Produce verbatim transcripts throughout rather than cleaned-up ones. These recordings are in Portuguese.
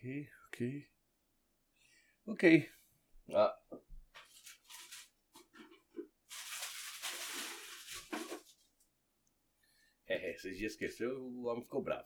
Ok, ok. Ok. Ah. É, esses dias esqueceu, o homem ficou bravo.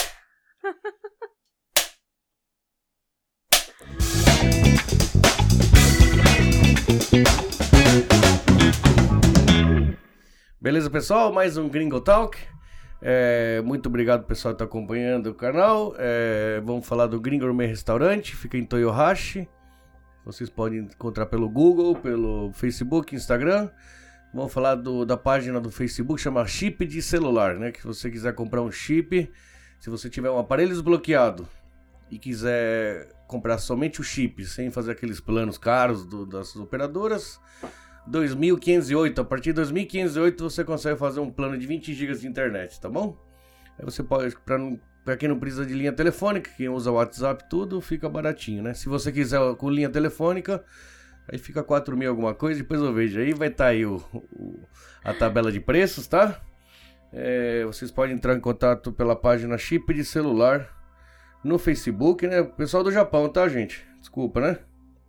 Beleza, pessoal? Mais um Gringo Talk. É, muito obrigado, pessoal, que está acompanhando o canal. É, vamos falar do Gringo Gourmet Restaurante. Fica em Toyohashi. Vocês podem encontrar pelo Google, pelo Facebook, Instagram. Vamos falar do, da página do Facebook, chama Chip de Celular, né? Que se você quiser comprar um chip, se você tiver um aparelho desbloqueado e quiser comprar somente o chip, sem fazer aqueles planos caros do, das operadoras, dois mil quinhentos e oito, a partir de dois mil quinhentos e oito você consegue fazer um plano de vinte gigas de internet, tá bom? Aí você pode, para quem não precisa de linha telefônica, quem usa WhatsApp, tudo fica baratinho, né? Se você quiser com linha telefônica, aí fica quatro mil alguma coisa, depois eu vejo aí, vai estar tá aí o, o, a tabela de preços, tá? É, vocês podem entrar em contato pela página Chip de Celular no Facebook, né? Pessoal do Japão, tá, gente? Desculpa, né?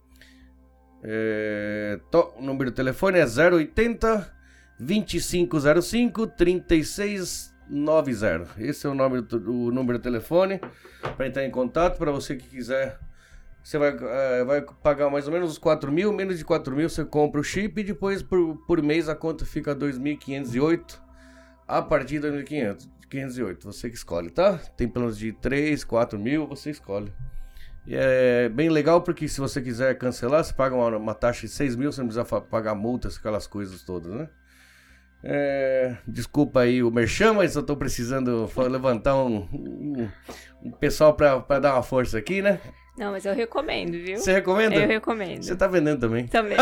É, to, o número do telefone é zero oitenta, vinte e cinco zero cinco, trinta e seis noventa. Esse é o, nome do, o número do telefone para entrar em contato. Para você que quiser, você vai, é, vai pagar mais ou menos uns quatro mil, menos de quatro mil você compra o chip e depois por, por mês a conta fica dois mil quinhentos e oito a partir de dois mil e quinhentos e oito. Você que escolhe, tá? Tem planos de três, quatro mil, você escolhe. E é bem legal porque se você quiser cancelar, você paga uma, uma taxa de seis mil, você não precisa pagar multas, aquelas coisas todas, né? É, desculpa aí o merchan, mas eu tô precisando levantar um, um, um pessoal pra, pra dar uma força aqui, né? Não, mas eu recomendo, viu? Você recomenda? Eu recomendo. Você tá vendendo também? Também.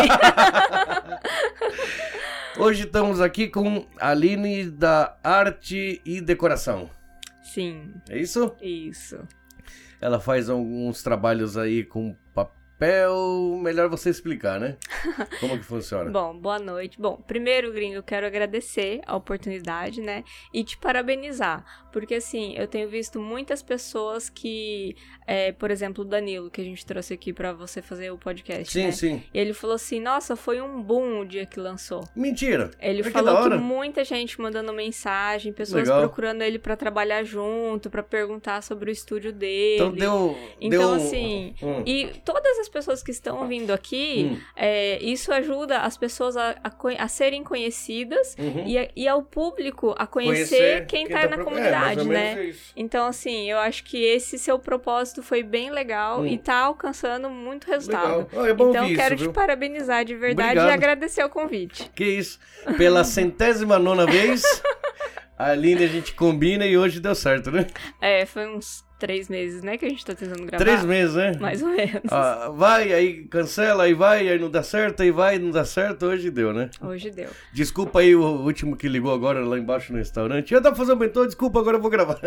Hoje estamos aqui com a Aline da Arte e Decoração. Sim. É isso? Isso. Ela faz alguns trabalhos aí com papel. Melhor você explicar, né? Como que funciona? Bom, boa noite. Bom, primeiro, Gringo, eu quero agradecer a oportunidade, né? E te parabenizar. Porque, assim, eu tenho visto muitas pessoas que... É, por exemplo, o Danilo, que a gente trouxe aqui pra você fazer o podcast, sim, né? Sim, sim. Ele falou assim, nossa, foi um boom o dia que lançou. Mentira! Ele que falou que, que muita gente mandando mensagem, pessoas Legal. procurando ele pra trabalhar junto, pra perguntar sobre o estúdio dele. Então deu... Então, deu... assim... Hum. E todas as pessoas que estão vindo aqui, Hum. é, isso ajuda as pessoas a, a, a serem conhecidas Uhum. e, a, e ao público a conhecer, Conhecer quem, quem tá, tá na pro- comunidade, é, mais ou né? menos é isso. Então, assim, eu acho que esse seu propósito foi bem legal Hum. e tá alcançando muito resultado. Legal. Ah, é bom Então, ouvir quero isso, te viu? parabenizar de verdade Obrigado. e agradecer o convite. Que isso? Pela centésima nona vez, a Aline a gente combina e hoje deu certo, né? É, foi uns três meses, né, que a gente tá tentando gravar. Três meses, né? Mais ou menos. Ah, vai, aí cancela, aí vai, aí não dá certo, aí vai, não dá certo, hoje deu, né? Hoje deu. Desculpa aí o último que ligou agora lá embaixo no restaurante. Eu tava fazendo bentô, desculpa, agora eu vou gravar.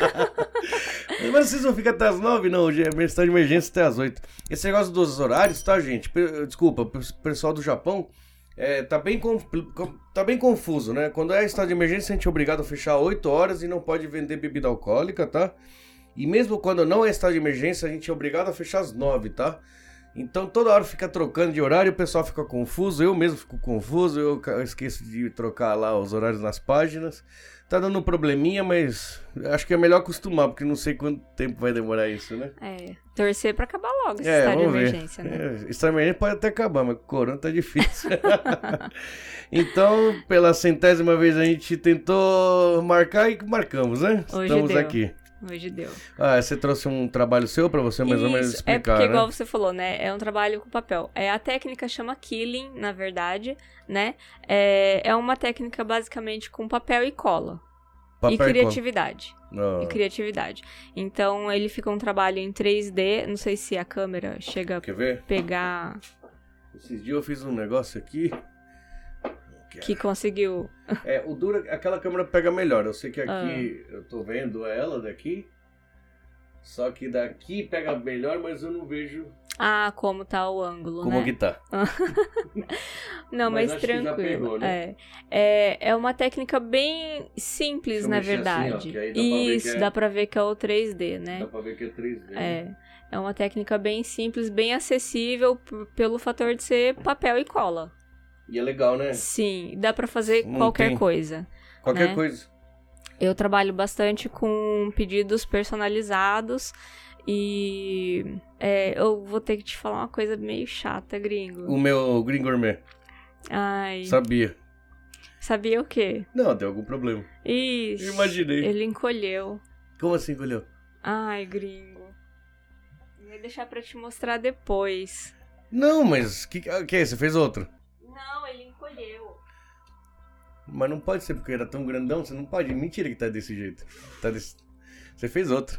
Mas vocês vão ficar até as nove? Não, hoje é estado de emergência até as oito. Esse negócio dos horários, tá, gente? Pe- Desculpa, o pessoal do Japão é, tá, bem compl- com- tá bem confuso, né? Quando é estado de emergência, a gente é obrigado a fechar oito horas e não pode vender bebida alcoólica, tá? E mesmo quando não é estado de emergência, a gente é obrigado a fechar às nove, tá? Então toda hora fica trocando de horário, o pessoal fica confuso, eu mesmo fico confuso, eu ca- esqueço de trocar lá os horários nas páginas. Tá dando um probleminha, mas acho que é melhor acostumar, porque não sei quanto tempo vai demorar isso, né? É, torcer pra acabar logo esse É, estado de vamos ver. emergência, né? É, estado de emergência pode até acabar, mas corona tá difícil. Então, pela centésima vez a gente tentou marcar e marcamos, né? Hoje Estamos deu. aqui. Hoje deu. Ah, você trouxe um trabalho seu pra você mais ou menos Isso, explicar, é porque, né? igual você falou, né? É um trabalho com papel. É, a técnica chama Killing, na verdade, né? É, é uma técnica basicamente com papel e cola. Papel e cola. criatividade. Ah. E criatividade. Então, ele fica um trabalho em três D. Não sei se a câmera chega Quer ver? a pegar... Esses dias eu fiz um negócio aqui. Que conseguiu... É, o duro, aquela câmera pega melhor. Eu sei que aqui Ah. eu tô vendo ela daqui. Só que daqui pega melhor, mas eu não vejo. Ah, como tá o ângulo, Como né? que tá? Não, mas, Mas acho que já tranquilo. pegou, né? é. É, é uma técnica bem simples, Deixa eu na mexer assim, ó, verdade. que aí dá pra ver Isso, que é- dá pra ver que é o três D, né? Dá pra ver que é três D. É. É uma técnica bem simples, bem acessível p- pelo fator de ser papel e cola. E é legal, né? Sim, dá pra fazer Não qualquer tem- coisa. Qualquer né? coisa. Eu trabalho bastante com pedidos personalizados e é, eu vou ter que te falar uma coisa meio chata, gringo. O meu Green Gourmet. Ai, Sabia. sabia o quê? Não, deu algum problema. Ixi, Eu imaginei. ele encolheu. Como assim, colheu? Ai, gringo. Vou deixar pra te mostrar depois. Não, mas... Que, que é? Você fez outro? Não, ele encolheu. Mas não pode ser, porque era tão grandão, você não pode. Mentira que tá desse jeito. Tá desse... Você fez outro.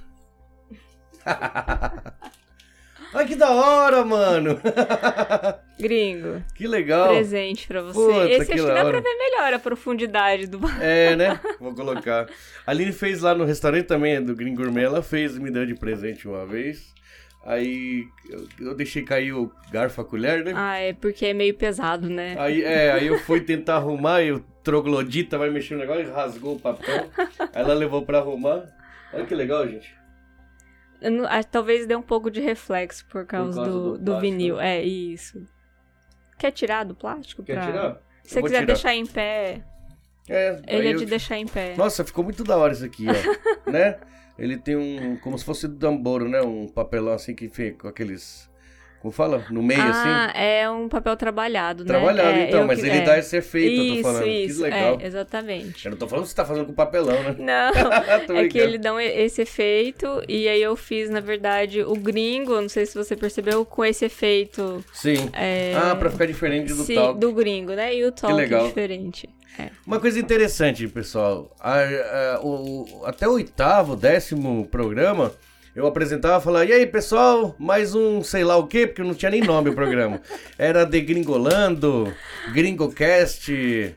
Ai, que da hora, mano. Gringo, Que legal. presente pra você. Puta, Esse que acho que dá da pra hora. ver melhor a profundidade do... É, né? Vou colocar. A Aline fez lá no restaurante também, do Green Gourmet. Ela fez e me deu de presente uma vez. Aí eu, eu deixei cair o garfo, a colher, né? Ah, é porque é meio pesado, né? Aí, é, aí eu fui tentar arrumar e o troglodita vai mexer no negócio e rasgou o papel. Aí ela levou pra arrumar. Olha que legal, gente. Eu não- ah, talvez dê um pouco de reflexo por causa, causa do, do do plástico, vinil. né? É, isso. Quer tirar do plástico? Quer pra... tirar? Se você Eu vou quiser tirar. deixar em pé, É, ele aí é eu- de deixar em pé. Nossa, ficou muito da hora isso aqui, ó. Né? Ele tem um... Como se fosse do Damboro, né? Um papelão assim que fica com aqueles... Como fala? No meio, ah, assim. é um papel trabalhado, né? Trabalhado, É, então. eu Mas que- ele é. dá esse efeito, eu Isso, tô falando. isso, Que legal. é, exatamente. Eu não tô falando que você tá fazendo com papelão, né? Não, Tô é que brincando. ele dá esse efeito, e aí eu fiz, na verdade, o gringo, não sei se você percebeu, com esse efeito Sim. é, Ah, pra ficar diferente do sim, talk. do gringo, né? E o talk legal. diferente. É. Uma coisa interessante, pessoal. A- a- o- até o oitavo, décimo programa, eu apresentava e falava, e aí, pessoal, mais um sei lá o quê, porque não tinha nem nome o programa. Era The Gringolando, Gringocast...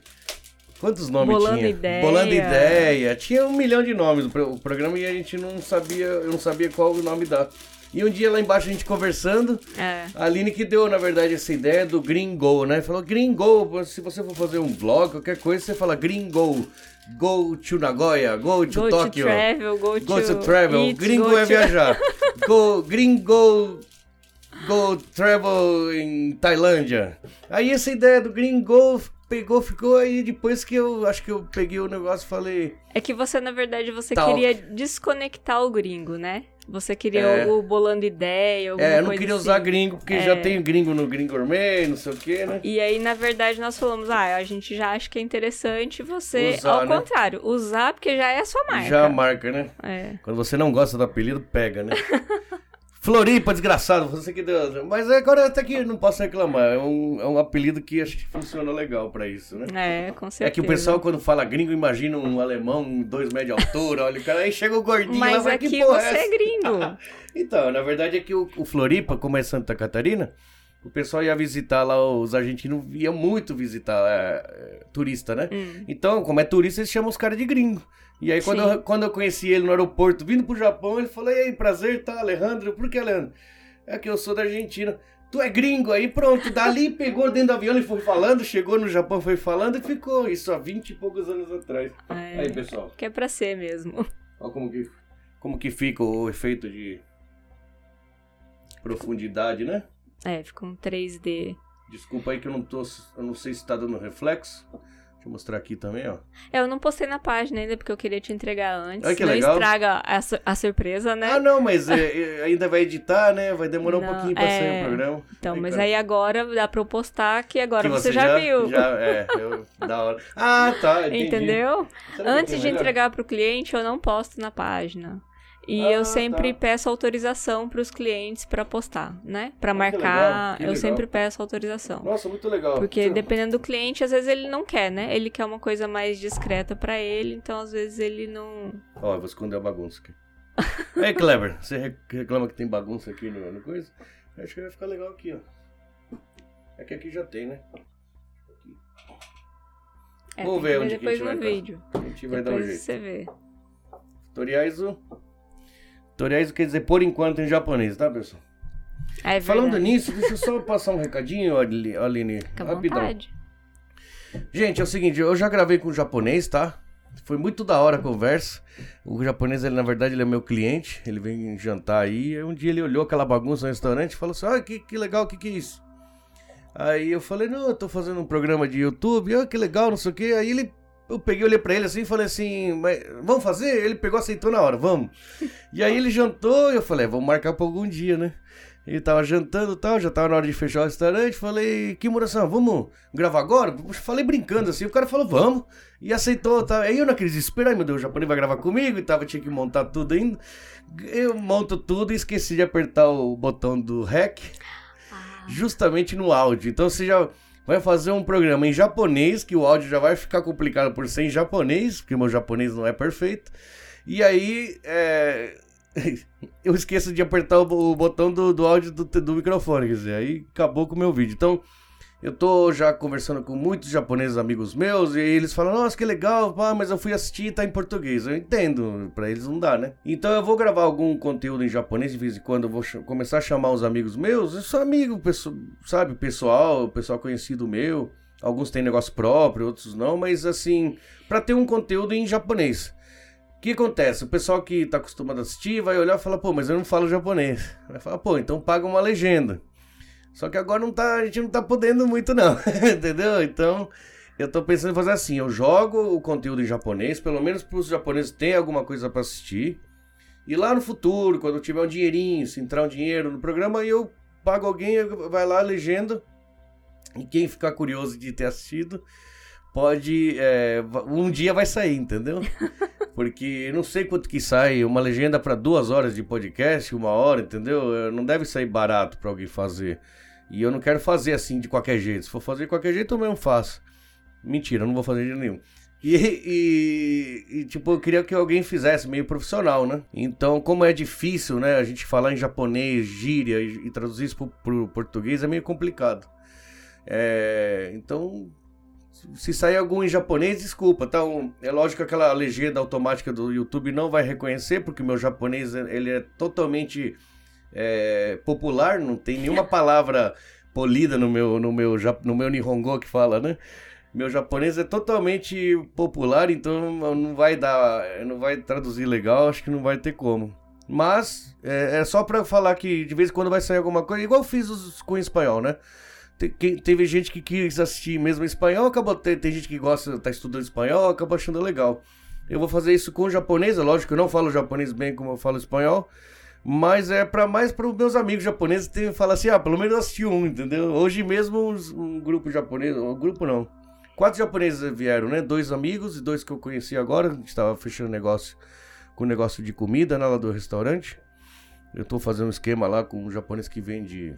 Quantos nomes Bolando tinha? Ideia. Bolando Ideia. Tinha um milhão de nomes o pro- o programa e a gente não sabia, eu não sabia qual o nome dar. E um dia lá embaixo a gente conversando, É. a Aline que deu, na verdade, essa ideia do Gringo, né? Falou, Gringo, se você for fazer um vlog, qualquer coisa, você fala Gringo, go to Nagoya, go to Go Tokyo, to travel, go, go to, to travel, eat, Gringo go é to- viajar, go, Gringo, go travel em Tailândia. Aí essa ideia do Gringo pegou, ficou aí depois que eu, acho que eu peguei o negócio e falei... É que você, na verdade, você Talk. queria desconectar o gringo, né? Você queria É. o, o bolando ideia, alguma É, eu não coisa queria assim. usar gringo, porque É. já tem gringo no Green Gourmet, não sei o que, né? E aí, na verdade, nós falamos, ah, a gente já acha que é interessante você, Usar, ao né? contrário, usar porque já é a sua marca. Já a marca, né? É. Quando você não gosta do apelido, pega, né? Floripa, desgraçado, você que deu. Mas agora até que não posso reclamar. É um, é um apelido que acho que funciona legal pra isso, né? É, com certeza. É que o pessoal, quando fala gringo, imagina um alemão, um dois metros de altura, olha o cara, aí chega o gordinho lá, Mas fala, aqui que porra você é é essa? gringo. Então, na verdade é que o, o Floripa, como é Santa Catarina, o pessoal ia visitar lá, os argentinos iam muito visitar é, é, turista, né? Hum. Então, como é turista, eles chamam os caras de gringo. E aí, quando Sim. eu, quando eu conheci ele no aeroporto, vindo pro Japão, ele falou, e aí, prazer, tá, Alejandro? Por que, Alejandro? É que eu sou da Argentina. Tu é gringo, aí pronto, dali pegou dentro do avião e foi falando, chegou no Japão, foi falando e ficou. Isso há vinte e poucos anos atrás. É, Aí, pessoal, que é pra ser mesmo. olha como que, como que fica o efeito de profundidade, né? É, fica um três D. Desculpa aí que eu não tô, eu não sei se tá dando reflexo. Deixa eu mostrar aqui também, ó. É, eu não postei na página ainda porque eu queria te entregar antes. Ai, que não legal. estraga a, su- a surpresa, né? Ah, não, mas é, é, ainda vai editar, né? Vai demorar um Não, pouquinho pra é. sair o programa. Então, Ai, mas cara. aí agora dá pra eu postar que agora Que você, já, viu. Já, é, eu, da hora. Ah, tá, entendi. Entendeu? Sabe o que Antes é de melhor? entregar pro cliente, eu não posto na página. E Ah, eu sempre tá. peço autorização pros clientes pra postar, né? Pra Ah, que marcar, legal, que eu legal. sempre peço autorização. Nossa, muito legal. Porque Você- dependendo do cliente, às vezes ele não quer, né? Ele quer uma coisa mais discreta pra ele, então às vezes ele não... Ó, eu vou esconder a bagunça aqui. Ei, Kleber, você re- reclama que tem bagunça aqui no, no coisa? Eu acho que vai ficar legal aqui, ó. É que aqui já tem, né? Aqui. É, Vamos tem ver que onde que a depois gente vai no dar. vídeo. A gente vai dar um Depois jeito. você vê. Tutoriais, o... Tutoriais quer dizer por enquanto em japonês, tá, pessoal? É Falando nisso, deixa eu só passar um recadinho, Aline. Fica à rapidão. vontade. Gente, é o seguinte, eu já gravei com o japonês, tá? Foi muito da hora a conversa. O japonês, ele, na verdade, ele é meu cliente. Ele vem jantar aí. Aí um dia ele olhou aquela bagunça no restaurante e falou assim, ah, que, que legal, o que que é isso? Aí eu falei, não, eu tô fazendo um programa de YouTube. Ah, que legal, não sei o que. Aí ele, eu peguei, olhei pra ele assim e falei assim, mas vamos fazer? Ele pegou, aceitou na hora, vamos. E aí ele jantou e eu falei, vamos marcar pra algum dia, né? Ele tava jantando e tal, já tava na hora de fechar o restaurante. Falei, que Muração, vamos gravar agora? Falei brincando assim, o cara falou, vamos. E aceitou, tá? Aí eu naquele desespero, ai meu Deus, o japonês vai gravar comigo e tava, tinha que montar tudo ainda. Eu monto tudo e esqueci de apertar o botão do rec, ah. justamente no áudio. Então você já vai fazer um programa em japonês, que o áudio já vai ficar complicado por ser em japonês, porque meu japonês não é perfeito. E aí, é... eu esqueço de apertar o botão do, do áudio do, do microfone, quer dizer, aí acabou com o meu vídeo. Então, eu tô já conversando com muitos japoneses amigos meus e eles falam, nossa, que legal, pá, mas eu fui assistir e tá em português. Eu entendo, pra eles não dá, né? Então eu vou gravar algum conteúdo em japonês de vez em quando, eu vou começar a chamar os amigos meus, eu sou amigo, pessoal, sabe, pessoal, pessoal conhecido meu, alguns têm negócio próprio, outros não, mas assim, pra ter um conteúdo em japonês. O que acontece? O pessoal que tá acostumado a assistir vai olhar e falar, pô, mas eu não falo japonês. Vai falar, pô, então paga uma legenda. Só que agora não tá, a gente não tá podendo muito não, entendeu? Então, eu tô pensando em fazer assim, eu jogo o conteúdo em japonês, pelo menos pros japoneses terem alguma coisa pra assistir. E lá no futuro, quando eu tiver um dinheirinho, se entrar um dinheiro no programa, aí eu pago alguém, vai lá, legenda. E quem ficar curioso de ter assistido, pode, é, um dia vai sair, entendeu? Porque eu não sei quanto que sai uma legenda para duas horas de podcast, uma hora, entendeu? Não deve sair barato para alguém fazer. E eu não quero fazer assim de qualquer jeito. Se for fazer de qualquer jeito, eu mesmo faço. Mentira, eu não vou fazer de jeito nenhum. E, e, e, tipo, eu queria que alguém fizesse meio profissional, né? Então, como é difícil, né? A gente falar em japonês, gíria e, e traduzir isso pro, pro português é meio complicado. É, então... Se sair algum em japonês, desculpa, tá? Um, é lógico que aquela legenda automática do YouTube não vai reconhecer, porque o meu japonês ele é totalmente é, popular, não tem nenhuma palavra polida no meu, no, meu, no meu Nihongo que fala, né? Meu japonês é totalmente popular, então não vai dar, não vai traduzir legal, acho que não vai ter como. Mas é, é só pra falar que de vez em quando vai sair alguma coisa, igual eu fiz os, com o espanhol, né? Teve gente que quis assistir mesmo em espanhol, acabou, tem, tem gente que gosta, tá estudando espanhol, acaba achando legal. Eu vou fazer isso com o japonês, é lógico que eu não falo japonês bem como eu falo espanhol, mas é pra mais para os meus amigos japoneses ter, falar assim, ah, pelo menos eu assisti um, entendeu? Hoje mesmo um grupo japonês, um grupo não, quatro japoneses vieram, né? Dois amigos e dois que eu conheci agora, a gente tava fechando negócio com negócio de comida, né, lá do restaurante. Eu tô fazendo um esquema lá com um japonês que vende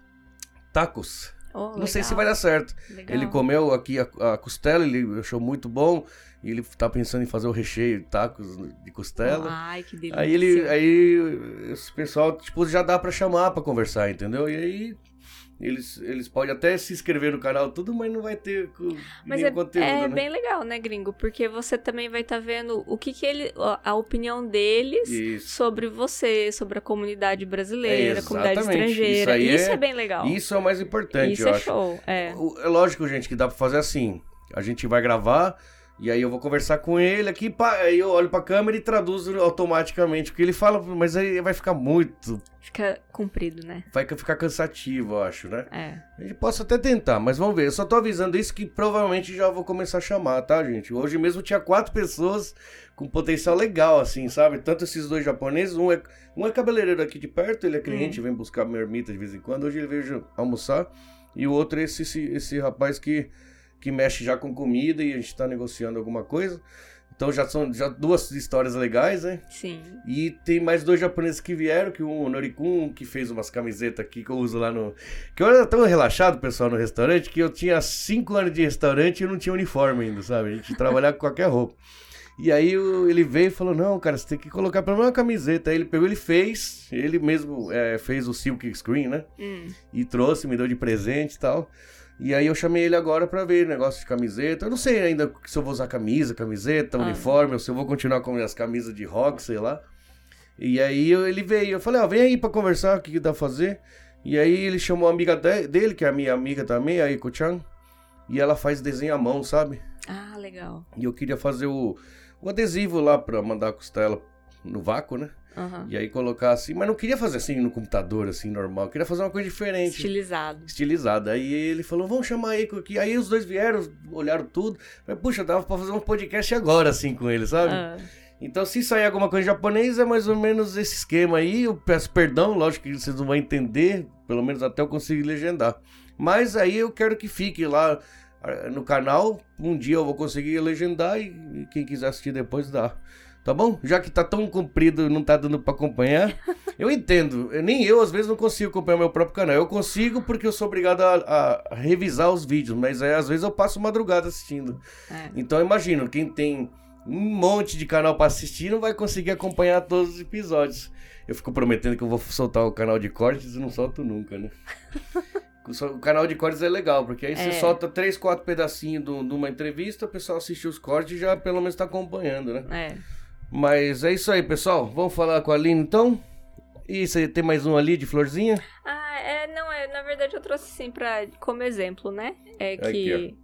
tacos. Oh, não legal. sei se vai dar certo. Legal. Ele comeu aqui a, a costela, ele achou muito bom. E ele tá pensando em fazer o recheio de tacos de costela. Ai, que delícia. Aí ele, aí esse pessoal, tipo, já dá pra chamar pra conversar, entendeu? E aí eles, eles podem até se inscrever no canal tudo, mas não vai ter mas nenhum é, conteúdo, é né? bem legal, né, gringo? Porque você também vai estar tá vendo o que que ele, a opinião deles Isso. sobre você, sobre a comunidade brasileira, É, a comunidade estrangeira. Isso, aí isso é, é bem legal. Isso é o mais importante, isso eu é acho. Show, é. É lógico, gente, que dá pra fazer assim. A gente vai gravar... E aí eu vou conversar com ele aqui, pá, aí eu olho pra câmera e traduzo automaticamente o que ele fala, mas aí vai ficar muito... Fica comprido, né? Vai ficar cansativo, eu acho, né? É. A gente pode até tentar, mas vamos ver. Eu só tô avisando isso que provavelmente já vou começar a chamar, tá, gente? Hoje mesmo tinha quatro pessoas com potencial legal, assim, sabe? Tanto esses dois japoneses, um é, um é cabeleireiro aqui de perto, ele é cliente, hum. vem buscar marmita de vez em quando, hoje ele veio almoçar. E o outro é esse, esse, esse rapaz que... que mexe já com comida e a gente tá negociando alguma coisa. Então já são já duas histórias legais, né? Sim. E tem mais dois japoneses que vieram, que um, o Norikun, que fez umas camisetas aqui que eu uso lá no... Que eu era tão relaxado, pessoal, no restaurante, que eu tinha cinco anos de restaurante e eu não tinha uniforme ainda, sabe? A gente trabalhava com qualquer roupa. E aí ele veio e falou, não, cara, você tem que colocar pelo menos uma camiseta. Aí ele pegou, ele fez, ele mesmo é, fez o silk screen, né? Hum. E trouxe, me deu de presente e tal. E aí eu chamei ele agora pra ver negócio de camiseta. Eu não sei ainda se eu vou usar camisa, camiseta, ah. uniforme, ou se eu vou continuar com as camisas de rock, sei lá. E aí eu, ele veio, eu falei, ó, ah, vem aí pra conversar, o que, que dá pra fazer. E aí ele chamou a amiga de, dele, que é a minha amiga também, a Iko-chan, e ela faz desenho à mão, sabe? Ah, legal. E eu queria fazer o, o adesivo lá pra mandar a costela no vácuo, né? Uhum. E aí colocar assim, mas não queria fazer assim no computador, assim, normal. Eu queria fazer uma coisa diferente. Estilizado. Estilizado. Aí ele falou, vamos chamar a Iko aqui. Aí os dois vieram, olharam tudo. Falei, puxa, dava pra fazer um podcast agora, assim, com ele, sabe? Ah. Então, se sair alguma coisa japonesa, é mais ou menos esse esquema aí. Eu peço perdão, lógico que vocês não vão entender, pelo menos até eu conseguir legendar. Mas aí eu quero que fique lá no canal. Um dia eu vou conseguir legendar e, e quem quiser assistir depois dá. Tá bom? Já que tá tão comprido e não tá dando pra acompanhar, eu entendo. Eu, nem eu, às vezes, não consigo acompanhar meu próprio canal. Eu consigo porque eu sou obrigado a, a revisar os vídeos, mas aí, às vezes eu passo madrugada assistindo. É. Então, imagino, quem tem um monte de canal pra assistir não vai conseguir acompanhar todos os episódios. Eu fico prometendo que eu vou soltar o canal de cortes e não solto nunca, né? O canal de cortes é legal, porque aí é. você solta três, quatro pedacinhos de uma entrevista, o pessoal assiste os cortes e já pelo menos tá acompanhando, né? É. Mas é isso aí, pessoal. Vamos falar com a Aline, então? E você tem mais um ali de florzinha? Ah, é, não, é, na verdade eu trouxe assim pra, como exemplo, né? É que... Aqui,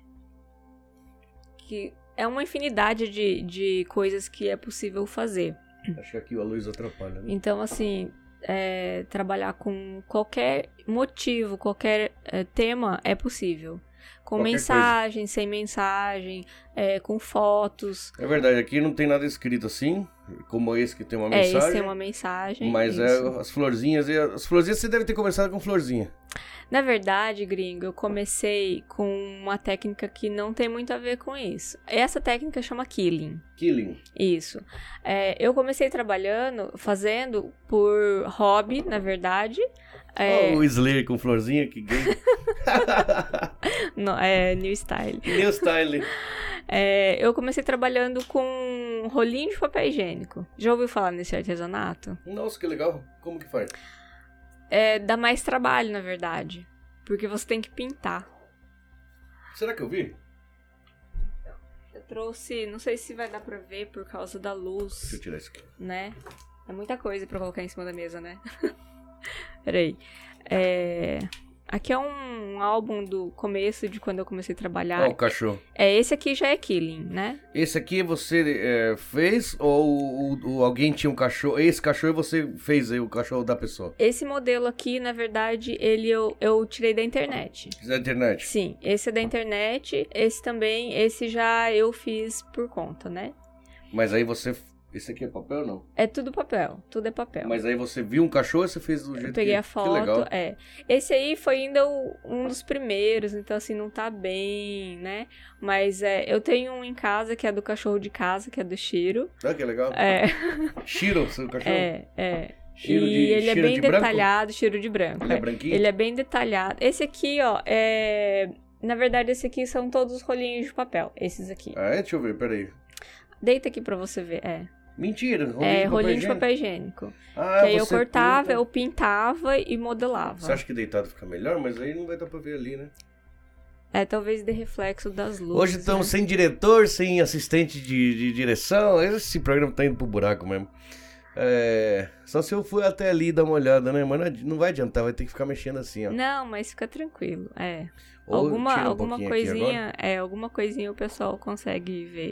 que é uma infinidade de, de coisas que é possível fazer. Acho que aqui a luz atrapalha, né? Então, assim, é, trabalhar com qualquer motivo, qualquer é, tema é possível. Com qualquer mensagem, coisa. Sem mensagem, é, com fotos. É verdade, aqui não tem nada escrito assim, como esse que tem uma mensagem. É, esse tem uma mensagem. Mas isso. é as florzinhas, e as florzinhas você deve ter começado com florzinha. Na verdade, gringo, eu comecei com uma técnica que não tem muito a ver com isso. Essa técnica chama Killing. Killing. Isso. É, eu comecei trabalhando, fazendo por hobby, na verdade. É... Oh, o Slayer com florzinha, que gay. Não, é New Style. New Style. É, eu comecei trabalhando com rolinho de papel higiênico. Já ouviu falar nesse artesanato? Nossa, que legal. Como que faz? É, dá mais trabalho, na verdade. Porque você tem que pintar. Será que eu vi? Eu trouxe... Não sei se vai dar pra ver por causa da luz. Deixa eu tirar isso aqui. Né? É muita coisa pra colocar em cima da mesa, né? Peraí. É... Aqui é um álbum do começo de quando eu comecei a trabalhar. Ó, o cachorro. É, esse aqui já é Killing, né? Esse aqui você é, fez ou, ou alguém tinha um cachorro? Esse cachorro você fez aí, o cachorro da pessoa? Esse modelo aqui, na verdade, ele eu, eu tirei da internet. Da internet? Sim, esse é da internet. Esse também, esse já eu fiz por conta, né? Mas aí você... Esse aqui é papel ou não? É tudo papel, tudo é papel. Mas aí você viu um cachorro e você fez do jeito eu peguei que... a foto, que legal. É. Esse aí foi ainda o, um dos primeiros, então assim, não tá bem, né? Mas é, eu tenho um em casa que é do cachorro de casa, que é do Shiro. Ah, que legal. É. Shiro, seu cachorro? É, é. Shiro e de, ele Shiro é bem de detalhado, branco? Shiro de branco. Ele é branquinho? Ele é bem detalhado. Esse aqui, ó, é... Na verdade, esse aqui são todos os rolinhos de papel, esses aqui. Ah, é? Deixa eu ver, peraí. Deita aqui pra você ver, é. Mentira, rolinho é, de rolinho de papel higiênico. Ah, que aí eu você cortava, pinta... eu pintava e modelava. Você acha que deitado fica melhor? Mas aí não vai dar pra ver ali, né? É, talvez de reflexo das luzes. Hoje estamos né? sem diretor, sem assistente de, de direção. Esse programa tá indo pro buraco mesmo. É... Só se eu for até ali dar uma olhada, né? Mas não vai adiantar, vai ter que ficar mexendo assim, ó. Não, mas fica tranquilo, é. Ou alguma tira um alguma coisinha, é, alguma coisinha o pessoal consegue ver.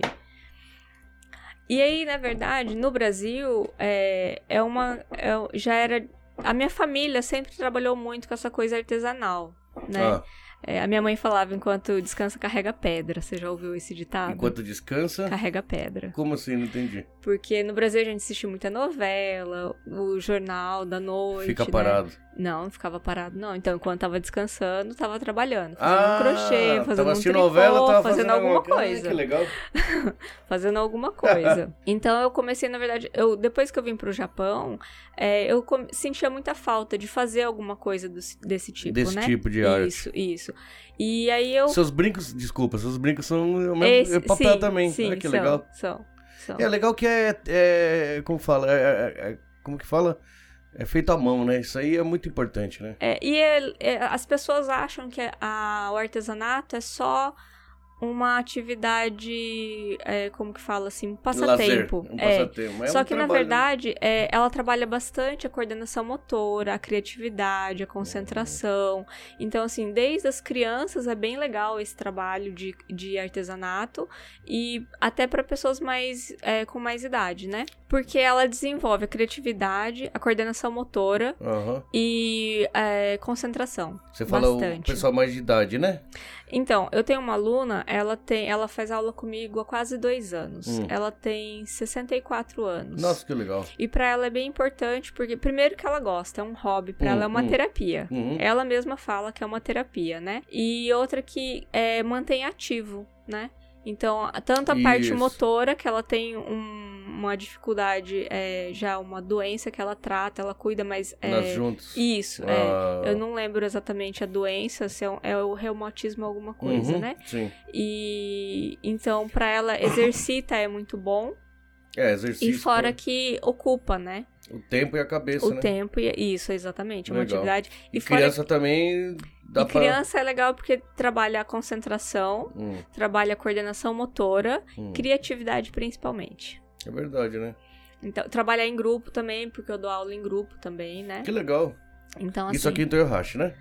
E aí, na verdade, no Brasil, é, é uma, é, já era... A minha família sempre trabalhou muito com essa coisa artesanal, né? Ah. É, a minha mãe falava, enquanto descansa, carrega pedra. Você já ouviu esse ditado? Enquanto descansa... Carrega pedra. Como assim? Não entendi. Porque no Brasil a gente assistiu muita novela, o jornal da noite, Fica né? parado. Não, não ficava parado, não. Então, enquanto tava descansando, tava trabalhando. Fazendo ah, um crochê, fazendo tava um tricô, novela, tava fazendo, fazendo alguma alguma... coisa. Ah, que legal. Fazendo alguma coisa. Então, eu comecei, na verdade... eu Depois que eu vim pro Japão, é, eu com... sentia muita falta de fazer alguma coisa do, desse tipo, desse né? Desse tipo de arte. Isso, isso. E aí eu... Seus brincos... Desculpa, seus brincos são o mesmo Esse, papel sim, também. Sim, Olha que são, legal. São, são. É legal que é... é como fala? É, é, é, como que fala? É feito à mão, né? Isso aí é muito importante, né? É, e é, é, as pessoas acham que a, o artesanato é só uma atividade, é, como que fala assim, um passatempo. Lazer, um é. passatempo. É Só um que, trabalho, na verdade, é, ela trabalha bastante a coordenação motora, a criatividade, a concentração. Uhum. Então, assim, desde as crianças é bem legal esse trabalho de, de artesanato e até para pessoas mais é, com mais idade, né? Porque ela desenvolve a criatividade, a coordenação motora uhum. e é, concentração. Você fala bastante. O pessoal mais de idade, né? Então, eu tenho uma aluna, ela tem, ela faz aula comigo há quase dois anos. Hum. Ela tem sessenta e quatro anos. Nossa, que legal. E pra ela é bem importante, porque primeiro que ela gosta, é um hobby, pra hum, ela é uma hum. terapia. Hum. Ela mesma fala que é uma terapia, né? E outra que é, mantém ativo, né? Então, tanto a Isso. parte motora, que ela tem um, uma dificuldade, é, já uma doença que ela trata, ela cuida, mas... É, Nas juntas. Isso, ah. é, eu não lembro exatamente a doença, se é, um, é o reumatismo alguma coisa, uhum, né? Sim. E, então, pra ela, exercita é muito bom. É, exercício. E fora né? que ocupa, né? O tempo e a cabeça, o né? O tempo e... Isso, exatamente, legal. Uma atividade. E, e criança fora... também... Dá e pra... criança é legal porque trabalha a concentração, hum. trabalha a coordenação motora, hum. criatividade principalmente. É verdade, né? Então, trabalhar em grupo também, porque eu dou aula em grupo também, né? Que legal. Então, assim, isso aqui em Toyohashi, né?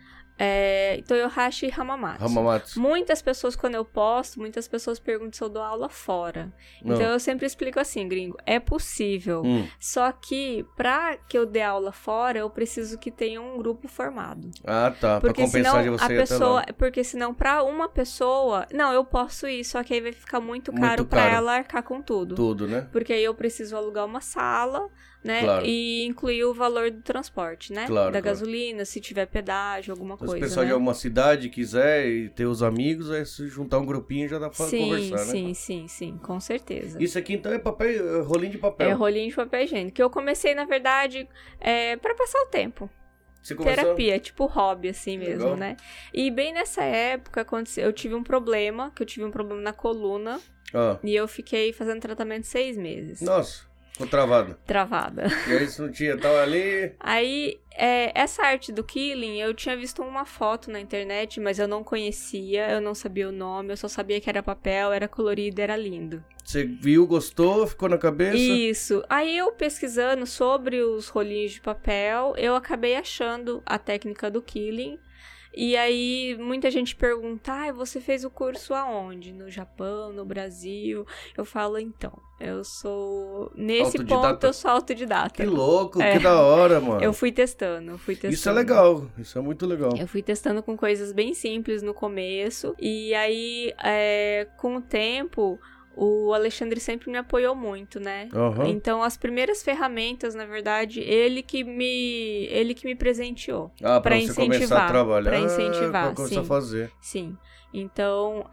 É, Toyohashi e Hamamatsu. Hamamatsu. Muitas pessoas, quando eu posto, muitas pessoas perguntam se eu dou aula fora. Não. Então eu sempre explico assim, gringo, é possível. Hum. Só que pra que eu dê aula fora, eu preciso que tenha um grupo formado. Ah, tá. Porque pra compensar senão de você a pessoa, até lá. Porque senão pra uma pessoa, não, eu posso ir, só que aí vai ficar muito caro, muito pra caro. ela arcar com tudo. Tudo, né? Porque aí eu preciso alugar uma sala, né? Claro. E incluir o valor do transporte, né? Claro, da claro. gasolina, se tiver pedágio, alguma então, coisa. Se o pessoal né? de alguma cidade quiser e ter os amigos, aí se juntar um grupinho já dá pra sim, conversar, né? Sim, sim, sim, com certeza. Isso aqui então é papel, é rolinho de papel. É rolinho de papel higiênico. Que eu comecei, na verdade, é, pra passar o tempo. Você começou... Terapia, tipo hobby, assim mesmo, Legal. Né? E bem nessa época, aconteceu, eu tive um problema, que eu tive um problema na coluna. Ah. E eu fiquei fazendo tratamento seis meses. Nossa. Ficou travada. Travada. E aí você não tinha, tava ali... Aí, é, essa arte do Killing, eu tinha visto uma foto na internet, mas eu não conhecia, eu não sabia o nome, eu só sabia que era papel, era colorido, era lindo. Você viu, gostou, ficou na cabeça? Isso. Aí eu pesquisando sobre os rolinhos de papel, eu acabei achando a técnica do Killing. E aí, muita gente pergunta, ah, você fez o curso aonde? No Japão, no Brasil? Eu falo, então, eu sou... Nesse autodidata. ponto, eu sou autodidata. Que louco, é. Que da hora, mano. Eu fui testando, eu fui testando. Isso é legal, isso é muito legal. Eu fui testando com coisas bem simples no começo. E aí, é, com o tempo... O Alexandre sempre me apoiou muito, né? Uhum. Então, as primeiras ferramentas, na verdade, ele que me, ele que me presenteou. Ah, pra, pra você incentivar, começar a trabalhar. Pra incentivar, pra começar sim. a fazer. Sim. Então,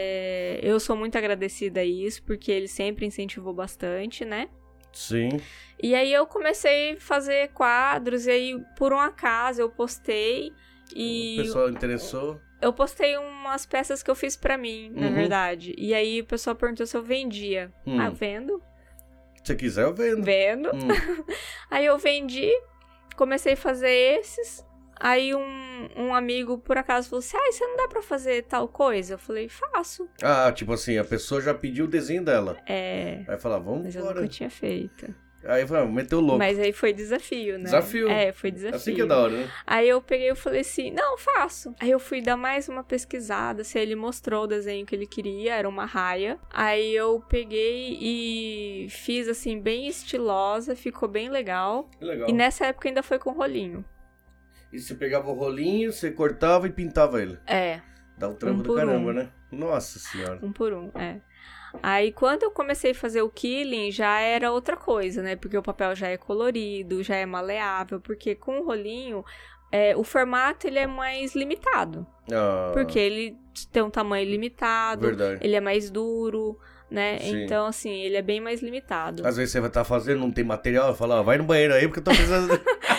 é, eu sou muito agradecida a isso, porque ele sempre incentivou bastante, né? Sim. E aí, eu comecei a fazer quadros, e aí, por um acaso, eu postei e... O pessoal interessou... Eu postei umas peças que eu fiz pra mim, na uhum. verdade. E aí o pessoal perguntou se eu vendia. Hum. Ah, vendo. Se quiser, eu vendo. Vendo. Hum. Aí eu vendi, comecei a fazer esses. Aí um, um amigo, por acaso, falou assim, ah, você não dá pra fazer tal coisa? Eu falei, faço. Ah, tipo assim, a pessoa já pediu o desenho dela. É. Aí falar, vamos Mas embora. eu nunca tinha feito. Aí foi, meteu louco. Mas aí foi desafio, né? Desafio. É, foi desafio. Assim que é da hora, né? Aí eu peguei e falei assim, não, faço. Aí eu fui dar mais uma pesquisada, se ele mostrou o desenho que ele queria, era uma raia. Aí eu peguei e fiz assim, bem estilosa, ficou bem legal. Que legal. E nessa época ainda foi com rolinho. E você pegava o rolinho, você cortava e pintava ele. É. Dá um trampo um do caramba, um. né? Nossa senhora. Um por um, é. Aí, quando eu comecei a fazer o Killing, já era outra coisa, né? Porque o papel já é colorido, já é maleável. Porque com o rolinho, é, o formato, ele é mais limitado. Ah. Porque ele tem um tamanho limitado. Verdade. Ele é mais duro, né? Sim. Então, assim, ele é bem mais limitado. Às vezes você vai estar fazendo, não tem material, fala, ah, vai no banheiro aí, porque eu tô precisando...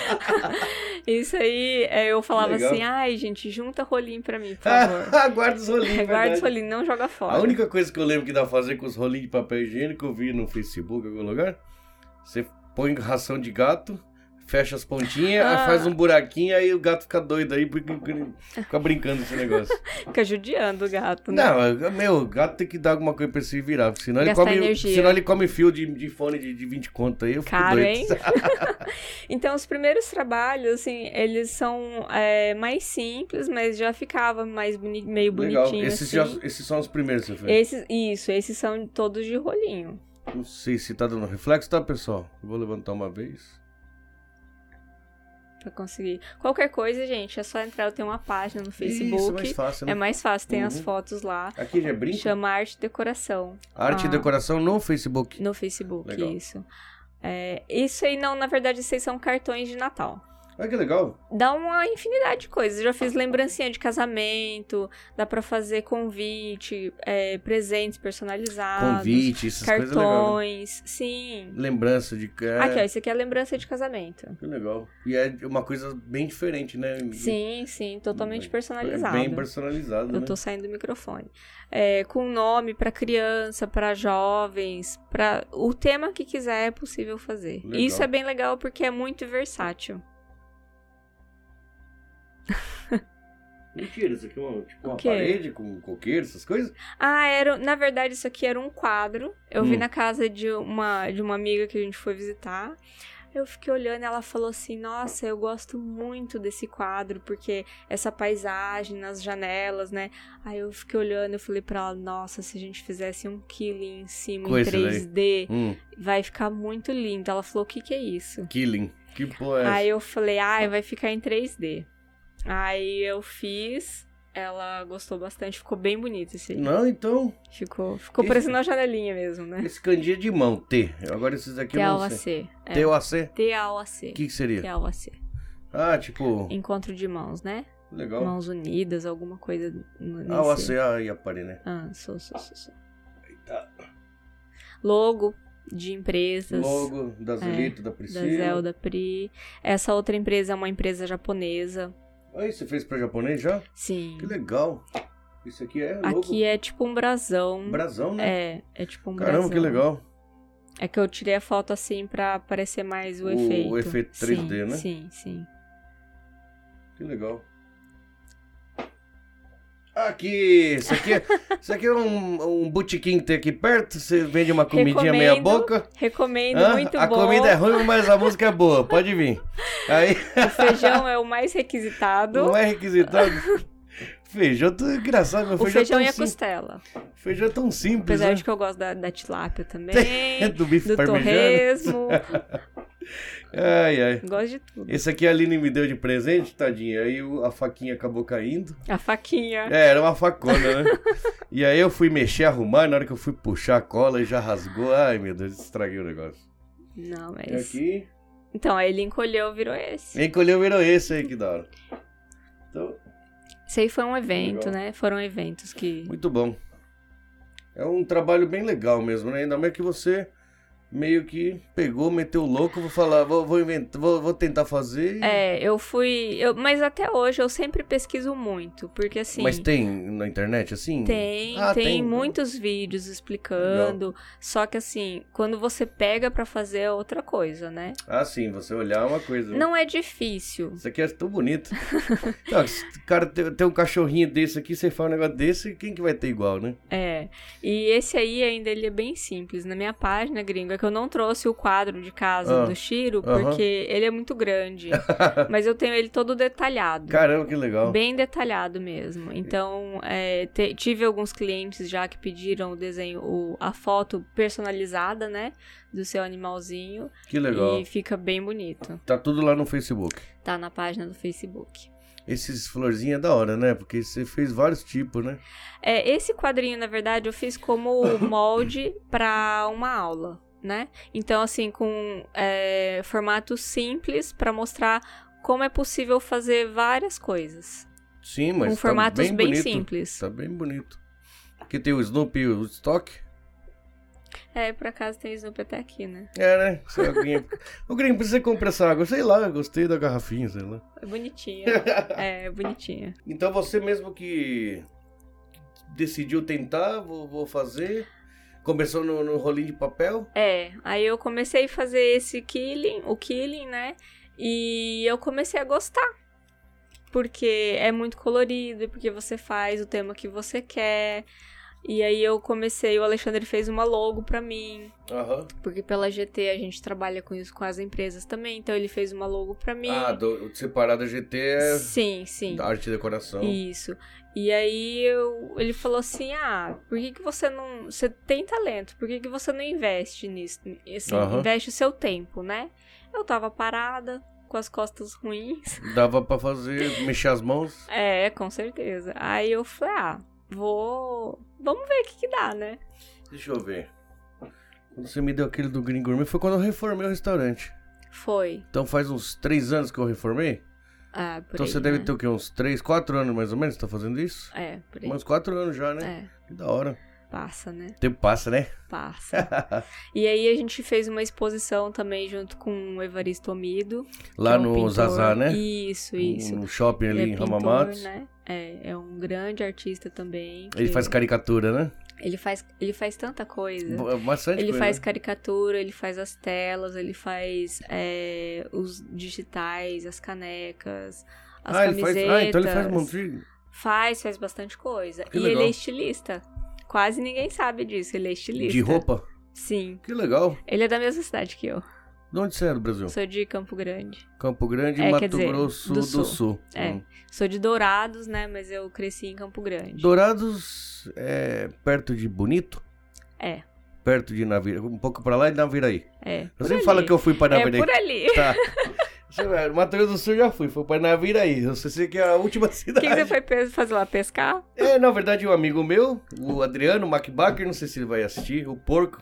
Isso aí, eu falava Legal. assim, ai, gente, junta rolinho pra mim, por favor. Guarda os rolinhos. Guarda os rolinhos, não joga fora. A única coisa que eu lembro que dá pra fazer com os rolinhos de papel higiênico, eu vi no Facebook, em algum lugar, você põe ração de gato, fecha as pontinhas, Ah. faz um buraquinho, aí o gato fica doido aí, porque fica brincando esse negócio. Fica judiando o gato, né? Não, meu, o gato tem que dar alguma coisa pra ele se virar, senão ele Gastar come, energia. senão ele come fio de, de fone de, de vinte conto aí, eu fico Caro, doido. hein? Então, os primeiros trabalhos, assim, eles são é, mais simples, mas já ficava mais boni meio Legal, bonitinho, esses, assim. já, esses são os primeiros que você fez. Esses, isso, esses são todos de rolinho. Não sei se tá dando reflexo, tá, pessoal? Eu vou levantar uma vez. Pra conseguir. Qualquer coisa, gente, é só entrar. Eu tenho uma página no Facebook. Isso, é mais fácil, né? É mais fácil, tem Uhum. as fotos lá. Aqui já é brinco? Chama Arte e Decoração. Arte Ah, e decoração no Facebook. No Facebook, Legal. isso. É, isso aí não, na verdade, esses são cartões de Natal. Olha que legal. Dá uma infinidade de coisas. Eu já fiz lembrancinha de casamento, dá pra fazer convite, é, presentes personalizados. Convite, essas coisas legais. cartões, sim. Lembrança de... É, Aqui, ó, esse aqui é a lembrança de casamento. que legal. E é uma coisa bem diferente, né? Sim, sim, totalmente É personalizado. bem personalizado, Eu né? tô saindo do microfone. É, com nome pra criança, pra jovens, para o tema que quiser é possível fazer. Legal. Isso é bem legal porque é muito versátil. Mentira, isso aqui é uma, tipo uma O quê? parede com coqueiro, essas coisas? Ah, era, na verdade isso aqui era um quadro. Eu vi Hum. na casa de uma de uma amiga que a gente foi visitar. Eu fiquei olhando e ela falou assim: "Nossa, eu gosto muito desse quadro porque essa paisagem nas janelas, né?" Aí eu fiquei olhando e falei pra ela: "Nossa, se a gente fizesse um killing em cima Coisa em três D, Hum, vai ficar muito lindo." Ela falou: "O que que é isso?" killing. Que porra é essa? Aí eu falei: "Ai, vai ficar em três D." Aí eu fiz, ela gostou bastante, ficou bem bonito esse aí. Não, então, Ficou, ficou Esse- parecendo uma janelinha mesmo, né? esse candia de mão, T. Agora esses aqui eu não sei. T A O A C. É. T O A C? T A O A C. O que que seria? T A O A C. Ah, tipo, Encontro de mãos, né? legal. Mãos unidas, alguma coisa n- Ah, o A nesse... C, ah, ia parir, né? Ah, sou, sou, sou, sou. Eita. Logo de empresas. Logo da é, Zelito, da Da Priscila. Zelda Pri. Essa outra empresa é uma empresa japonesa. Aí, você fez pra japonês já? Sim. Que legal. Isso aqui é logo. Aqui é tipo um brasão. Brasão, né? É, é tipo um Caramba, brasão. que legal. É que eu tirei a foto assim pra aparecer mais o, O- efeito. o efeito três D, sim, né? Sim, sim. Que legal. Aqui, isso aqui é, isso aqui é um, um botequim que tem aqui perto. Você vende uma comidinha meia Recomendo. boca. Recomendo, Hã? muito a bom. comida é ruim, mas a música é boa. Pode vir. Aí, O feijão é o mais requisitado. não é requisitado. Feijão, tudo engraçado. Meu O feijão, feijão é e tão a simples. costela. Feijão é tão simples, Apesar né? de que eu gosto da, da tilápia também. Do bife do parmejano. torresmo. Ai, ai. Gosto de tudo. Esse aqui a Aline me deu de presente, tadinha. Aí o- a faquinha acabou caindo. A faquinha. É, era uma facona, né? E aí eu fui mexer, arrumar, na hora que eu fui puxar a cola e já rasgou. Ai, meu Deus, estraguei o negócio. Não, E mas... aqui, Então, aí ele encolheu, virou esse. encolheu, virou esse aí, que da hora. Então, Isso aí foi um evento, Legal. né? Foram eventos que... muito bom. É um trabalho bem legal mesmo, né? Ainda mais que você meio que pegou, meteu o louco, vou falar, vou, vou inventar, vou, vou tentar fazer. e- É, eu fui... Eu... Mas até hoje eu sempre pesquiso muito, porque assim... Mas tem na internet, assim? Tem, Ah, tem, tem. muitos vídeos explicando, só que assim, quando você pega pra fazer é outra coisa, né? Ah, sim, você olhar é uma coisa. né? Não é difícil. Isso aqui é tão bonito. Não, se o cara tem, tem um cachorrinho desse aqui, você faz um negócio desse, quem que vai ter igual, né? É, e esse aí ainda ele é bem simples. Na minha página, gringo, é que eu não trouxe o quadro de casa Ah, do Shiro, aham. porque ele é muito grande. Mas eu tenho ele todo detalhado. Caramba, que legal. Bem detalhado mesmo. Então, é, te- tive alguns clientes já que pediram o desenho, o- a foto personalizada, né? Do seu animalzinho. Que legal. E fica bem bonito. Tá tudo lá no Facebook. Tá na página do Facebook. Esses florzinhos é da hora, né? Porque você fez vários tipos, né? É, esse quadrinho, na verdade, eu fiz como molde para uma aula, né? Então, assim, com é, formato simples para mostrar como é possível fazer várias coisas. Sim, mas com tá formatos bem, bem bonito. simples. Tá bem bonito. Aqui tem o Snoopy e o Stock. É, por acaso tem Snoopy até aqui, né? É, né? Se alguém... O Gringo, precisa comprar essa água. Sei lá, eu gostei da garrafinha, sei lá. É bonitinha. É, bonitinha. Então você mesmo que decidiu tentar, vou, vou fazer. Começou no, no rolinho de papel. É, aí eu comecei a fazer esse killing, o killing, né? E eu comecei a gostar. Porque é muito colorido, porque você faz o tema que você quer. E aí eu comecei, o Alexandre fez uma logo pra mim. Aham. Porque pela G T a gente trabalha com isso com as empresas também. Então ele fez uma logo pra mim. Ah, do, separado da G T é Sim, sim. arte e decoração. Isso. E aí eu, ele falou assim, ah, por que que você não... Você tem talento, por que que você não investe nisso? Assim, Aham. investe o seu tempo, né? Eu tava parada, com as costas ruins. Dava pra fazer, mexer as mãos. É, com certeza. Aí eu falei, ah, vou... Vamos ver o que que dá, né? Deixa eu ver. Quando você me deu aquele do Green Gourmet foi quando eu reformei o restaurante. Foi. Então faz uns três anos que eu reformei? Ah, por Então aí, você deve né? ter o quê? Uns três, quatro anos mais ou menos que tá fazendo isso? É, por aí. Uns quatro anos já, né? É, Que da hora. passa, né? O tempo passa, né? Passa. E aí a gente fez uma exposição também junto com o Evaristo Omido. Lá que é um no pintor. Zazá, né? Isso, isso. No shopping ali Ele em é pintor, Ramamatos. né? É, é um grande artista também. Ele que- faz caricatura, né? Ele faz, ele faz tanta coisa. Bastante Ele coisa. faz né? caricatura, ele faz as telas, ele faz é, os digitais, as canecas, as ah, ele faz... camisetas. ah, então ele faz um monte de... Faz, faz bastante coisa. Que e legal. ele é estilista. Quase ninguém sabe disso, ele é estilista. de roupa. Sim. Que legal. Ele é da mesma cidade que eu. De onde você é do Brasil? Sou de Campo Grande. Campo Grande e É, Mato quer dizer, Grosso do do Sul. Sul. É. Hum. Sou de Dourados, né? Mas eu cresci em Campo Grande. Dourados é perto de Bonito? É, Perto de Naviraí. Um pouco pra lá e Naviraí. é. Eu sempre falo que eu fui pra É Naviraí. por ali. Tá. Deixa eu ver, Mato Grosso do Sul já fui, foi pra Naviraí. Eu sei que é a última O cidade. que, que você foi pe- fazer lá? Pescar? É, na verdade, um amigo meu, o Adriano Macbacker, não sei se ele vai assistir, o Porco,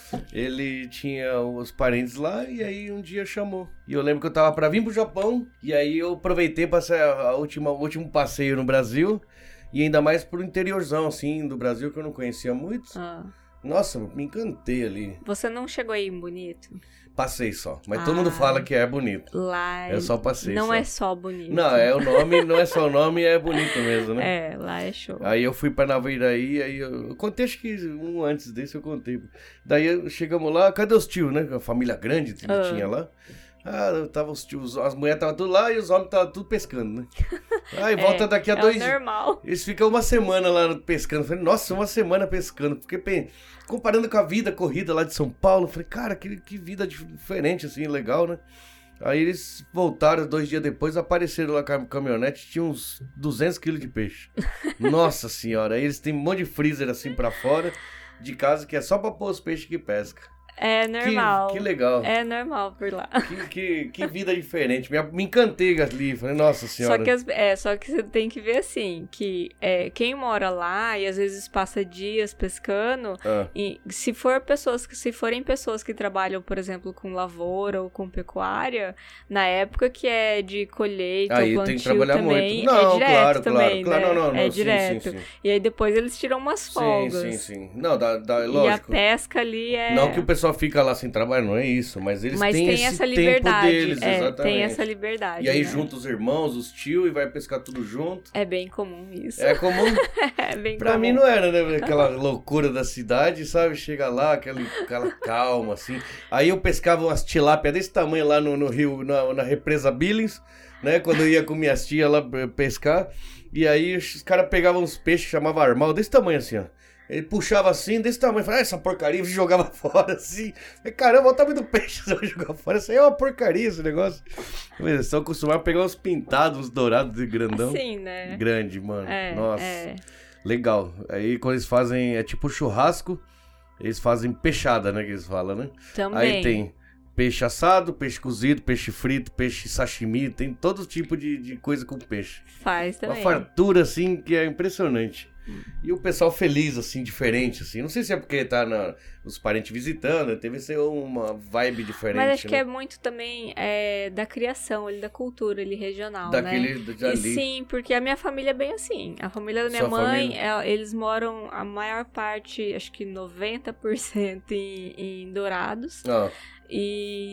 ele tinha os parentes lá e aí um dia chamou. E eu lembro que eu tava pra vir pro Japão e aí eu aproveitei pra ser a última, o último passeio no Brasil e ainda mais pro interiorzão, assim, do Brasil que eu não conhecia muito. Ah. Nossa, me encantei ali. Você não chegou aí em Bonito? Passei só, mas todo Ah. mundo fala que é bonito. Lá Eu só passei não só. é só bonito. Não, é o nome, não é só o nome, é bonito mesmo, né? É, lá é show. Aí eu fui pra Naviraí, aí eu, eu contei, acho que um antes desse eu contei. Daí eu- chegamos lá, cadê os tios, né? A família grande que Ah. tinha lá. Ah, tava os tios, as mulheres estavam tudo lá e os homens estavam tudo pescando, né? Aí volta daqui a é dois o dias. normal. Eles ficam uma semana lá pescando. Eu falei, nossa, uma semana pescando. Porque pen- comparando com a vida corrida lá de São Paulo, eu falei, cara, que, que vida diferente, assim, legal, né? Aí eles voltaram dois dias depois, apareceram lá com a caminhonete, tinha uns duzentos quilos de peixe. Nossa senhora, aí eles têm um monte de freezer assim pra fora de casa que é só pra pôr os peixes que pesca. É normal. Que, que legal. É normal por lá. Que, que, que vida diferente. Me, me encantei ali. Falei, nossa senhora. Só que, as- é, só que você tem que ver assim, que é, quem mora lá e às vezes passa dias pescando, Ah, e se for pessoas que se forem pessoas que trabalham, por exemplo, com lavoura ou com pecuária, na época que é de colheita aí ou tem que plantio trabalhar também, muito. Não, é direto claro, também, claro, né? claro. Não, não, é não. Sim, direto. sim, sim. E aí depois eles tiram umas Sim, folgas. sim, sim. Não, dá, dá, E a lógico. pesca ali é... Não que o pessoal fica lá sem trabalho, não é isso. Mas eles Mas têm tem esse essa tempo liberdade. deles, é, exatamente. tem essa liberdade. E aí né? junta os irmãos, os tios e vai pescar tudo junto. É bem comum isso. É comum. É bem Pra comum. mim não era, né? Aquela loucura da cidade, sabe? Chega lá, aquela, aquela calma, assim. Aí eu pescava umas tilápia desse tamanho lá no, no rio, na, na represa Billings, né? Quando eu ia com minhas tias lá pescar. E aí os caras pegavam uns peixes, chamavam armal, desse tamanho assim, ó. Ele puxava assim, desse tamanho, falava, ah, essa porcaria, e jogava fora assim. Falei, caramba, olha o tamanho do peixe, você vai jogar fora. Isso aí é uma porcaria, esse negócio. Eles são acostumados a pegar uns pintados, uns dourados de grandão. Sim, né? Grande, mano. É, Nossa. é. Legal. Aí quando eles fazem, é tipo churrasco, eles fazem peixada, né, que eles falam, né? Também. Aí tem peixe assado, peixe cozido, peixe frito, peixe sashimi, tem todo tipo de, de coisa com peixe. Faz Uma também. fartura, assim, que é impressionante. E o pessoal feliz, assim, diferente, assim. Não sei se é porque tá na, os parentes visitando, teve ser uma vibe diferente, Mas acho né? que é muito também é, da criação, ali, da cultura ali, regional, Daquele né? dali. E sim, porque a minha família é bem assim. A família da minha Sua mãe, família? é- eles moram a maior parte, acho que noventa por cento em, em Dourados. Ah, E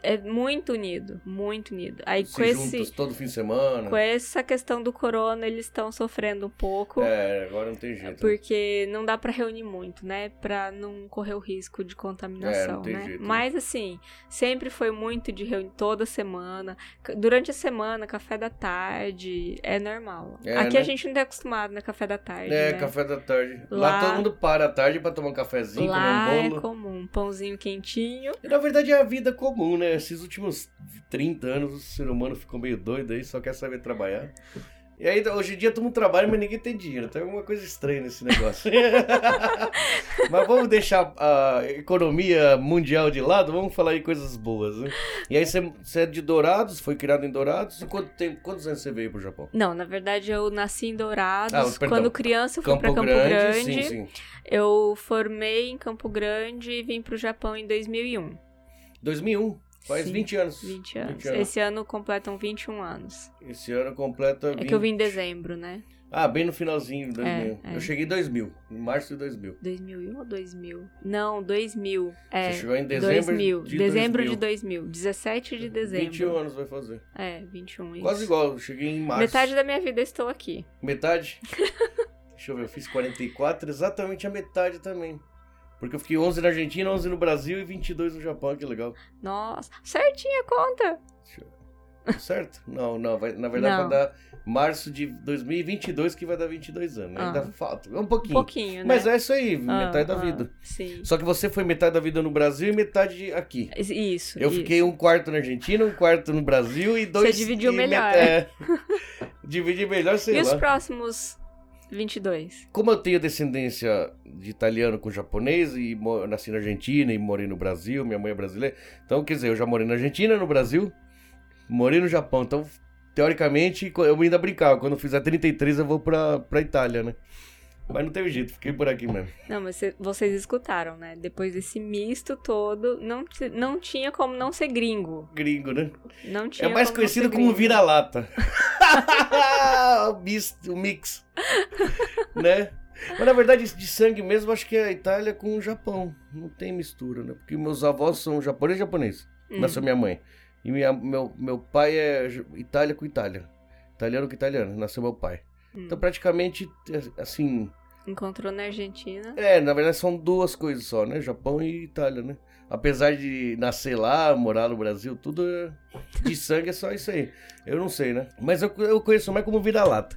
é muito unido, muito unido. Aí Se com esse juntos todo fim de semana. com essa questão do corona, eles estão sofrendo um pouco. É, agora não tem jeito. Porque não dá pra reunir muito, né? Pra não correr o risco de contaminação, É, não tem né? jeito, né? Mas assim, sempre foi muito de reunir toda semana. Durante a semana, café da tarde, é normal. É, Aqui né? a gente não tá acostumado, né? Café da tarde, É, né? café da tarde. Lá, Lá- todo mundo para à tarde pra tomar um cafezinho, Lá comer um é bolo. comum, um pãozinho quentinho. E, na verdade é a vida comum, né? Esses últimos trinta anos o ser humano ficou meio doido aí, só quer saber trabalhar. E aí, hoje em dia, todo mundo trabalha, mas ninguém tem dinheiro. Tem alguma coisa estranha nesse negócio. Mas vamos deixar a economia mundial de lado, vamos falar aí coisas boas, né? E aí, você, você é de Dourados, foi criado em Dourados. E quanto tempo, quantos anos você veio pro Japão? Não, na verdade eu nasci em Dourados. Ah, perdão. Quando criança eu fui pra Campo Grande. Sim, sim. Eu formei em Campo Grande e vim pro Japão em dois mil e um. dois mil e um, faz Sim, vinte anos. vinte anos. vinte anos. Esse ano completam vinte e um anos. Esse ano completa vinte. É que eu vim em dezembro, né? Ah, bem no finalzinho de dois mil. É, é. Eu cheguei em dois mil, em março de dois mil. dois mil e um ou dois mil? Não, dois mil. É, Você chegou em dezembro dois mil. de Dezembro dois mil. de dois mil. dezessete de dezembro. vinte e um anos vai fazer. É, vinte e um. Isso. Quase igual, eu cheguei em março. Metade da minha vida estou aqui. Metade? Deixa eu ver, eu fiz quarenta e quatro, exatamente a metade também. Porque eu fiquei onze na Argentina, onze no Brasil e vinte e dois no Japão, que legal. Nossa, certinha a conta. Deixa eu- Certo? Não, não, vai, na verdade Não. vai dar março de dois mil e vinte e dois que vai dar vinte e dois anos. Ah. Ainda falta, um Um pouquinho. pouquinho, né? Mas é isso aí, Ah, metade da ah, vida. Sim. Só que você foi metade da vida no Brasil e metade aqui. Isso. Eu isso. fiquei um quarto na Argentina, um quarto no Brasil e dois... Você dividiu e melhor. met- É. Dividi melhor, sei E lá. os próximos vinte e dois? Como eu tenho descendência de italiano com japonês e mo- nasci na Argentina e morei no Brasil, minha mãe é brasileira. Então, quer dizer, eu já morei na Argentina, no Brasil, morei no Japão. Então, teoricamente, co- eu ainda brincava. Quando eu fizer trinta e três, eu vou pra, pra Itália, né? Mas não teve jeito, fiquei por aqui mesmo. Não, mas cê- vocês escutaram, né? Depois desse misto todo, não, t- não tinha como não ser gringo. Gringo, né? Não tinha É mais como conhecido não ser como gringo. vira-lata. o, misto, o mix. Né? Mas na verdade, de sangue mesmo, acho que é a Itália com o Japão. Não tem mistura, né? Porque meus avós são japonês e japonês. Hum. Nasceu minha mãe. E minha, meu, meu pai é j- Itália com Itália. Italiano com italiano. Nasceu meu pai. Hum. Então praticamente, assim... Encontrou na Argentina. É, na verdade são duas coisas só, né? Japão e Itália, né? Apesar de nascer lá, morar no Brasil, tudo é- de sangue é só isso aí. Eu não sei, né? Mas eu, eu conheço mais como vira-lata.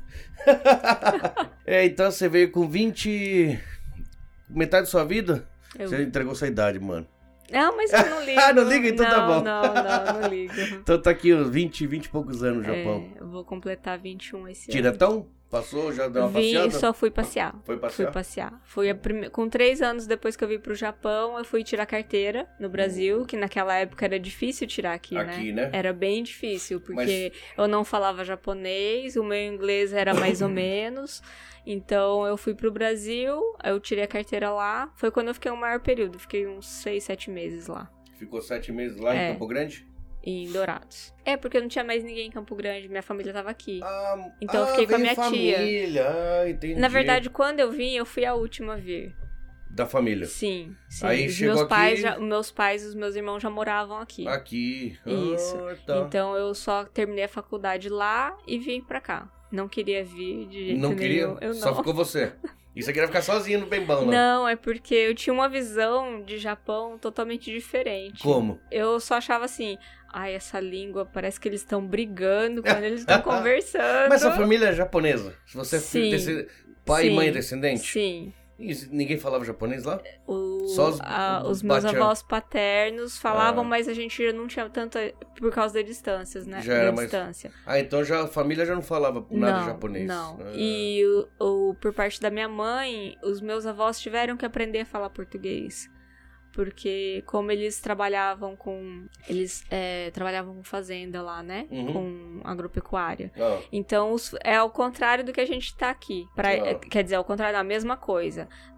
É, então você veio com vinte... Metade da sua vida? Eu- Você entregou sua idade, mano. Não, mas eu não ligo. Ah, não liga? Então não, tá bom. Não, não, não ligo. Então tá aqui uns vinte, vinte e poucos anos no Japão. É, eu vou completar vinte e um esse ano. Diretão? Passou? Já deu uma Vim passeada? e só fui passear. Foi passear? Fui passear. Fui a prime... Com três anos depois que eu vim pro Japão, eu fui tirar carteira no Brasil, que naquela época era difícil tirar aqui, Aqui, né? né? Era bem difícil, porque eu não falava japonês, o meu inglês era mais ou menos. Então eu fui pro Brasil, eu tirei a carteira lá. Foi quando eu fiquei um maior período, fiquei uns seis, sete meses lá, Ficou sete meses lá É. em Campo Grande? em Dourados. É, porque não tinha mais ninguém em Campo Grande, minha família tava aqui. Ah, Então eu ah, fiquei com a veio minha tia. família. Ah, entendi. Na verdade, quando eu vim, eu fui a última a vir. Da família. Sim, sim. Aí os chegou meus aqui- pais, já, meus pais e os meus irmãos já moravam aqui. Aqui. Isso. Ah, tá. Então eu só terminei a faculdade lá e vim pra cá. Não queria vir de jeito Não queria? nenhum. Eu Só não. ficou você. E você queria ficar sozinho no bem bom, lá. Não, é porque eu tinha uma visão de Japão totalmente diferente. Como? Eu só achava assim, ai, essa língua, parece que eles estão brigando quando eles estão conversando. Mas sua família é japonesa? Se você é Sim. descend... pai Sim. e mãe descendente? Sim. E ninguém falava japonês lá? O- Só os- a- os meus bate- avós paternos falavam, Ah. mas a gente não tinha tanta... Por causa das distâncias, né? Já da era mais- distância. Ah, então já, a família já não falava nada não, japonês. Não, Ah. E o, o- por parte da minha mãe, os meus avós tiveram que aprender a falar português. Porque como eles trabalhavam com... Eles é, trabalhavam com fazenda lá, né? Uhum. Com agropecuária. Ah, Então, os- é ao contrário do que a gente tá aqui. Pra, Ah. é, quer dizer, ao contrário, a mesma coisa.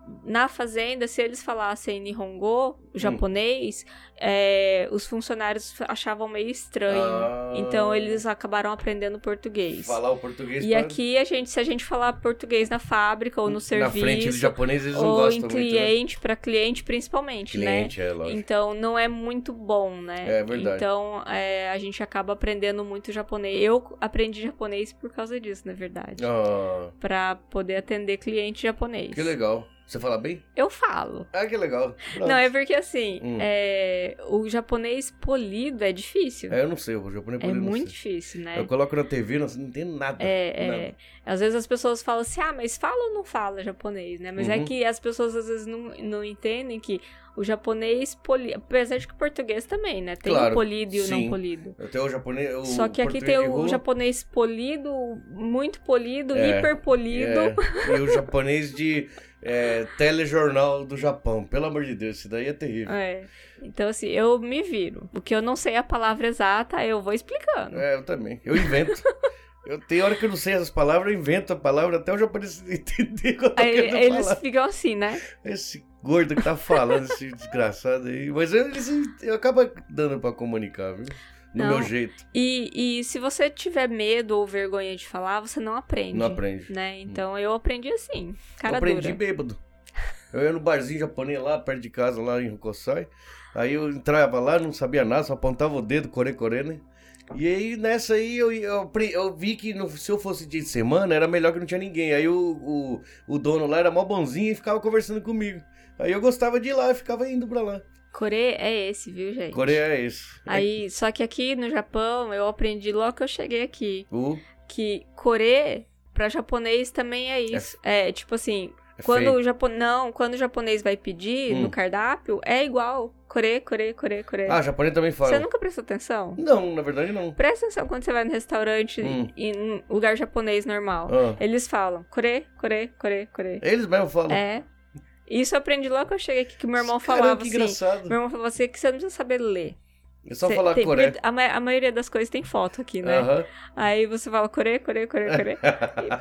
na fazenda, se eles falassem Nihongo, japonês, hum. é, os funcionários achavam meio estranho. Ah. Então, eles acabaram aprendendo português. Falar o português. E pra... aqui, a gente, se a gente falar português na fábrica ou no na serviço... Na frente do japonês, eles não ou gostam em cliente, muito, né? para cliente principalmente, cliente, né? É, lógico. Então, não é muito bom, né? É verdade. Então, é, a gente acaba aprendendo muito japonês. Eu aprendi japonês por causa disso, na verdade. Ah. Pra poder atender cliente japonês. Que legal. Você fala bem? Eu falo. Ah, que legal. Pronto. Não, é porque assim, hum. é, o japonês polido é difícil. É, eu não sei, o japonês polido É não muito sei. difícil, né? Eu coloco na T V, não, não entendo nada. É, nada. é. Às vezes as pessoas falam assim, ah, mas fala ou não fala japonês, né? Mas uhum. é que as pessoas às vezes não, não entendem que o japonês polido, apesar de que o português também, né? Tem claro, o polido e o sim. não polido. Até o japonês. O Só que aqui tem o errou. japonês polido, muito polido, é, hiper polido. É. E o japonês de é, telejornal do Japão. Pelo amor de Deus, isso daí é terrível. É. Então, assim, eu me viro. O que eu não sei a palavra exata, eu vou explicando. É, eu também. Eu invento. Eu, tem hora que eu não sei essas palavras, eu invento a palavra até o japonês entender o que eu tô aí, querendo eles falar. ficam assim, né? Esse gordo que tá falando, esse desgraçado aí. Mas eu, eu acabo dando pra comunicar, viu? No não. meu jeito. E, e se você tiver medo ou vergonha de falar, você não aprende. Não aprende. Né? Então, eu aprendi assim, cara eu aprendi dura. bêbado. Eu ia no barzinho japonês lá, perto de casa, lá em Hokusai. Aí eu entrava lá, não sabia nada, só apontava o dedo, core-core, né? E aí, nessa aí, eu, eu, eu vi que no, se eu fosse dia de semana, era melhor que não tinha ninguém. Aí o, o, o dono lá era mó bonzinho e ficava conversando comigo. Aí eu gostava de ir lá, eu ficava indo pra lá. Core é esse, viu, gente? Core é esse. Aí, é... só que aqui no Japão, eu aprendi logo que eu cheguei aqui. Uh. Que core, pra japonês, também é isso. É, é tipo assim... É quando o japo... Não, quando o japonês vai pedir hum. no cardápio, é igual. Core, core, core, core. Ah, japonês também fala. Você nunca prestou atenção? Não, na verdade não. Presta atenção quando você vai no restaurante hum. em um lugar japonês normal. Ah. Eles falam core, core, core, core. Eles mesmo falam. É. Isso eu aprendi logo que eu cheguei aqui, que meu irmão Caramba, falava que assim. engraçado. Meu irmão falava assim que você não precisa saber ler. É só Cê, falar tem, core. A, ma- a maioria das coisas tem foto aqui, né? Uh-huh. Aí você fala core, core, core, core. E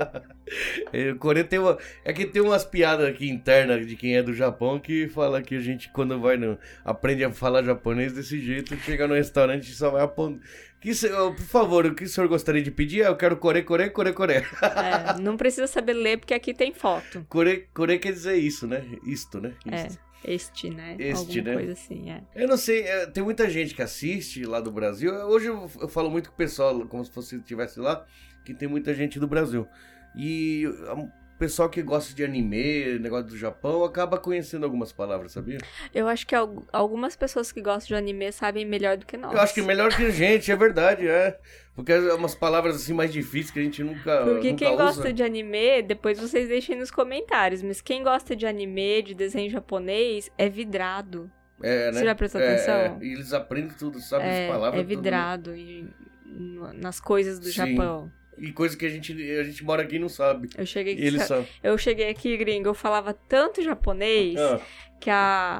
pronto. O core tem uma... É que tem umas piadas aqui internas de quem é do Japão que fala que a gente, quando vai no... aprende a falar japonês desse jeito, chega no restaurante e só vai apontar. Que, por favor, o que o senhor gostaria de pedir? É, eu quero core, core, core, core. É, não precisa saber ler, porque aqui tem foto. Core, core quer dizer isso, né? Isto, né? Isto. É. Este, né? Este, Alguma né? coisa assim, é. Eu não sei, é, tem muita gente que assiste lá do Brasil. Hoje eu, eu falo muito com o pessoal, como se você estivesse lá, que tem muita gente do Brasil. E o pessoal que gosta de anime, negócio do Japão, acaba conhecendo algumas palavras, sabia? Eu acho que al- algumas pessoas que gostam de anime sabem melhor do que nós. Eu acho que melhor que a gente, é verdade, é. Porque é umas palavras assim mais difíceis que a gente nunca Porque nunca quem usa. gosta de anime, depois vocês deixem nos comentários, mas quem gosta de anime, de desenho japonês, é vidrado. É, né? Você já prestou é, atenção? É. E eles aprendem tudo, sabem É, as palavras. é vidrado em- n- nas coisas do Sim. Japão. Tudo. E coisa que a gente, a gente mora aqui e não sabe. Eu cheguei E eles sabem. Eu cheguei aqui, gringo, eu falava tanto japonês Ah. que a,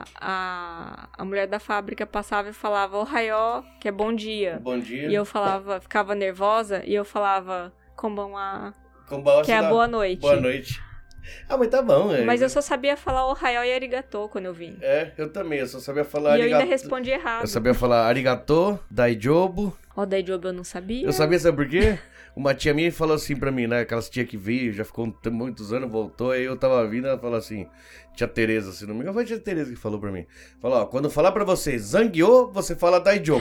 a, a mulher da fábrica passava e falava ohayou, que é bom dia. Bom dia. E eu falava, ficava nervosa, e eu falava konbanwa, Konbanwa que é a dá- boa noite. Boa noite. Ah, mas tá bom, é. Mas eu só sabia falar ohayou e arigato quando eu vim. É, eu também, eu só sabia falar E eu arigato. ainda respondi errado. Eu sabia falar arigato, daijobu. Ó, daí job eu não sabia. Eu sabia, sabe por quê? Uma tia minha falou assim pra mim, né? Aquelas tia que veio, já ficou tem muitos anos, voltou, aí eu tava vindo, ela falou assim, tia Tereza, se não me engano, foi a tia Tereza que falou pra mim. Falou, ó, quando eu falar pra você zangyo, você fala daijobu.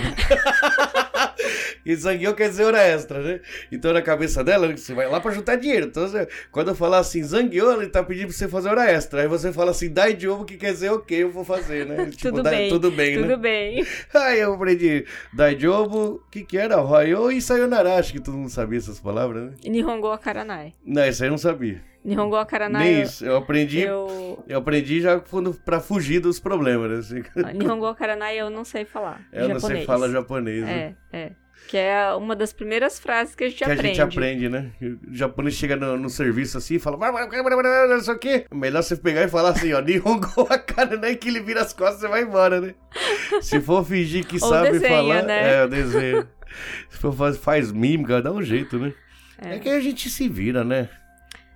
E zangyo quer dizer hora extra, né? Então na cabeça dela, você vai lá pra juntar dinheiro. Então você, quando eu falar assim, zangyo, ele tá pedindo pra você fazer hora extra. Aí você fala assim, daijobu, que quer dizer ok, eu vou fazer, né? Tipo, tudo, dai, bem, tudo bem, tudo né? bem. Aí eu aprendi daijobu, o que que era? Ohayou e sayonara. Acho que todo mundo sabia essas palavras, né? Nihongo akaranai. Não, isso aí eu não sabia. Nihongo akaranai. Nem eu- isso. Eu aprendi, eu... Eu... aprendi já quando, pra fugir dos problemas, né? Assim. Nihongo akaranai eu não sei falar. Eu não sei japonês. falar japonês, né? É, é. Que é uma das primeiras frases que a gente Que aprende. a gente aprende, né? O japonês chega no, no serviço assim e fala, não sei o quê. Melhor você pegar e falar assim, ó, Nihongo akaranai, que ele vira as costas e você vai embora, né? Se for fingir que Ou sabe desenha, falar, né? é, o desenho. Se for faz, faz mímica, dá um jeito, né? É. É. que a gente se vira, né?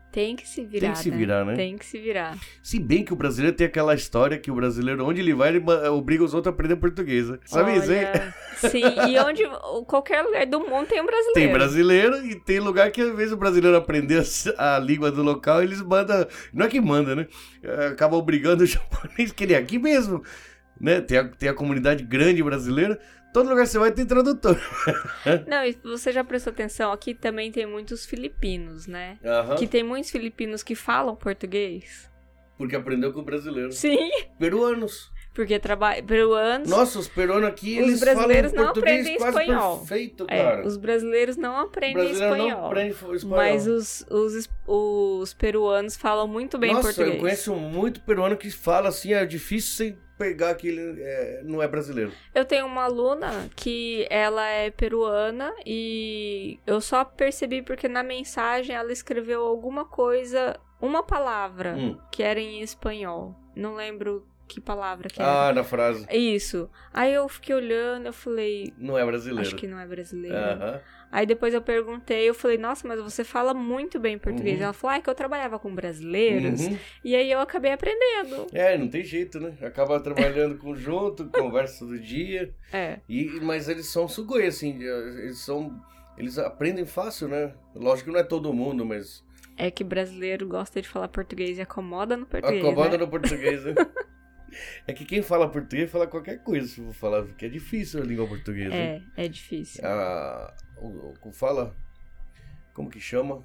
Tem que se virar, Tem que se né? virar, né? Tem que se virar. Se bem que o brasileiro tem aquela história que o brasileiro, onde ele vai, ele obriga os outros a aprender português, né? Sabe isso, hein? Sim, e onde qualquer lugar do mundo tem um brasileiro. Tem brasileiro e tem lugar que às vezes o brasileiro aprender a, a língua do local, eles mandam... Não é que manda, né? Acaba obrigando o japonês, que ele é aqui mesmo, né? Tem a, tem a comunidade grande brasileira. Todo lugar que você vai tem tradutor. Não, e você já prestou atenção, aqui também tem muitos filipinos, né? Aham. Que tem muitos filipinos que falam português. Porque aprendeu com o brasileiro. Sim, Peruanos. porque trabalham peruanos. Nossa, os peruanos aqui, Os eles brasileiros falam não português aprendem quase espanhol. perfeito, É, cara. os brasileiros não O aprendem brasileiro espanhol. não aprende espanhol. Mas os, os, os peruanos falam muito bem Nossa, português. eu conheço muito peruano que fala assim, é difícil sem pegar que ele é, não é brasileiro. Eu tenho uma aluna que ela é peruana e eu só percebi porque na mensagem ela escreveu alguma coisa, uma palavra Hum. que era em espanhol. Não lembro que palavra que era. Ah, na frase. Isso. Aí eu fiquei olhando, eu falei, Não é brasileiro. acho que não é brasileiro. Aham. Aí depois eu perguntei, eu falei, nossa, mas você fala muito bem português. Uhum. Ela falou, ah, é que eu trabalhava com brasileiros. Uhum. E aí eu acabei aprendendo. É, não tem jeito, né? Acaba trabalhando conjunto, conversa todo dia. É. E, mas eles são sugoi, assim, eles são... Eles aprendem fácil, né? Lógico que não é todo mundo, mas... É que brasileiro gosta de falar português e acomoda no português, Acomoda né? no português, né? É que quem fala português fala qualquer coisa, se for falar, porque é difícil a língua portuguesa. É, é difícil. A, o, o, fala, como que chama?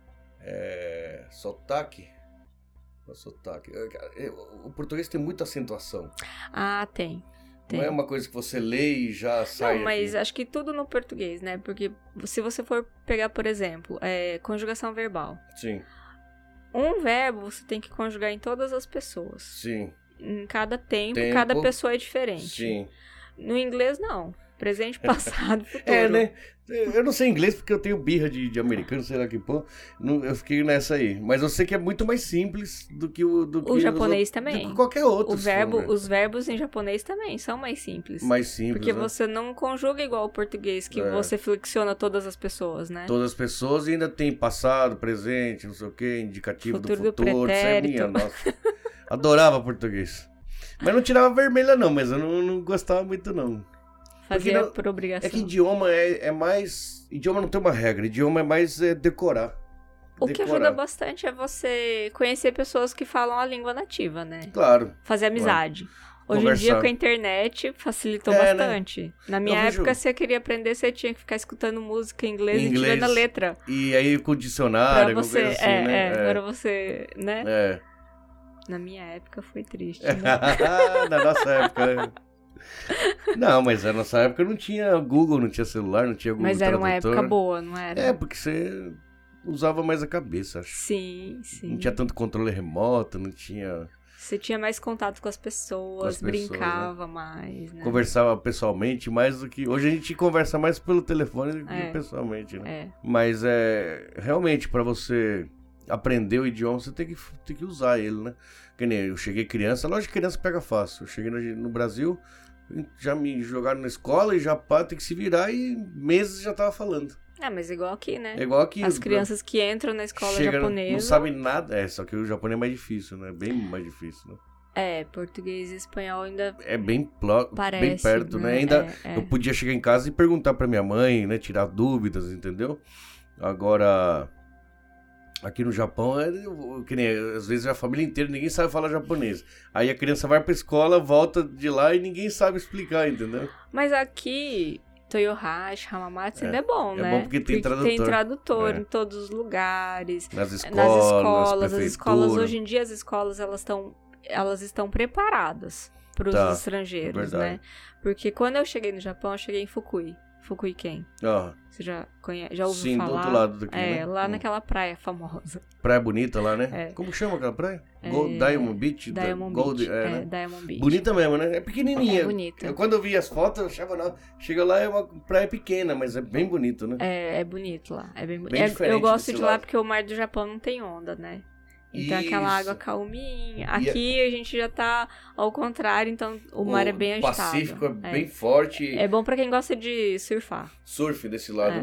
É, sotaque. O sotaque. O português tem muita acentuação. Ah, tem. tem. Não é uma coisa que você lê e já sai. Não, mas aqui. acho que tudo no português, né? Porque se você for pegar, por exemplo, é, conjugação verbal. Sim. Um verbo você tem que conjugar em todas as pessoas. Sim. Em cada tempo, Tempo. cada pessoa é diferente. Sim. No inglês, não. Presente, passado, futuro. É, né? Eu não sei inglês porque eu tenho birra de, de americano, sei lá que pô. Não, eu fiquei nessa aí. Mas eu sei que é muito mais simples do que o... Do que O japonês outros, também. Do que qualquer outro. O verbo, for, os verbos em japonês também são mais simples. mais simples, Porque né? você não conjuga igual o português, que É. você flexiona todas as pessoas, né? Todas as pessoas e ainda tem passado, presente, não sei o que, indicativo Futuro do do futuro. Isso é pretérito. minha, nossa. Adorava português. Mas não tirava vermelha não, mas eu não, não gostava muito não. Fazia não- por obrigação. É que idioma é, é mais... Idioma não tem uma regra, idioma é mais é, decorar. O que Decorar. ajuda bastante é você conhecer pessoas que falam a língua nativa, né? Claro. Fazer amizade. Hoje em Conversar. dia, com a internet, facilitou É, né? bastante. Na minha Eu vejo- época, você queria aprender, você tinha que ficar escutando música em inglês, Em e inglês. tirando a letra. E aí com Pra dicionário, alguma você, coisa assim, é, né? é, pra você, né? É. Na minha época foi triste, né? Na nossa época. Não, mas na nossa época não tinha Google, não tinha celular, não tinha Google Mas era uma Tradutor. época boa, não era? É, porque você usava mais a cabeça, acho. Sim, sim. Não tinha tanto controle remoto, não tinha... Você tinha mais contato com as pessoas, Com as pessoas, brincava mais, né? Conversava pessoalmente mais do que... Hoje a gente conversa mais pelo telefone do que É. pessoalmente, né? É. Mas é... Realmente, pra você aprender o idioma, você tem que, tem que usar ele, né? Que nem eu cheguei criança, lógico que criança pega fácil. Eu cheguei no, no Brasil, já me jogaram na escola e já pá, tem que se virar e meses já tava falando. Ah, mas igual aqui, né? É igual aqui. As crianças que entram na escola chega, japonesa... não sabem nada. É, só que o japonês é mais difícil, né? Bem mais difícil, né? É, português e espanhol ainda É bem, plo... parece, bem perto, né? né? Ainda É, é. eu podia chegar em casa e perguntar pra minha mãe, né? Tirar dúvidas, entendeu? Agora, aqui no Japão, é, que nem, às vezes a família inteira, ninguém sabe falar japonês. Aí a criança vai pra escola, volta de lá e ninguém sabe explicar, entendeu? Mas aqui, Toyohashi, Hamamatsu ainda é bom, é né? bom porque tem tradutor. Tem tradutor É. em todos os lugares. Nas escolas, Nas escolas, nas as escolas, hoje em dia as escolas, elas estão elas estão preparadas para os Tá, estrangeiros, verdade. né? Porque quando eu cheguei no Japão, eu cheguei em Fukui. Fukui-ken. Ó, Você já conhece, já ouviu sim, falar? do outro lado daqui, É, né? lá Hum. naquela praia famosa. Praia bonita lá, né? É. Como chama aquela praia? É, Gold, Diamond Beach? Diamond Gold, Beach. é, É, né? Diamond Beach. Bonita mesmo, né? É pequenininha. É bonita. Eu, quando eu vi as fotos, eu achava, não. Chega lá, é uma praia pequena, mas é bem bonito, né? É, é bonito lá. É bem, Bem é- diferente eu gosto desse de lá lado. porque o mar do Japão não tem onda, né? Então aquela Isso. água calminha. E Aqui a gente já tá ao contrário, então o mar é bem agitado. O Pacífico é bem forte. É bom pra quem gosta de surfar. Surf desse lado, É. né?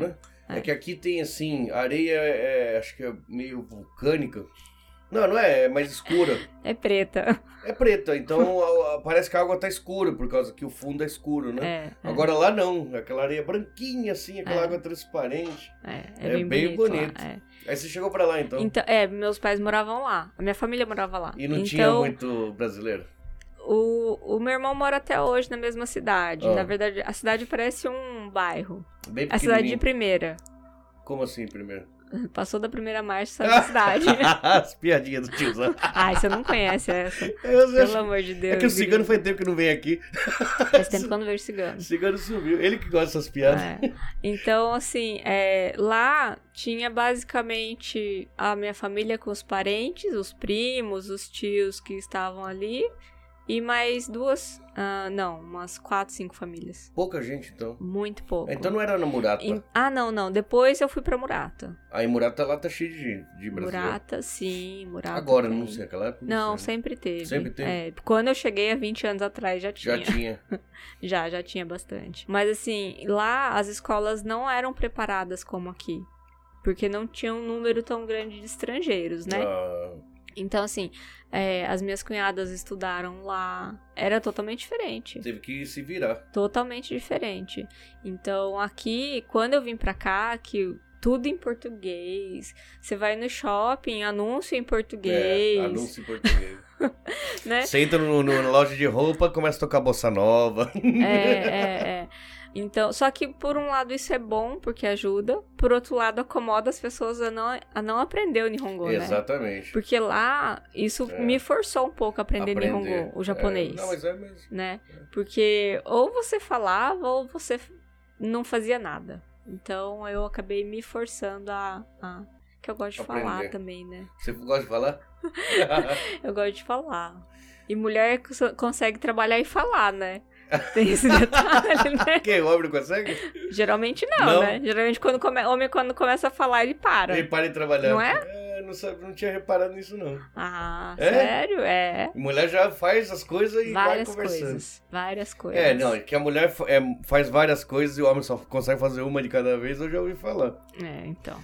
É. é que aqui tem, assim, areia, é, acho que é meio vulcânica. Não, não é, é mais escura. É preta. É preta, então a, a, parece que a água tá escura, por causa que o fundo é escuro, né? É, é. Agora lá não, aquela areia branquinha, assim, aquela é. água transparente. É, é, é bem, bem bonito. bonito. Lá, é. Aí você chegou pra lá, então? então? É, meus pais moravam lá, a minha família morava lá. E não então, tinha muito brasileiro? O, o meu irmão mora até hoje na mesma cidade. Oh. Na verdade, a cidade parece um bairro. Bem a cidade de Primeira. Como assim, primeiro? Passou da primeira marcha, sabe a cidade. As piadinhas do tiozão. Ai, você não conhece essa. Eu Pelo acho... amor de Deus. É que o cigano faz tempo que não vem aqui. Faz tempo que eu não vejo cigano. O cigano subiu. Ele que gosta dessas piadas. É. Então, assim, é, lá tinha basicamente a minha família com os parentes, os primos, os tios que estavam ali. E mais duas, uh, não, umas quatro, cinco famílias. Pouca gente, então. Muito pouco. Então não era na Murata. E, ah, não, não. Depois eu fui pra Murata. Aí Murata lá tá cheio de, de brasileiro. Murata, sim, Murata. Agora, tem. não sei, aquela época. Não, não sei. sempre teve. Sempre teve? É, quando eu cheguei há vinte anos atrás já tinha. Já tinha. já, já tinha bastante. Mas assim, lá as escolas não eram preparadas como aqui. Porque não tinha um número tão grande de estrangeiros, né? Ah. Então, assim, é, as minhas cunhadas estudaram lá. Era totalmente diferente. Teve que se virar. Totalmente diferente. Então, aqui, quando eu vim pra cá, que tudo em português. Você vai no shopping, anúncio em português. É, anúncio em português. né? Você entra no, no, na loja de roupa, começa a tocar bossa nova. É, é, é. Então, só que por um lado isso é bom, porque ajuda. Por outro lado, acomoda as pessoas a não, a não aprender o Nihongo, né? Exatamente. Porque lá, isso é. me forçou um pouco a aprender, aprender. Nihongo, o japonês. É. Não, mas é mesmo. Né? É. Porque ou você falava, ou você não fazia nada. Então, eu acabei me forçando a... a... que eu gosto de aprender. Falar também, né? Você gosta de falar? Eu gosto de falar. E mulher consegue trabalhar e falar, né? Tem esse detalhe, né? Quem? O homem não consegue? Geralmente não, não. né? Geralmente quando come... homem quando começa a falar, ele para. Ele para de trabalhar. Não é? É, não, sabe, não tinha reparado nisso, não. Ah, é? Sério? É. Mulher já faz as coisas e várias vai conversando. Coisas, várias coisas. É, não, que a mulher é, faz várias coisas e o homem só consegue fazer uma de cada vez, eu já ouvi falar. É, então.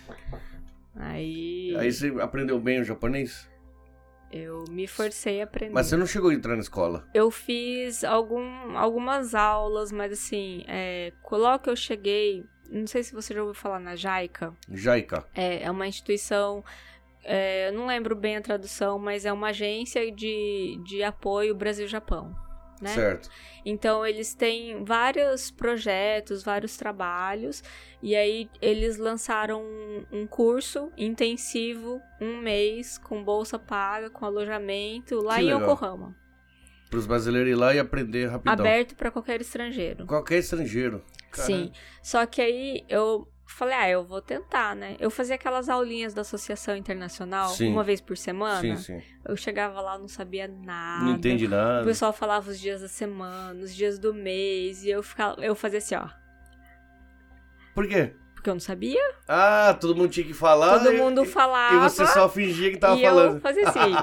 Aí... Aí você aprendeu bem o japonês? Eu me forcei a aprender. Mas você não chegou a entrar na escola? Eu fiz algum, algumas aulas, mas assim, é, logo que eu cheguei, não sei se você já ouviu falar na JICA. JICA. É, é uma instituição, é, eu não lembro bem a tradução, mas é uma agência de, de apoio Brasil-Japão. Né? Certo. Então, eles têm vários projetos, vários trabalhos, e aí eles lançaram um, um curso intensivo, um mês, com bolsa paga, com alojamento, lá que em legal. Yokohama. Para os brasileiros ir lá e aprender rapidão. Aberto para qualquer estrangeiro. Qualquer estrangeiro. Caramba. Sim. Só que aí eu falei, ah, eu vou tentar, né? Eu fazia aquelas aulinhas da Associação Internacional, sim. uma vez por semana. Sim, sim. Eu chegava lá, não sabia nada. Não entendi nada. O pessoal falava os dias da semana, os dias do mês, e eu, ficava, eu fazia assim, ó. Por quê? Porque eu não sabia. Ah, todo mundo tinha que falar. Todo e, mundo falava. E você só fingia que tava e falando. E eu fazia assim.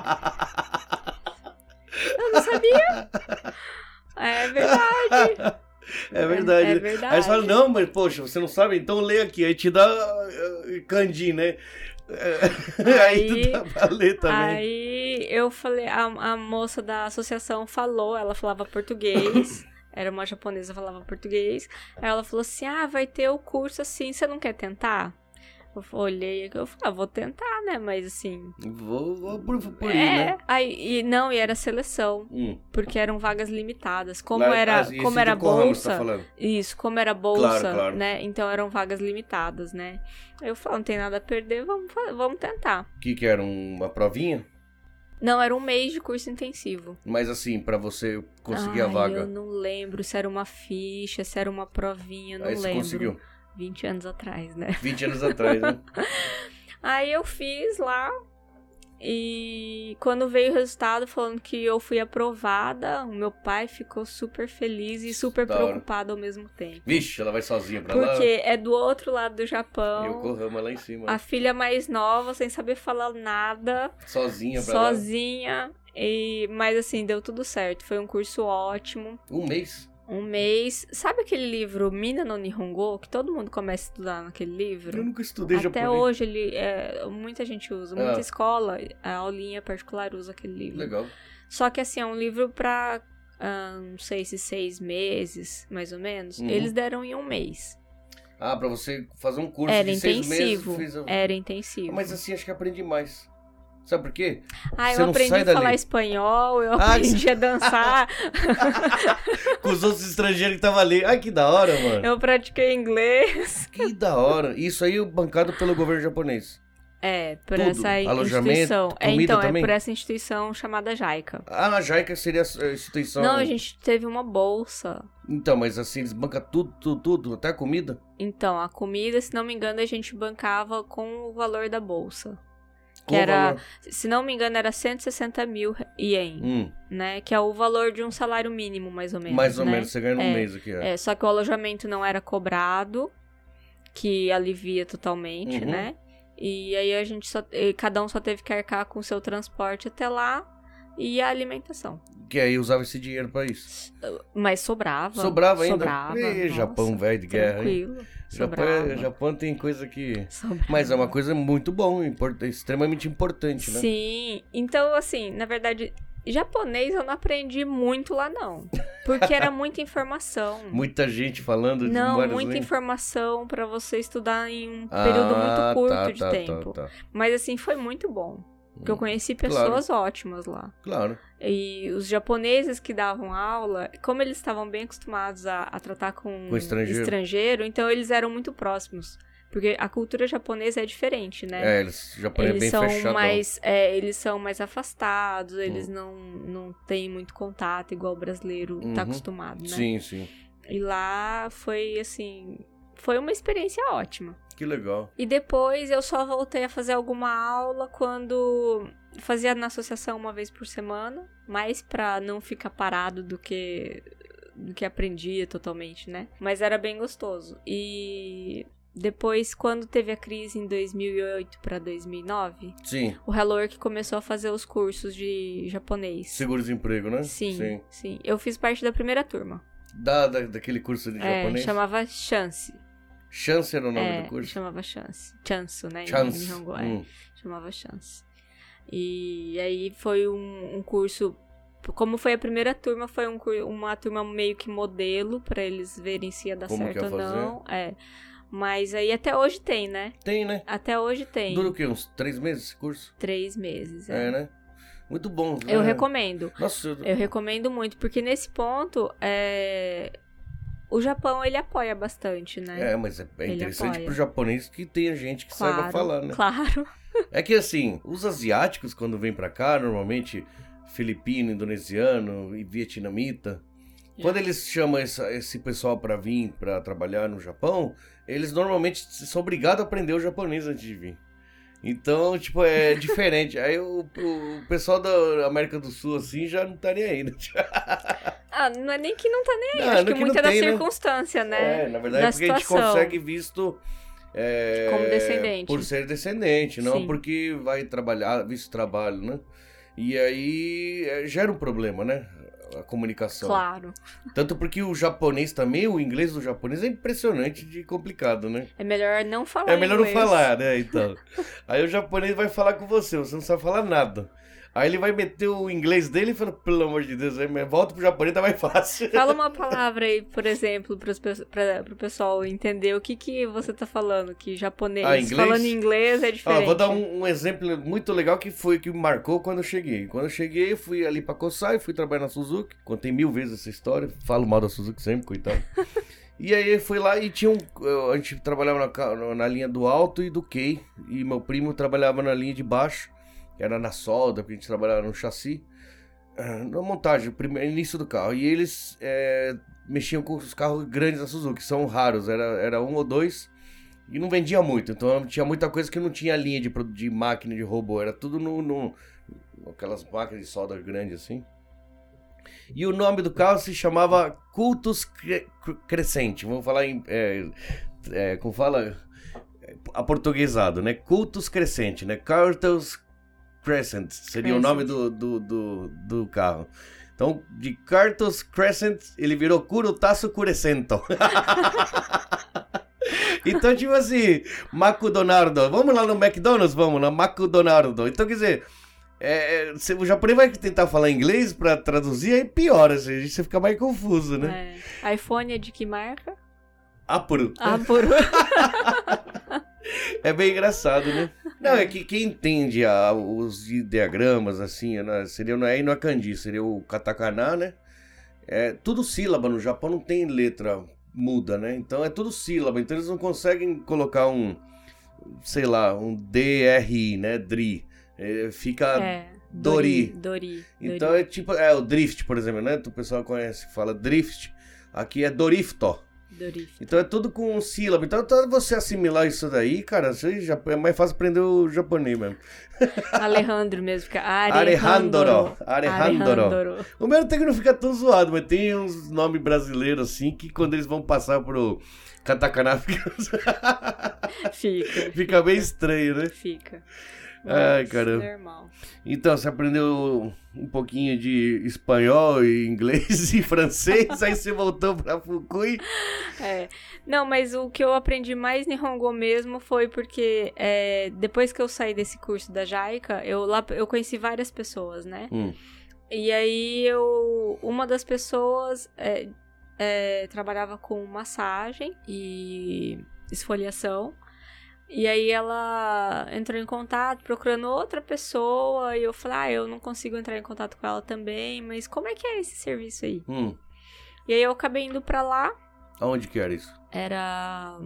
Eu não sabia. É verdade. É verdade. É, é verdade. Aí você fala, não, mas poxa, você não sabe? Então lê aqui. Aí te dá uh, kanji, né? Aí, aí tu dá pra ler também. Aí eu falei, a, a moça da associação falou, ela falava português. Era uma japonesa, falava português. Aí ela falou assim, ah, vai ter o curso assim, você não quer tentar? Eu olhei aqui, eu falei, ah, vou tentar, né? Mas assim... Vou, vou por, por é, aí, né? Aí, e, não, e era seleção. Hum. Porque eram vagas limitadas. Como Lá, era, ah, como era bolsa... Tá falando. Isso, como era bolsa, claro, claro. né? Então eram vagas limitadas, né? Aí eu falei, não tem nada a perder, vamos, vamos tentar. O que que era? Uma provinha? Não, era um mês de curso intensivo. Mas assim, pra você conseguir Ai, a vaga... eu não lembro se era uma ficha, se era uma provinha, eu não aí lembro. Aí você conseguiu? vinte anos atrás, né? vinte anos atrás, né? Aí eu fiz lá e quando veio o resultado falando que eu fui aprovada, o meu pai ficou super feliz e super da preocupado hora. Ao mesmo tempo. Vixe, ela vai sozinha pra Porque lá? Porque é do outro lado do Japão. Yokohama lá em cima. A filha mais nova, sem saber falar nada. Sozinha pra Sozinha. Lá. E, mas assim, deu tudo certo. Foi um curso ótimo. Um mês? Um mês. Sabe aquele livro Mina no Nihongo, que todo mundo começa a estudar naquele livro? Eu nunca estudei Até japonês. hoje, ele, é, muita gente usa. Muita Ah. escola, a aulinha particular usa aquele livro. Legal. Só que assim, é um livro pra, ah, não sei se seis meses, mais ou menos. Uhum. Eles deram em um mês. Ah, pra você fazer um curso Era de seis intensivo. meses. Fiz... Era intensivo. Mas assim, acho que aprendi mais. Sabe por quê? Ah, Você eu não aprendi sai a falar dali. espanhol, eu Ah, aprendi a dançar, Com os outros estrangeiros que estavam ali. Ai, que da hora, mano. eu pratiquei inglês. Que da hora. Isso aí bancado pelo governo japonês. É, por Tudo. essa Alojamento, instituição. É, comida então, também? é por essa instituição chamada JICA. Ah, a JICA seria a instituição... Não, a gente teve uma bolsa. Então, mas assim, eles bancam tudo, tudo, tudo, até a comida? Então, a comida, se não me engano, a gente bancava com o valor da bolsa. Que Qual o era, valor? se não me engano, era cento e sessenta mil ien, Hum, né? Que é o valor de um salário mínimo, mais ou menos. mais ou né? menos, você ganha num É, mês aqui. É. É, só que o alojamento não era cobrado, que alivia totalmente, Uhum. né? E aí a gente só. e cada um só teve que arcar com o seu transporte até lá e a alimentação. Que aí usava esse dinheiro pra isso. Mas sobrava. Sobrava ainda? Sobrava. Ih, nossa, Japão velho de guerra, hein? Tranquilo. Japão, Sobrava. é- Japão tem coisa que... Sobrava. Mas é uma coisa muito bom, import... extremamente importante, né? Sim. Então, assim, na verdade, japonês eu não aprendi muito lá, não. Porque era muita informação. Muita gente falando de Não, várias muita línguas. informação pra você estudar em um período Ah, muito curto tá, de tá, tempo. Tá, tá. Mas assim, foi muito bom. Porque eu conheci Claro. pessoas ótimas lá. Claro. E os japoneses que davam aula, como eles estavam bem acostumados a, a tratar com, Com estrangeiro. estrangeiro, então eles eram muito próximos. Porque a cultura japonesa é diferente, né? É, eles, o japonês é Eles bem são fechadão. mais, é, eles são mais afastados, eles Hum. não, não têm muito contato igual o brasileiro Uhum. tá acostumado, né? Sim, sim. E lá foi assim, foi uma experiência ótima. Que legal. E depois eu só voltei a fazer alguma aula quando fazia na associação uma vez por semana, mais pra não ficar parado do que do que aprendia totalmente, né? Mas era bem gostoso. E depois, quando teve a crise em dois mil e oito para dois mil e nove, Sim. o Hello Work começou a fazer os cursos de japonês. Seguro-desemprego, né? Sim, Sim. sim. Eu fiz parte da primeira turma. Da, da, daquele curso de É, japonês? chamava Chance. Chance era o nome É, do curso? chamava Chance. Chansu, né? em Chance. Nihongo, é. Hum. Chamava Chance. E aí foi um, um curso... Como foi a primeira turma, foi um, cur- uma turma meio que modelo pra eles verem se ia dar Como certo que ia ou fazer? não. É. Mas aí até hoje tem, né? Tem, né? Até hoje tem. Dura o quê? Uns três meses esse curso? Três meses. É, É. né? Muito bom. Eu né? recomendo. Nossa, eu... Eu recomendo muito, porque nesse ponto, é... o Japão, ele apoia bastante, né? É, mas é, é Ele interessante apoia. pro japonês que tenha gente que Claro, saiba falar, né? claro. É que assim, os asiáticos, quando vêm pra cá, normalmente filipino, indonesiano e vietnamita, quando eles chamam essa- esse pessoal pra vir pra trabalhar no Japão, eles normalmente são obrigados a aprender o japonês antes de vir. Então, tipo, é diferente. Aí o, o pessoal da América do Sul, assim, já não tá nem aí, né? Ah, não é nem que não tá nem aí. Ah, Acho não que que não muita da tem, né? circunstância, né? É, na verdade Da é porque a gente situação. consegue visto é, Como descendente. por ser descendente, não Sim. porque vai trabalhar, visto trabalho, né? E aí é, gera um problema, né? A comunicação. Claro. Tanto porque o japonês também, o inglês do japonês é impressionante de complicado, né? É melhor não falar É melhor não inglês. falar, né? Então. Aí o japonês vai falar com você, você não sabe falar nada. Aí ele vai meter o inglês dele e fala, pelo amor de Deus, aí volta pro japonês, tá mais fácil. Fala uma palavra aí, por exemplo, pros, pe- pra, pro pessoal entender o que, que você tá falando, que japonês, Ah, inglês? falando inglês é Ó, diferente. vou dar um, um exemplo muito legal que foi que me marcou quando eu cheguei. Quando eu cheguei, eu fui ali pra Kosai, fui trabalhar na Suzuki. Contei mil vezes essa história. Falo mal da Suzuki sempre, coitado. E aí eu fui lá e tinha um... eu- A gente trabalhava na, ca- na linha do alto e do Kei. E meu primo trabalhava na linha de baixo. Que era na solda, porque a gente trabalhava no chassi. ah, Na montagem, primeiro, início do carro. E eles é, mexiam com os carros grandes da Suzuki. São raros, era, era um ou dois... E não vendia muito, então tinha muita coisa que não tinha linha de, produ- de máquina de robô, era tudo no, no aquelas máquinas de solda grandes assim. E o nome do carro se chamava Cultus Cre- Cre- Crescente, vamos falar em, é, é, como fala, aportuguesado, né? Cultus Crescente, né? Cultus Crescent seria o Crescent. nome do, do, do, do carro. Então, de Cartos Crescent, ele virou Curutaço Curecento. Então, tipo assim, McDonald's. Vamos lá no McDonald's? Vamos, na McDonald's. Então, quer dizer, é, se o japonês vai tentar falar inglês pra traduzir, aí piora, assim, você fica mais confuso, né? É. iPhone é de que marca? Apuro. Apuro. É bem engraçado, né? Não, é que quem entende a, os diagramas, assim, né, seria, não é no kanji, seria o katakana, né? É tudo sílaba, no Japão não tem letra muda, né? Então é tudo sílaba, então eles não conseguem colocar um, sei lá, um D R I, né? Dri. É, fica é, Dori. Dori. Então Dori. é tipo, é o drift, por exemplo, né? O pessoal conhece, fala drift. Aqui é Dorifto. Dorifto. Então é tudo com sílaba. Então, até você assimilar isso daí, cara, você já, é mais fácil aprender o japonês mesmo. Alejandro mesmo, fica Arejandro. Arejandro. Arejandro. O meu até que não fica tão zoado, mas tem uns nomes brasileiros assim que quando eles vão passar pro katakana fica, Fica. fica bem estranho, né? Fica. Ai, Mas, caramba. normal. Então, você aprendeu um pouquinho de espanhol e inglês e francês, aí você voltou pra Fukui. É. Não, mas o que eu aprendi mais Nihongo mesmo foi porque é, depois que eu saí desse curso da Jaica, eu, lá, eu conheci várias pessoas, né? Hum. E aí eu... Uma das pessoas é, é, trabalhava com massagem e esfoliação. E aí ela entrou em contato procurando outra pessoa e eu falei, ah, eu não consigo entrar em contato com ela também, mas como é que é esse serviço aí? Hum. E aí eu acabei indo pra lá. Aonde que era isso? Era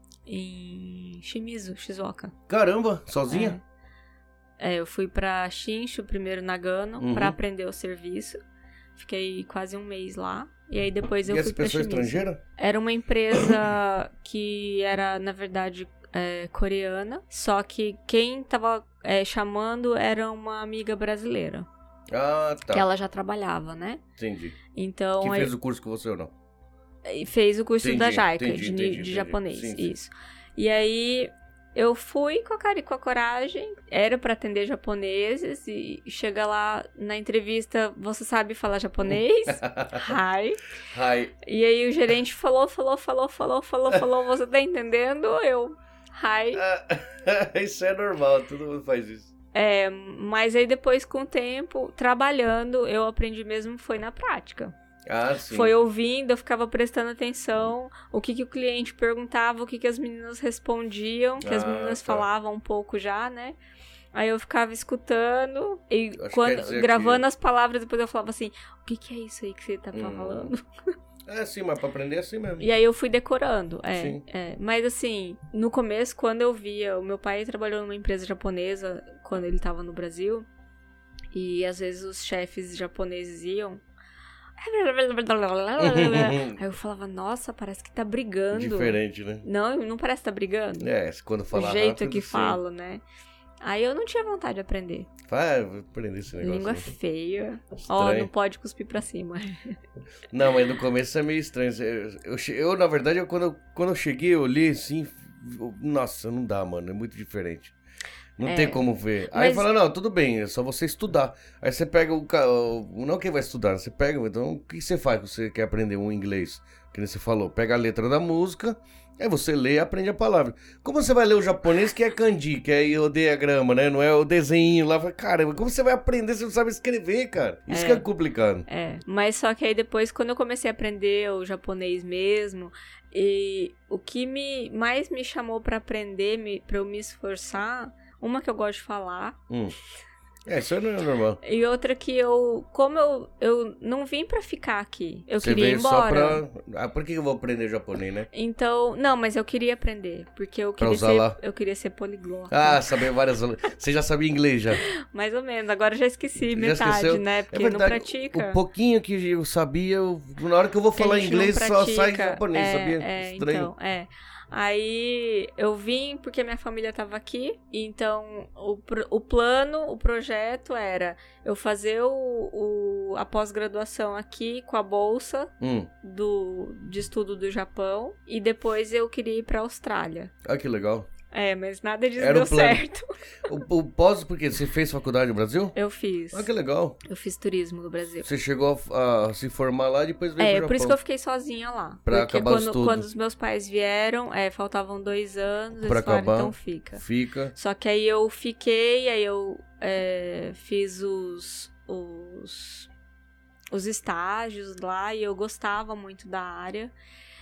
em Shimizu, Shizuoka. Caramba, sozinha? É, é eu fui pra Shinshu, primeiro Nagano, Uhum. pra aprender o serviço. Fiquei quase um mês lá. E aí depois eu E fui essa pra pessoa Shimizu. estrangeira? Era uma empresa que era, na verdade, é, coreana. Só que quem tava é, chamando era uma amiga brasileira. Ah, tá. Que ela já trabalhava, né? Entendi. Então... Que aí- fez o curso com você ou não? fez o curso Entendi, da Jaica, entendi, de, entendi, de entendi. japonês, Sim, sim. isso. E aí, eu fui com a cara e com a coragem, era pra atender japoneses, e chega lá na entrevista, você sabe falar japonês? Hi. Hi. E aí o gerente falou, falou, falou, falou, falou, falou, você tá entendendo? Eu, hi. Ah, isso é normal, todo mundo faz isso. É, mas aí depois, com o tempo, trabalhando, eu aprendi mesmo, foi na prática. Ah, sim. Foi ouvindo, eu ficava prestando atenção, o que, que o cliente perguntava, o que, que as meninas respondiam, que as Ah, meninas tá. falavam um pouco já, né? Aí eu ficava escutando e Acho que quando, quer dizer gravando que- as palavras, depois eu falava assim, o que, que é isso aí que você tá Hum. falando? É, sim, mas pra aprender é assim mesmo. E aí eu fui decorando, é, Sim. é. Mas assim, no começo, quando eu via, o meu pai trabalhou numa empresa japonesa quando ele tava no Brasil, e às vezes os chefes japoneses iam... Aí eu falava, nossa, parece que tá brigando. Diferente, né? Não, não parece que tá brigando. É, quando O falar jeito rápido, que sim. fala, né? Aí eu não tinha vontade de aprender. Vai, vou aprender esse negócio. Língua aí. feia. Ó, Estranho. não pode cuspir pra cima. Não, mas no começo é meio estranho. Eu, eu, che- eu, na verdade, eu, quando, eu, quando eu cheguei, eu li assim. eu- Nossa, não dá, mano. É muito diferente. Não É. tem como ver. Aí Mas- fala, não, tudo bem, é só você estudar. Aí você pega o. ca- o- Não quem vai estudar, você pega. Então, o que você faz quando você quer aprender um inglês? Que nem você falou, pega a letra da música, aí você lê e aprende a palavra. Como você vai ler o japonês que é kanji, que é o diagrama, né? Não é o desenho lá. Caramba, como você vai aprender se você não sabe escrever, cara? Isso É. que é complicado. É, mas só que aí depois, quando eu comecei a aprender o japonês mesmo, e o que me mais me chamou pra aprender, me, pra eu me esforçar, uma que eu gosto de falar, Hum. É, isso não é normal. e outra que eu, como eu, eu não vim pra ficar aqui, eu Você queria ir veio embora. só pra. Ah, por que eu vou aprender japonês, né? Então, não, mas eu queria aprender, porque eu Pra queria usar ser, lá. eu queria ser poliglota. Ah, saber várias. Você já sabia inglês já? Mais ou menos, agora eu já esqueci Já metade, esqueceu? né? Porque não pratica. O pouquinho que eu sabia, eu- na hora que eu vou Que a falar gente não inglês, só sai pratica. japonês, é, sabia? É, Estranho. então, é. Aí eu vim porque minha família tava aqui, então o, pro- o plano, o projeto era eu fazer o, o- a pós-graduação aqui com a bolsa Hum, do, de estudo do Japão e depois eu queria ir pra Austrália. ah, que legal. É, mas nada disso Era deu o plano. certo. O, o pós, porque você fez faculdade no Brasil? Eu fiz. Ah, que legal. Eu fiz turismo no Brasil. Você chegou a, a se formar lá e depois veio É, pro Japão. por isso que eu fiquei sozinha lá. Pra porque acabar quando, os estudos. quando os meus pais vieram, é, faltavam dois anos, Pra eles falaram, acabar. então fica. Fica. Só que aí eu fiquei, aí eu é, fiz os, os, os estágios lá e eu gostava muito da área.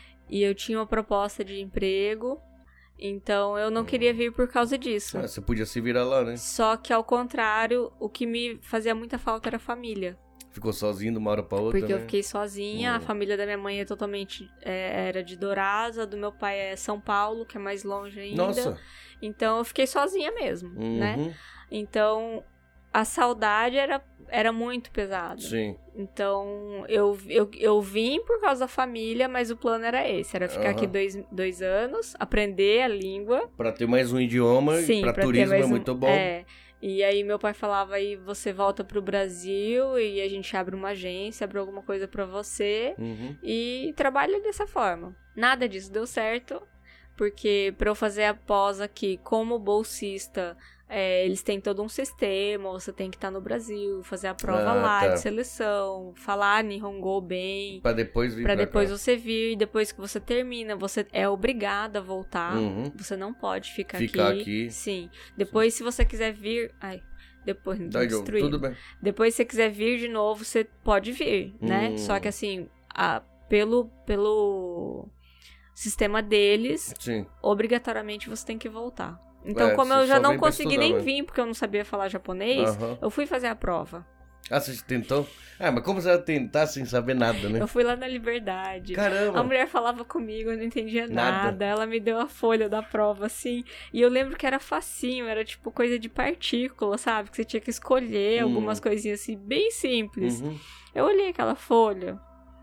E eu tinha uma proposta de emprego, então eu não queria vir por causa disso. Ah, você podia se virar lá, né? Só que ao contrário, o que me fazia muita falta era a família. Ficou sozinho de uma hora pra outra, Porque né? eu fiquei sozinha, Hum. a família da minha mãe é totalmente, é, era de Dourados, a do meu pai é São Paulo, que é mais longe ainda. Nossa. Então eu fiquei sozinha mesmo, Uhum. né? Então a saudade era, era muito pesada. Sim. Então eu, eu, eu vim por causa da família, mas o plano era esse, era ficar Aham. aqui dois, dois anos, aprender a língua. Pra ter mais um idioma, Sim, pra pra ter turismo mais é um- muito bom. É. E aí meu pai falava, aí você volta pro Brasil e a gente abre uma agência, abre alguma coisa pra você Uhum. e trabalha dessa forma. Nada disso deu certo, porque pra eu fazer a pós aqui como bolsista, é, eles têm todo um sistema, você tem que estar no Brasil, fazer a prova Ah, lá tá. de seleção, falar Nihongo bem, Pra depois vir pra pra depois cá. você vir, e depois que você termina, você é obrigada a voltar. Uhum. Você não pode ficar, Ficar aqui. aqui. Sim. Depois, se você quiser vir... Ai, depois não tô Tá, Diogo, destruindo. tudo bem. Depois, se você quiser vir de novo, você pode vir, né? Hum. Só que assim, a, pelo, pelo sistema deles, Sim. obrigatoriamente você tem que voltar. Então, É, como você eu já só não vem pra consegui estudar, nem né? vir, porque eu não sabia falar japonês, Aham. eu fui fazer a prova. Ah, você tentou? Ah, mas como você vai tentar sem saber nada, né? Eu fui lá na Liberdade. Caramba! A mulher falava comigo, eu não entendia Nada. nada. Ela me deu a folha da prova, assim. E eu lembro que era facinho, era tipo coisa de partícula, sabe? Que você tinha que escolher Hum. algumas coisinhas assim, bem simples. Uhum. Eu olhei aquela folha.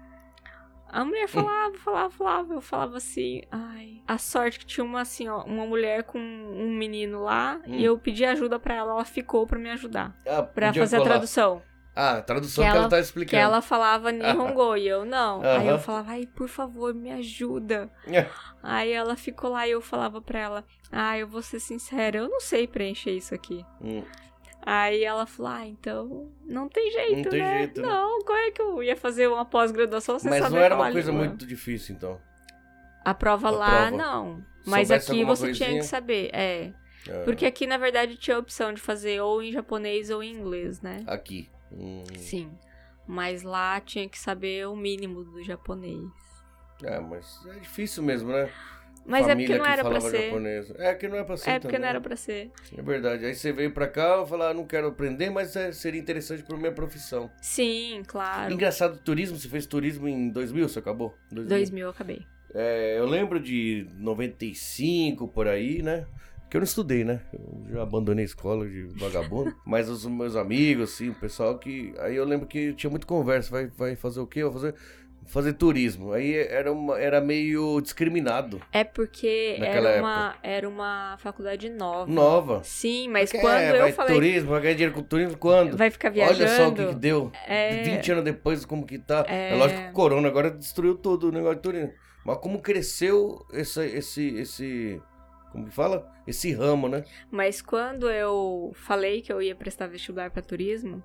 A mulher falava, falava, falava. Eu falava assim, ai. A sorte que tinha uma, assim, ó, uma mulher com um menino lá. Hum. E eu pedi ajuda pra ela, ela ficou pra me ajudar. Ah, Pra podia fazer a colar. tradução. Ah, a tradução Que que ela, ela- tá Que explicando. ela falava Nihongo e eu não. Aí eu Aham. falava, ai, por favor, me ajuda. É. Aí ela ficou lá e eu falava pra ela, ah, eu vou ser sincera, eu não sei preencher isso aqui. Hum. Aí ela falou, ah, então não tem jeito, Não tem né? jeito, né? Não, como é que eu ia fazer uma pós-graduação sem Mas saber não era falar uma coisa língua? muito difícil, então. A prova A lá, prova. não. Mas Soubesse aqui alguma você tinha coisinha? que saber, é. Ah, Porque aqui, na verdade, tinha a opção de fazer ou em japonês ou em inglês, né? Aqui. Hum. Sim. Mas lá tinha que saber o mínimo do japonês. É, mas é difícil mesmo, né? Mas Família é porque não que era pra falava ser. japonês. É que não é pra ser É porque também. não era pra ser. É verdade. Aí você veio pra cá e falou, ah, não quero aprender, mas é- seria interessante pra minha profissão. Sim, claro. Engraçado, turismo, você fez turismo em dois mil, você acabou? dois mil eu acabei. É, eu lembro de noventa e cinco, por aí, né? Que eu não estudei, né? Eu já abandonei a escola de vagabundo. Mas os meus amigos, assim, o pessoal que... Aí eu lembro que tinha muita conversa. Vai, vai fazer o quê? Vai fazer... Fazer turismo. Aí era, uma, era meio discriminado. É porque Naquela era uma, era uma faculdade nova. Nova. Sim, mas Porque, quando é, eu vai falei turismo, vai ganhar dinheiro com turismo quando? vai ficar viajando... Olha só o que, que deu. É. vinte anos depois, como que tá. É... É. lógico que o corona agora destruiu todo o negócio de turismo. Mas como cresceu esse, esse, esse... Como que fala? Esse ramo, né? Mas quando eu falei que eu ia prestar vestibular pra turismo,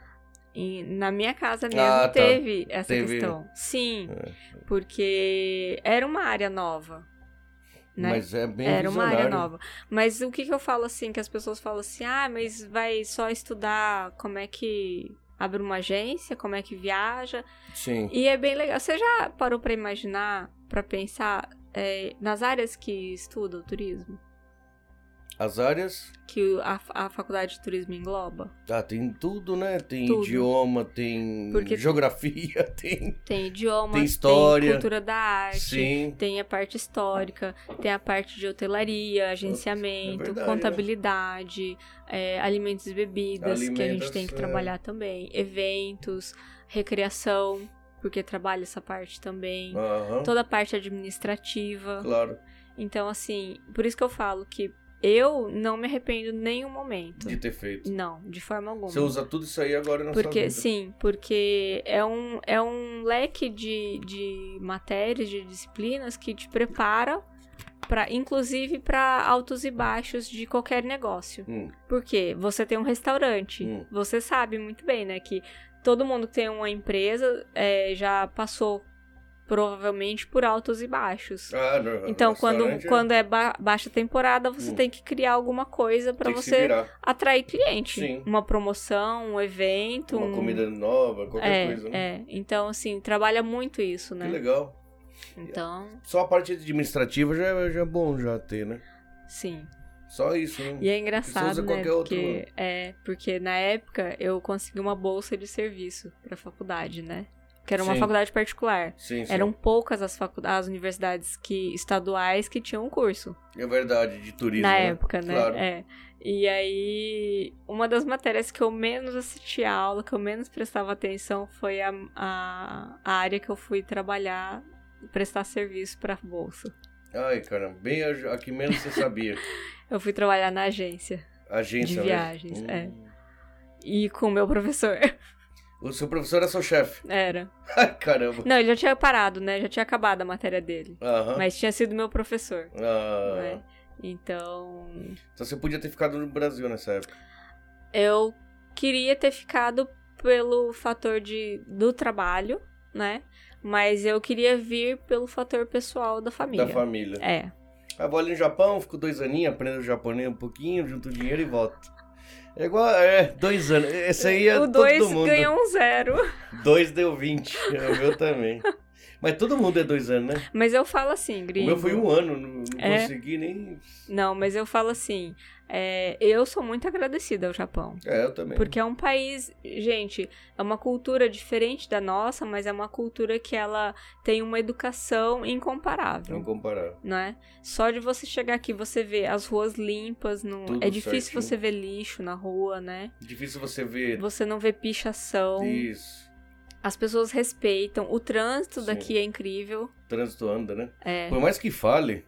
e na minha casa mesmo Ah, tá. teve essa Teve. questão. Sim, É. porque era uma área nova. Né? Mas é bem Era uma área visionário. nova. Mas o que, que eu falo assim, que as pessoas falam assim, ah, mas vai só estudar como é que abre uma agência, como é que viaja. Sim. E é bem legal. Você já parou pra imaginar, pra pensar é, nas áreas que estuda o turismo? As áreas... Que a, a faculdade de turismo engloba? Ah, tem tudo, né? Tem Tudo. idioma, tem Porque- geografia, tem... Tem idioma, Tem história. cultura da arte, Sim. tem a parte histórica, tem a parte de hotelaria, É agenciamento, verdade, contabilidade, é, alimentos e bebidas, que a gente tem que Alimentos, é. trabalhar também, eventos, recreação, porque trabalha essa parte também, Aham, toda a parte administrativa. claro. Então, assim, por isso que eu falo que eu não me arrependo em nenhum momento. De ter feito. Não, de forma alguma. Você usa tudo isso aí agora na Porque, sua vida. sim, porque é um, é um leque de, de matérias, de disciplinas que te prepara pra, inclusive para altos e baixos de qualquer negócio. Hum. Porque você tem um restaurante, Hum. você sabe muito bem, né, que todo mundo que tem uma empresa é, já passou provavelmente por altos e baixos. Ah, no, então, quando, restaurante é- quando é ba- baixa temporada, você Hum. tem que criar alguma coisa para tem que se você virar. atrair cliente. Sim. Uma promoção, um evento. Uma um... comida nova, qualquer é, coisa, né? É, então, assim, trabalha muito isso, né? Que legal. Então, Só a parte administrativa já, é- já é bom já ter, né? sim. Só isso, né? E é Você engraçado, usa né? qualquer outro- Porque, é, porque na época eu consegui uma bolsa de serviço pra faculdade, né? Que era uma Sim. faculdade particular. Sim, sim. Eram poucas as, facu... as universidades que, estaduais que tinham um curso. É verdade, de turismo, na né? época, né? Claro. É. E aí, uma das matérias que eu menos assisti a aula, que eu menos prestava atenção, foi a, a, a área que eu fui trabalhar, prestar serviço pra bolsa. Ai, caramba, bem a, a que menos você sabia. Eu fui trabalhar na agência Agência de mesmo. viagens, Hum. é. E com o meu professor. O seu professor era seu chefe. Era. Ai, caramba. Não, ele já tinha parado, né? Já tinha acabado a matéria dele. Aham. Mas tinha sido meu professor. Ah. Né? Então, Então você podia ter ficado no Brasil nessa época. eu queria ter ficado pelo fator de, do trabalho, né? Mas eu queria vir pelo fator pessoal da família. Da família. É. Ah, vou ali no Japão, fico dois aninhos, aprendo japonês um pouquinho, junto dinheiro e volto. É igual, é, dois anos. Esse aí é O todo dois mundo. ganhou um zero. Dois deu vinte. É, o meu também. Mas todo mundo é dois anos, né? Mas eu falo assim, O gringo. meu foi um ano, não, não É. consegui nem... Não, mas eu falo assim, é, eu sou muito agradecida ao Japão. É, eu também. Porque é um país, gente, é uma cultura diferente da nossa, mas é uma cultura que ela tem uma educação incomparável. Não comparar. Não é? Só de você chegar aqui, você vê as ruas limpas, não... Tudo é difícil certinho. você ver lixo na rua, né? Difícil você ver Você não vê pichação, isso. as pessoas respeitam, o trânsito Sim. daqui é incrível. O trânsito anda, né? É, Por mais que fale,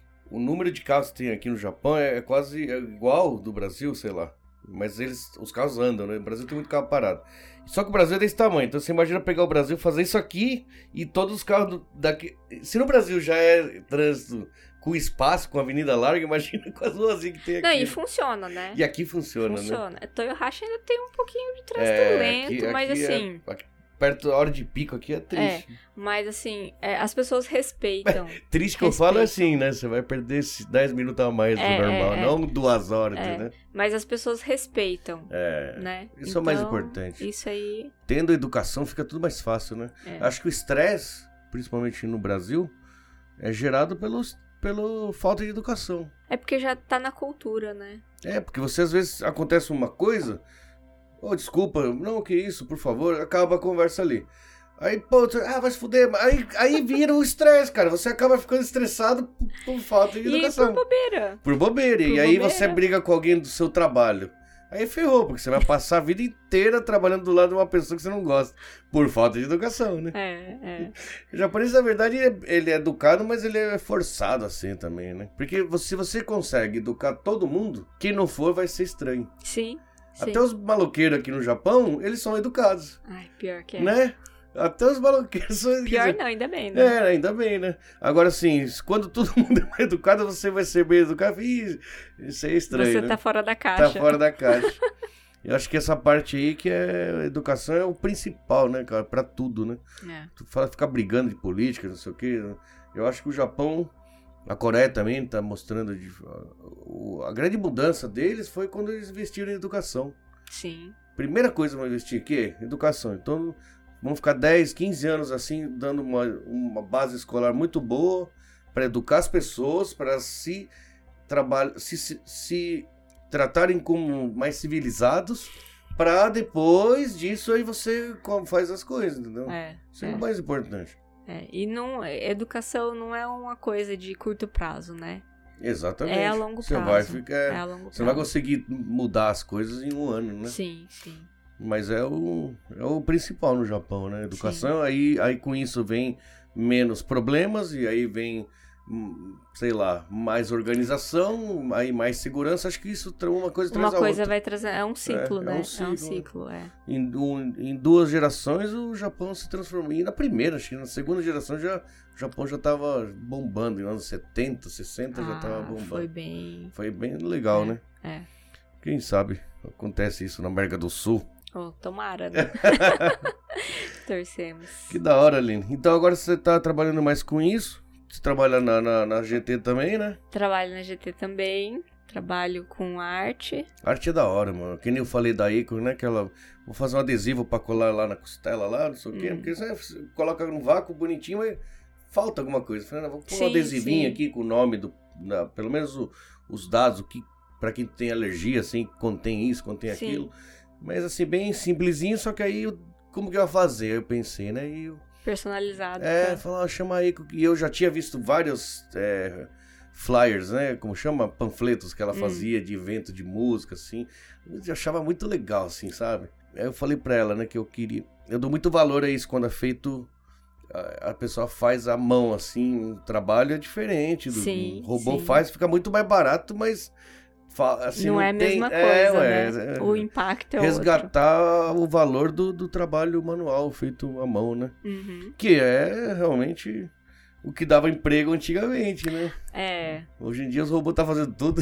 o número de carros que tem aqui no Japão é quase é igual do Brasil, sei lá. Mas eles, os carros andam, né? O Brasil tem muito carro parado. Só que o Brasil é desse tamanho. Então você imagina pegar o Brasil, fazer isso aqui e todos os carros do- daqui... Se no Brasil já é trânsito com espaço, com avenida larga, imagina com as ruas que tem aqui. não, e funciona, né? E aqui funciona, né? Funciona. Toyohashi ainda tem um pouquinho de trânsito É, lento, aqui- mas aqui é- assim... aqui perto da hora de pico aqui é triste. Mas assim, é, as pessoas respeitam. Triste que eu falo é assim, né? Você vai perder esses dez minutos a mais do É, normal, é, é. não duas horas, É. entendeu? Mas as pessoas respeitam, É. né? Isso é o mais Então, importante. Isso aí. Tendo educação fica tudo mais fácil, né? É. Acho que o estresse, principalmente no Brasil, é gerado pelos, pelo falta de educação. É porque já tá na cultura, né? É, porque você às vezes acontece uma coisa, ô, desculpa, não, que isso, por favor, acaba a conversa ali. Aí, pô, tu- ah, vai se fuder, aí, aí vira o estresse, cara, você acaba ficando estressado por, por falta de E educação. por bobeira. Por bobeira, Por e aí bobeira. você briga com alguém do seu trabalho. Aí ferrou, porque você vai passar a vida inteira trabalhando do lado de uma pessoa que você não gosta, por falta de educação, né? É, é. O japonês, na verdade, ele é, ele é educado, mas ele é forçado assim também, né? Porque você- se você consegue educar todo mundo, quem não for vai ser estranho. Sim. sim. Até os maloqueiros aqui no Japão, eles são educados, Ai, pior que é. né? Até os maloqueiros são Pior quer dizer, não, ainda bem, né? É, ainda bem, né? Agora, assim, quando todo mundo é mais educado, você vai ser bem educado. Ih, isso é estranho, Você né? tá fora da caixa. Tá fora da caixa. Eu acho que essa parte aí que é educação é o principal, né, cara? Pra tudo, né? É. Tu fala ficar brigando de política, não sei o quê. Eu acho que o Japão, a Coreia também tá mostrando de- o- a grande mudança deles foi quando eles investiram em educação. Sim. Primeira coisa que vão investir aqui é educação. Então vamos ficar dez, quinze anos assim, dando uma, uma base escolar muito boa para educar as pessoas, para se, traba- se, se, se tratarem como mais civilizados, para depois disso aí você co- faz as coisas, entendeu? É. Isso é, é. o mais importante. É, e não, educação não é uma coisa de curto prazo, né? Exatamente. É a longo Você prazo. vai ficar, É a longo prazo. você não vai conseguir mudar as coisas em um ano, né? Sim, sim. Mas é o, é o principal no Japão, né? Educação, aí, aí com isso vem menos problemas e aí vem sei lá, mais organização, aí mais segurança, acho que isso uma coisa traz Uma a coisa outra. vai trazer, é um ciclo, É, né? é um ciclo, É um ciclo, é. Em, um, em duas gerações o Japão se transformou. E na primeira, acho que na segunda geração já, o Japão já tava bombando. Em anos setenta, sessenta já Ah, tava bombando. Foi bem... Foi bem legal, é, né? É. Quem sabe acontece isso na América do Sul. Oh, tomara, né? Torcemos. Que da hora, Aline. Então agora você tá trabalhando mais com isso? Você trabalha na, na, na G T também, né? Trabalho na G T também. Trabalho com arte. Arte é da hora, mano. Que nem eu falei da Ico, né? Que ela... Vou fazer um adesivo pra colar lá na costela, lá, não sei o quê. Hum. Porque você coloca no vácuo bonitinho, mas falta alguma coisa. Falei, não, vou pôr um Sim, adesivinho sim. aqui com o nome do... Da, pelo menos o, os dados, o que, pra quem tem alergia, assim, contém isso, contém Sim. aquilo. Mas assim, bem simplesinho, só que aí, eu, como que eu ia fazer? Eu pensei, né? E eu... Personalizado. É, pra- falar, chama aí. E eu já tinha visto vários é, flyers, né? Como chama? Panfletos que ela Hum. fazia de evento de música, assim. Eu achava muito legal, assim, sabe? Aí eu falei pra ela, né, que eu queria... Eu dou muito valor a isso quando é feito... A, a pessoa faz à mão, assim, um trabalho é diferente. Do, Sim, um robô sim. faz, fica muito mais barato, mas... fa- Assim, não, não é a tem- mesma coisa, é, ué, né? é- O impacto é outro. resgatar o valor do, do trabalho manual feito à mão, né? Uhum. Que é realmente o que dava emprego antigamente, né? É. Hoje em dia os robôs estão fazendo tudo.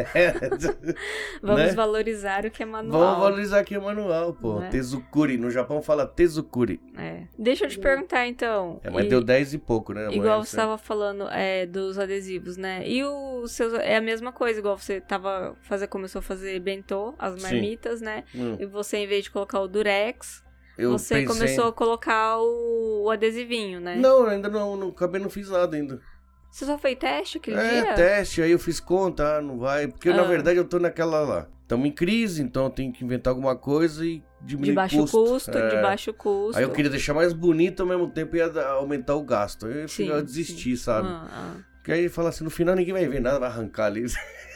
Vamos Né? valorizar o que é manual. Vamos valorizar aqui o manual, pô. Né? Tezukuri. No Japão fala Tezukuri. É. Deixa eu te perguntar, então. É, mas e- deu dez e pouco, né? Igual Mas, você estava falando é, dos adesivos, né? E os seus. É a mesma coisa, igual você tava fazer, começou a fazer bentô, as Sim. marmitas, né? Hum, E você, em vez de colocar o durex, eu você pensei... começou a colocar o, o adesivinho, né? Não, ainda não, não. Acabei não fiz nada ainda. Você só fez teste aquele É, dia? teste, aí eu fiz conta, ah, não vai. Porque na Ah. verdade eu tô naquela lá. Estamos em crise, então eu tenho que inventar alguma coisa e diminuir De baixo custo. custo, de É. baixo custo. Aí eu queria deixar mais bonito ao mesmo tempo e ia dar- aumentar o gasto. Aí eu, Sim, eu desisti, sim. sabe? Ah, ah. Porque aí fala assim, no final ninguém vai ver nada, vai arrancar ali.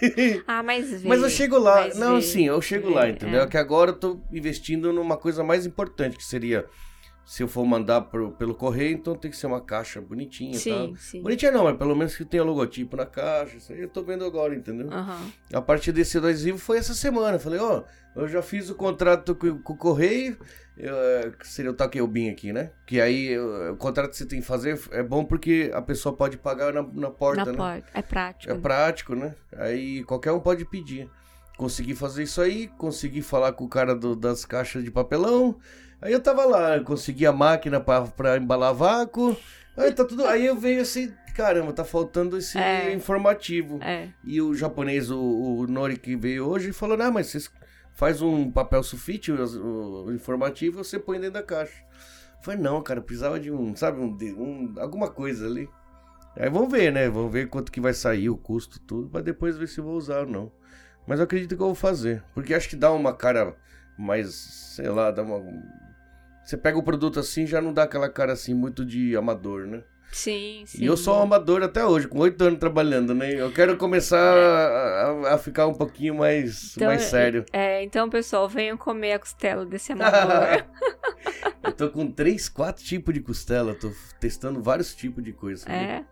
Ah, mas vê. Mas eu chego lá. mas Não, vê, sim, eu chego vê, lá, entendeu? é. É que agora eu tô investindo numa coisa mais importante, que seria... Se eu for mandar pro, pelo correio, então tem que ser uma caixa bonitinha e Sim, tal. sim. Bonitinha não, mas pelo menos que tenha logotipo na caixa. Isso aí eu tô vendo agora, entendeu? Aham. A partir desse adesivo foi essa semana. Falei, ó, eu já fiz o contrato com, com o correio, eu, é, que seria o Takeobin aqui, né? Que aí eu- o contrato que você tem que fazer é bom porque a pessoa pode pagar na, na porta, Na né? porta. É prático. É prático, né? Aí qualquer um pode pedir. Consegui fazer isso aí, consegui falar com o cara do- das caixas de papelão. Aí eu tava lá, eu consegui a máquina pra, pra embalar vácuo. Aí tá tudo. Aí eu veio assim, caramba, tá faltando esse É. informativo. É. E o japonês, o, o Nori que veio hoje, falou, ah, mas você faz um papel sulfite, o, o informativo, você põe dentro da caixa. Eu falei, não, cara, precisava de um, sabe, um, de- um, alguma coisa ali. Aí vamos ver, né? Vamos ver quanto que vai sair, o custo, tudo, pra depois ver se eu vou usar ou não. Mas eu acredito que eu vou fazer. Porque acho que dá uma cara mais, sei lá, dá uma... Você pega o produto assim, já não dá aquela cara assim, muito de amador, né? Sim, sim. E eu sou um amador até hoje, com oito anos trabalhando, né? Eu quero começar a, a- a ficar um pouquinho mais, Então, mais sério. É, então, pessoal, venham comer a costela desse amador. Eu tô com três, quatro tipos de costela, tô testando vários tipos de coisa. sabe? É.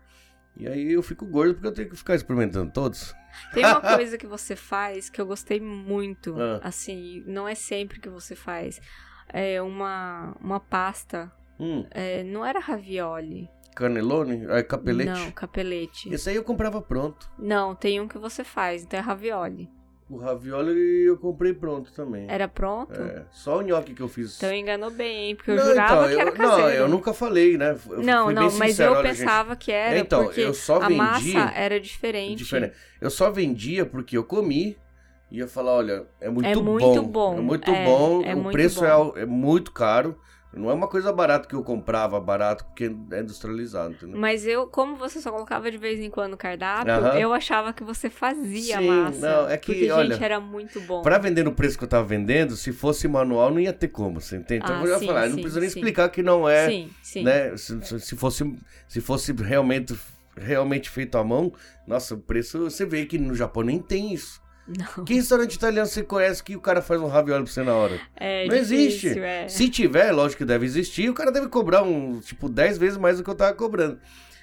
E aí eu fico gordo porque eu tenho que ficar experimentando todos. Tem uma coisa que você faz que eu gostei muito. Ah. Assim, não é sempre que você faz. É uma, uma pasta. Hum, É, não era ravioli. canelone, é capelete. Não, capelete. Esse aí eu comprava pronto. Não, tem um que você faz, então é ravioli. O ravioli eu comprei pronto também. Era pronto? É, só o nhoque que eu fiz. Então enganou bem, hein? Porque eu Não, jurava então, que era eu, caseiro. Não, eu nunca falei, né? Eu Não, fui não, bem mas sincero, eu olha, gente, pensava que era Então, porque eu só a vendi- massa era diferente. diferente. Eu só vendia porque eu comi e ia falar, olha, é muito, É bom. muito bom, É muito é, bom. é o muito preço bom. é al- É, muito caro. Não é uma coisa barata que eu comprava, barato, porque é industrializado, entendeu? Mas eu, como você só colocava de vez em quando no cardápio, Aham. eu achava que você fazia Sim, massa. não, é que, porque, olha, gente, era muito bom. Pra vender no preço que eu tava vendendo, se fosse manual, não ia ter como, você entende? Então Ah, eu já sim, falar, não sim, precisa nem sim. explicar que não é, Sim, sim. né? Se, se- se fosse, se fosse realmente, realmente feito à mão, nossa, o preço, você vê que no Japão nem tem isso. Não. Que restaurante italiano você conhece que o cara faz um ravioli pra você na hora? É não difícil, existe. É. Se tiver, lógico que deve existir, o cara deve cobrar um, tipo, dez vezes mais do que eu tava cobrando.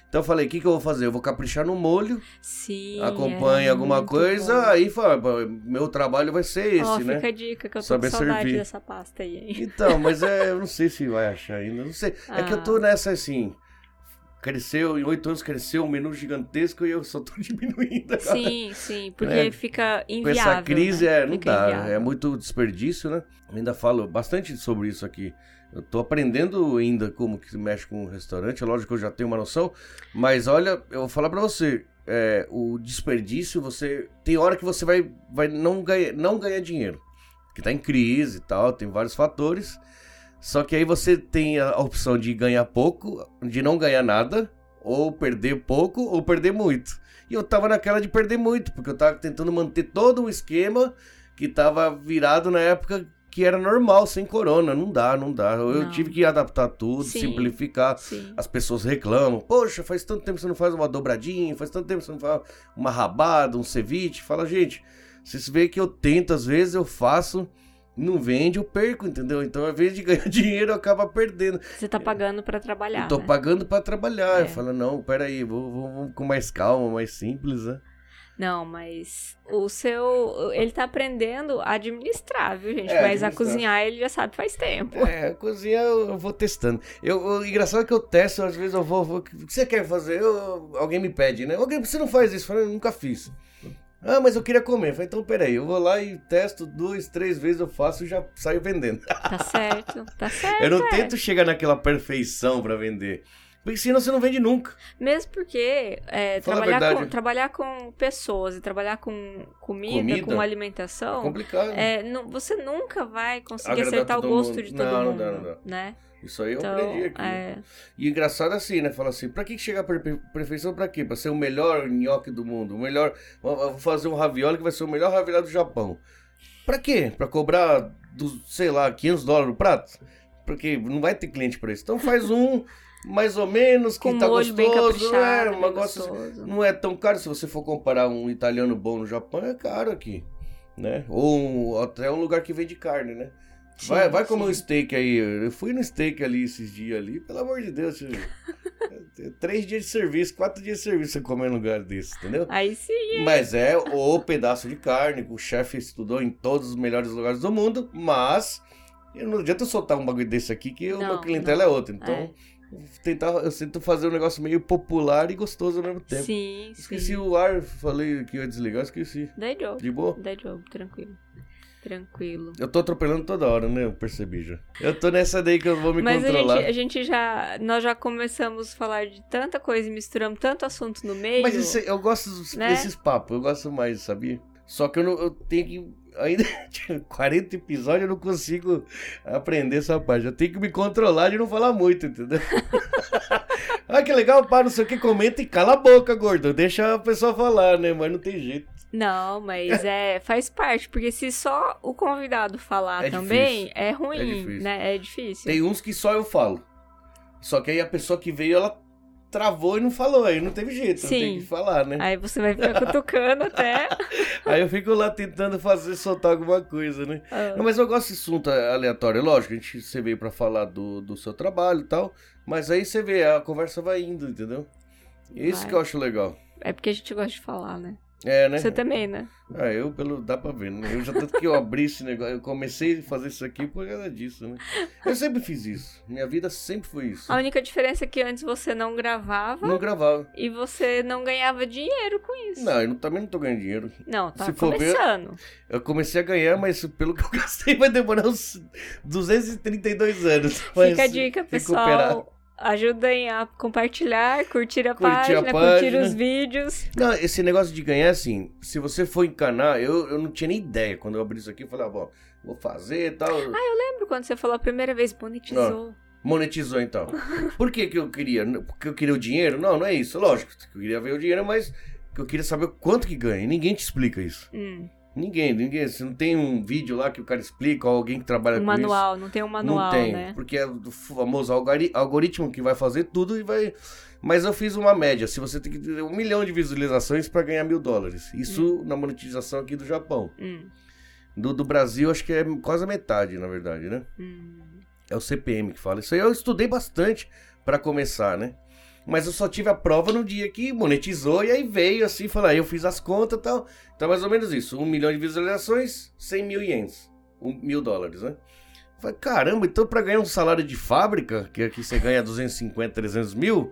Então eu falei, o que, que eu vou fazer? Eu vou caprichar no molho, Sim, acompanhe é alguma muito coisa, bom. aí fala, meu trabalho vai ser esse, Ó, né? fica a dica que eu tô Saber com saudade servir. dessa pasta aí. Hein? Então, mas é, eu não sei se vai achar ainda, não sei. É que eu tô Ah. nessa assim, cresceu, em oito anos cresceu um menu gigantesco e eu só tô diminuindo agora. Sim, sim, porque É, fica Com inviável, essa crise, né? é, não Fica dá, inviável. é muito desperdício, né? Eu ainda falo bastante sobre isso aqui. Eu tô aprendendo ainda como que se mexe com um restaurante, é lógico que eu já tenho uma noção, mas olha, eu vou falar pra você, é, o desperdício, você tem hora que você vai, vai não, ganha, não ganhar dinheiro, que tá em crise e tal, tem vários fatores, só que aí você tem a opção de ganhar pouco, de não ganhar nada, ou perder pouco, ou perder muito. E eu tava naquela de perder muito, porque eu tava tentando manter todo um esquema que tava virado na época que era normal, sem corona. Não dá, não dá. Eu Não. tive que adaptar tudo, Sim, simplificar. Sim. As pessoas reclamam. Poxa, faz tanto tempo que você não faz uma dobradinha, faz tanto tempo que você não faz uma rabada, um ceviche. Fala, gente, vocês veem que eu tento, às vezes eu faço, não vende, eu perco, entendeu? Então, ao invés de ganhar dinheiro, eu acabo perdendo. Você tá pagando pra trabalhar, Eu tô né? pagando pra trabalhar. É. Eu falo, não, peraí, vou, vou, vou com mais calma, mais simples, né? Não, mas o seu... Ele tá aprendendo a administrar, viu, gente? É, mas a administrar. cozinhar ele já sabe faz tempo. É, a cozinha eu, eu vou testando. Eu, o engraçado é que eu testo, às vezes eu vou, vou o que você quer fazer? Eu, alguém me pede, né? Alguém, você não faz isso? Eu falei, eu nunca fiz. Ah, mas eu queria comer. Eu falei, então peraí, eu vou lá e testo duas, três vezes, eu faço e já saio vendendo. Tá certo, tá certo. Eu não é. tento chegar naquela perfeição pra vender. Porque senão você não vende nunca. Mesmo porque é, Fala a trabalhar, verdade. com, trabalhar com pessoas e trabalhar com comida, Comida? com É alimentação, complicado. é, não- você nunca vai conseguir Agradar acertar o todo gosto mundo. de todo Não, não mundo, dá, não dá. né? Isso aí eu Então, aprendi aqui. é, E engraçado assim, né? Fala assim, pra que chegar à perfe- perfeição pra quê? Pra ser o melhor nhoque do mundo, o melhor... Eu vou fazer um ravioli que vai ser o melhor ravioli do Japão. Pra quê? Pra cobrar, do, sei lá, quinhentos dólares no prato? Porque não vai ter cliente pra isso. Então faz um mais ou menos, que com tá molho bem gostoso. É, caprichado, um bem negócio gostoso. não é tão caro. Se você for comparar um italiano bom no Japão, é caro aqui, né? Ou um, até um lugar que vende carne, né? Sim, Vai, vai comer sim. um steak aí. Eu fui no steak ali esses dias ali, pelo amor de Deus. Filho. É Três dias de serviço, quatro dias de serviço você comer em um lugar desse, entendeu? Aí sim, hein? Mas é o pedaço de carne, o chefe estudou em todos os melhores lugares do mundo, mas eu não adianta eu soltar um bagulho desse aqui que o Não, meu clientela não. é outro. Então, eu tentar, eu tento fazer um negócio meio popular e gostoso ao mesmo tempo. Sim, Esqueci sim. o ar, falei que ia desligar, esqueci. Dá job, De boa? dá job, tranquilo. Tranquilo. Eu tô atropelando toda hora, né? Eu percebi já. Eu tô nessa daí que eu vou me Mas a controlar. gente, a gente já. Nós já começamos a falar de tanta coisa e misturamos tanto assunto no meio. Mas isso, eu gosto dos- né? desses papos, eu gosto mais, sabia? Só que eu, não, eu tenho que. Ainda tinha quarenta episódios, eu não consigo aprender essa parte. Eu tenho que me controlar de não falar muito, entendeu? Ah, que legal, pá, não sei o que, comenta e cala a boca, gordo. Deixa a pessoa falar, né? Mas não tem jeito. Não, mas é, faz parte, porque se só o convidado falar É também, difícil. é ruim, É difícil. né? É difícil. Tem uns que só eu falo. Só que aí a pessoa que veio, ela travou e não falou. Aí não teve jeito, eu Sim. tenho que falar, né? Aí você vai ficar cutucando até. Aí eu fico lá tentando fazer, soltar alguma coisa, né? Ah, Não, mas eu gosto de assunto aleatório. Lógico, a gente, você veio pra falar do, do seu trabalho e tal, mas aí você vê, a conversa vai indo, entendeu? Isso Vai. que eu acho legal. é porque a gente gosta de falar, né? É, né? Você também, né? Ah, eu, pelo, dá pra ver, né? Eu já tanto que eu abri esse negócio, eu comecei a fazer isso aqui por causa disso, né? Eu sempre fiz isso. Minha vida sempre foi isso. A única diferença é que antes você não gravava Não gravava. e você não ganhava dinheiro com isso. Não, eu não- também não tô ganhando dinheiro. Não, tá Se for ver- começando. Eu comecei a ganhar, mas pelo que eu gastei vai demorar uns duzentos e trinta e dois anos. pra Fica a se dica, recuperar. pessoal. Ajudem a compartilhar, curtir a Curtir a página, curtir página. os vídeos. Não, esse negócio de ganhar, assim, se você for encanar, eu, eu não tinha nem ideia. Quando eu abri isso aqui, eu falei, ah, bom, vou fazer e tal. Lembra quando você falou a primeira vez, monetizou? Monetizou, então. Por que que eu queria? Porque eu queria o dinheiro? Não, não é isso. Lógico, eu queria ver o dinheiro, mas que eu queria saber o quanto que ganha. E ninguém te explica isso. Hum, Ninguém, ninguém. Você não tem um vídeo lá que o cara explica, ou alguém que trabalha um com manual, não tem um isso. manual, não tem, né? porque é do famoso algori- algoritmo que vai fazer tudo e vai... Mas eu fiz uma média. Se você tem que ter um milhão de visualizações para ganhar mil dólares. Isso na monetização aqui do Japão. Hum, Do, do Brasil, acho que é quase a metade, na verdade, né? hum. É o C P M que fala. Isso aí eu estudei bastante para começar, né? Mas eu só tive a prova no dia que monetizou e aí veio assim, falar, eu fiz as contas e tal. Então, mais ou menos isso. Um milhão de visualizações, cem mil ienes. Um, mil dólares, né? Eu falei, caramba, então pra ganhar um salário de fábrica, que aqui você ganha duzentos e cinquenta, trezentos mil,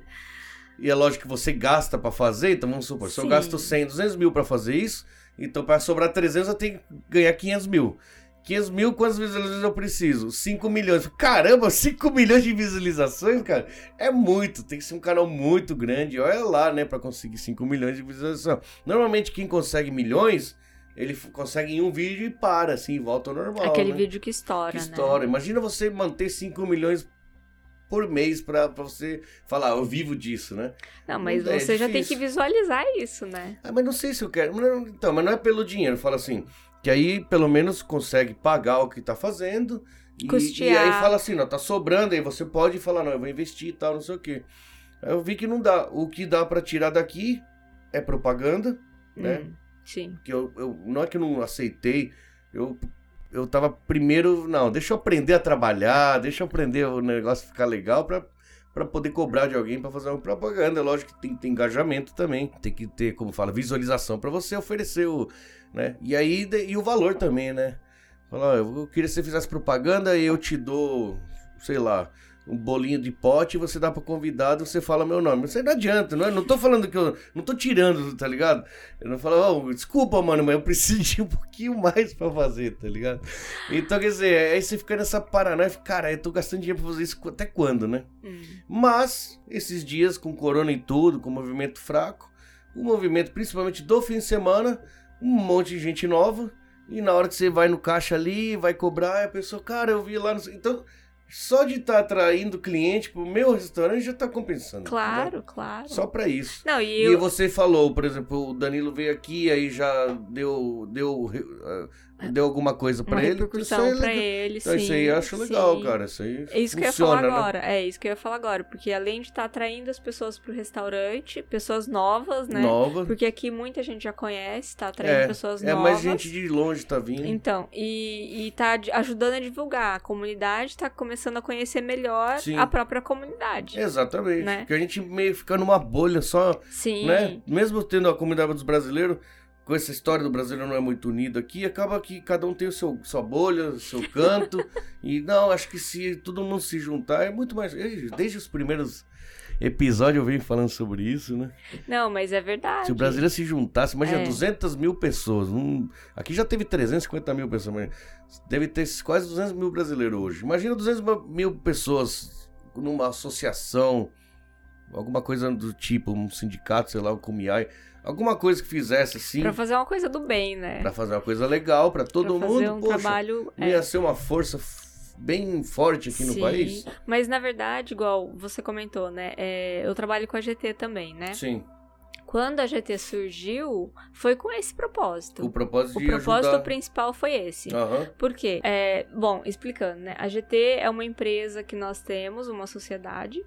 e é lógico que você gasta pra fazer, então vamos supor, se eu gasto cem, duzentos mil pra fazer isso, então pra sobrar trezentos eu tenho que ganhar quinhentos mil. quinhentos mil, quantas visualizações eu preciso? cinco milhões. Caramba, cinco milhões de visualizações, cara? É muito. Tem que ser um canal muito grande. Olha lá, né? Pra conseguir cinco milhões de visualizações. Normalmente, quem consegue milhões, ele f- consegue em um vídeo e para, assim, volta ao normal. Aquele né? vídeo que estoura, Que né? estoura. Imagina você manter cinco milhões por mês pra, pra você falar, eu vivo disso, né? Não, mas É você já tem que difícil. visualizar isso, né? Ah, mas não sei se eu quero. Mas não- Então, mas não é pelo dinheiro. Fala assim, que aí pelo menos consegue pagar o que tá fazendo. E, Custear. e aí fala assim, não, tá sobrando, aí você pode falar, não, eu vou investir e tal, não sei o quê. Aí eu vi que não dá. O que dá pra tirar daqui é propaganda, né? Hum, sim. Que eu, eu, não é que eu não aceitei, eu, eu tava primeiro, não, deixa eu aprender a trabalhar, deixa eu aprender o negócio ficar legal pra, pra poder cobrar de alguém pra fazer uma propaganda. Lógico que tem que ter engajamento também, tem que ter, como fala, visualização pra você oferecer o, né? E aí, de- e o valor também, né? Falar, ó, eu queria que você fizesse propaganda e eu te dou, sei lá, um bolinho de pote e você dá pro convidado, você fala meu nome. Isso aí não adianta, não é? Não tô falando que eu... Não tô tirando, tá ligado? Eu não falo, oh, desculpa, mano, mas eu preciso de um pouquinho mais pra fazer, tá ligado? Então, quer dizer, aí você fica nessa paranoia, cara, eu tô gastando dinheiro pra fazer isso até quando, né? Hum. Mas, esses dias, com corona e tudo, com movimento fraco, o movimento, principalmente do fim de semana, um monte de gente nova, e na hora que você vai no caixa ali, vai cobrar, a pessoa, cara, eu vi lá, no... então... Só de estar tá atraindo cliente pro meu restaurante já tá compensando. Claro, né? claro. Só pra isso. Não, e, E eu... você falou, por exemplo, o Danilo veio aqui, aí já deu, deu, uh, deu alguma coisa pra uma ele. repercussão Isso pra aí, ele, então, sim. isso aí eu acho legal, sim. cara. Isso aí É isso que eu ia funciona, falar né? agora. É isso que eu ia falar agora. Porque além de estar atraindo as pessoas pro restaurante, pessoas novas, né? Nova. Porque aqui muita gente já conhece, tá atraindo É, pessoas é novas. mais gente de longe tá vindo. Então, e, e tá de- ajudando a divulgar. A comunidade tá começando a conhecer melhor Sim. a própria comunidade. Exatamente. Né? Porque a gente meio fica numa bolha só, Sim. né? Mesmo tendo a comunidade dos brasileiros, com essa história do brasileiro não é muito unido aqui, acaba que cada um tem o seu, sua bolha, o seu canto. E não, acho que se todo mundo se juntar é muito mais. Desde os primeiros episódios eu venho falando sobre isso, né? Não, mas é verdade. Se o brasileiro se juntasse, imagina, É. duzentas mil pessoas. Um, aqui já teve trezentas e cinquenta mil pessoas, mas deve ter quase duzentos mil brasileiros hoje. Imagina duzentas mil pessoas numa associação, alguma coisa do tipo, um sindicato, sei lá, um Cumiai. Alguma coisa que fizesse assim, Pra pra, fazer uma coisa do bem, né? fazer uma coisa legal pra todo pra mundo. fazer um Poxa, trabalho... não é. ia ser uma força f- bem forte aqui no Sim, país? mas na verdade, igual você comentou, né? é, eu trabalho com a G T também, né? Sim. Quando a G T surgiu, foi com esse propósito. O propósito O de propósito ajudar. principal foi esse. Aham. Por quê? É, bom, explicando, né? A G T é uma empresa que nós temos, uma sociedade,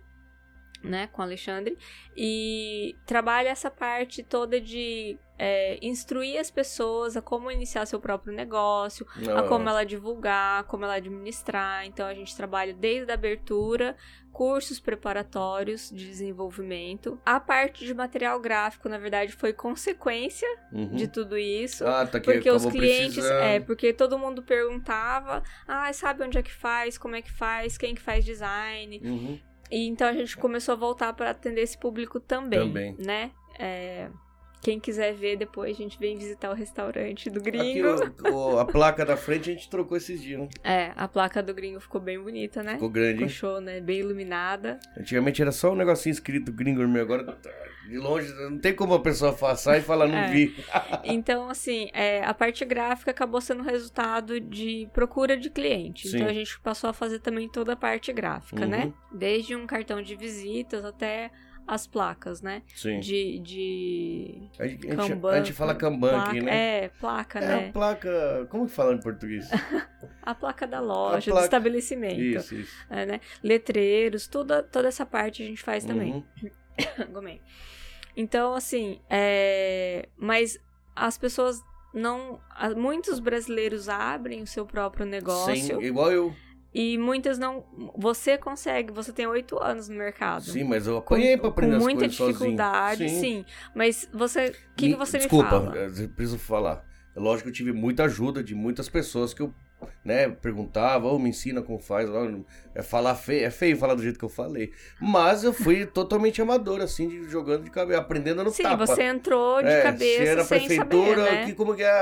né, com o Alexandre, e trabalha essa parte toda de é, instruir as pessoas a como iniciar seu próprio negócio, a Ah, como ela divulgar, como ela administrar. Então a gente trabalha desde a abertura, cursos preparatórios de desenvolvimento. A parte de material gráfico, na verdade, foi consequência uhum. de tudo isso. Ah, tá que Porque os acabou clientes, precisando. é, porque todo mundo perguntava, ah, sabe onde é que faz, como é que faz, quem que faz design. Uhum. E então a gente começou a voltar para atender esse público também, Também. né? É, quem quiser ver depois, a gente vem visitar o restaurante do Aqui, Gringo. o- o- a placa da frente a gente trocou esses dias, né? É, a placa do Gringo ficou bem bonita, né? Ficou grande, Ficou hein? show, né? Bem iluminada. Antigamente era só um negocinho escrito Gringo Gourmet, agora tá de longe, não tem como a pessoa passar e falar, não É. vi. Então, assim, é, a parte gráfica acabou sendo resultado de procura de cliente. Sim. Então, a gente passou a fazer também toda a parte gráfica, Uhum. né? Desde um cartão de visitas até as placas, né? Sim. De, de A gente, a gente- Kanban, a gente fala Kanban placa, aqui, né? É, placa, É né? a placa. Como que fala em português? A placa da loja, placa- do estabelecimento. Isso, isso. É, né? Letreiros, toda, toda essa parte a gente faz também. Uhum. Gomei. Então, assim, é... mas as pessoas não... a- Muitos brasileiros abrem o seu próprio negócio. Sem, igual eu. E muitas não... Você consegue, você tem oito anos no mercado. Sim, mas eu apanhei com, pra aprender as com muita coisas sozinho. dificuldade, sim. sim. Mas você... O que, me, que você desculpa, me fala? Desculpa, eu preciso falar. É lógico que eu tive muita ajuda de muitas pessoas que eu, né, perguntava, ou me ensina como faz. É, falar feio, é feio falar do jeito que eu falei. Mas eu fui totalmente amador, assim, de, jogando de cabeça, aprendendo no sim, tapa. Sim, você entrou de é, cabeça se era sem prefeitura, saber, né? que, como que é,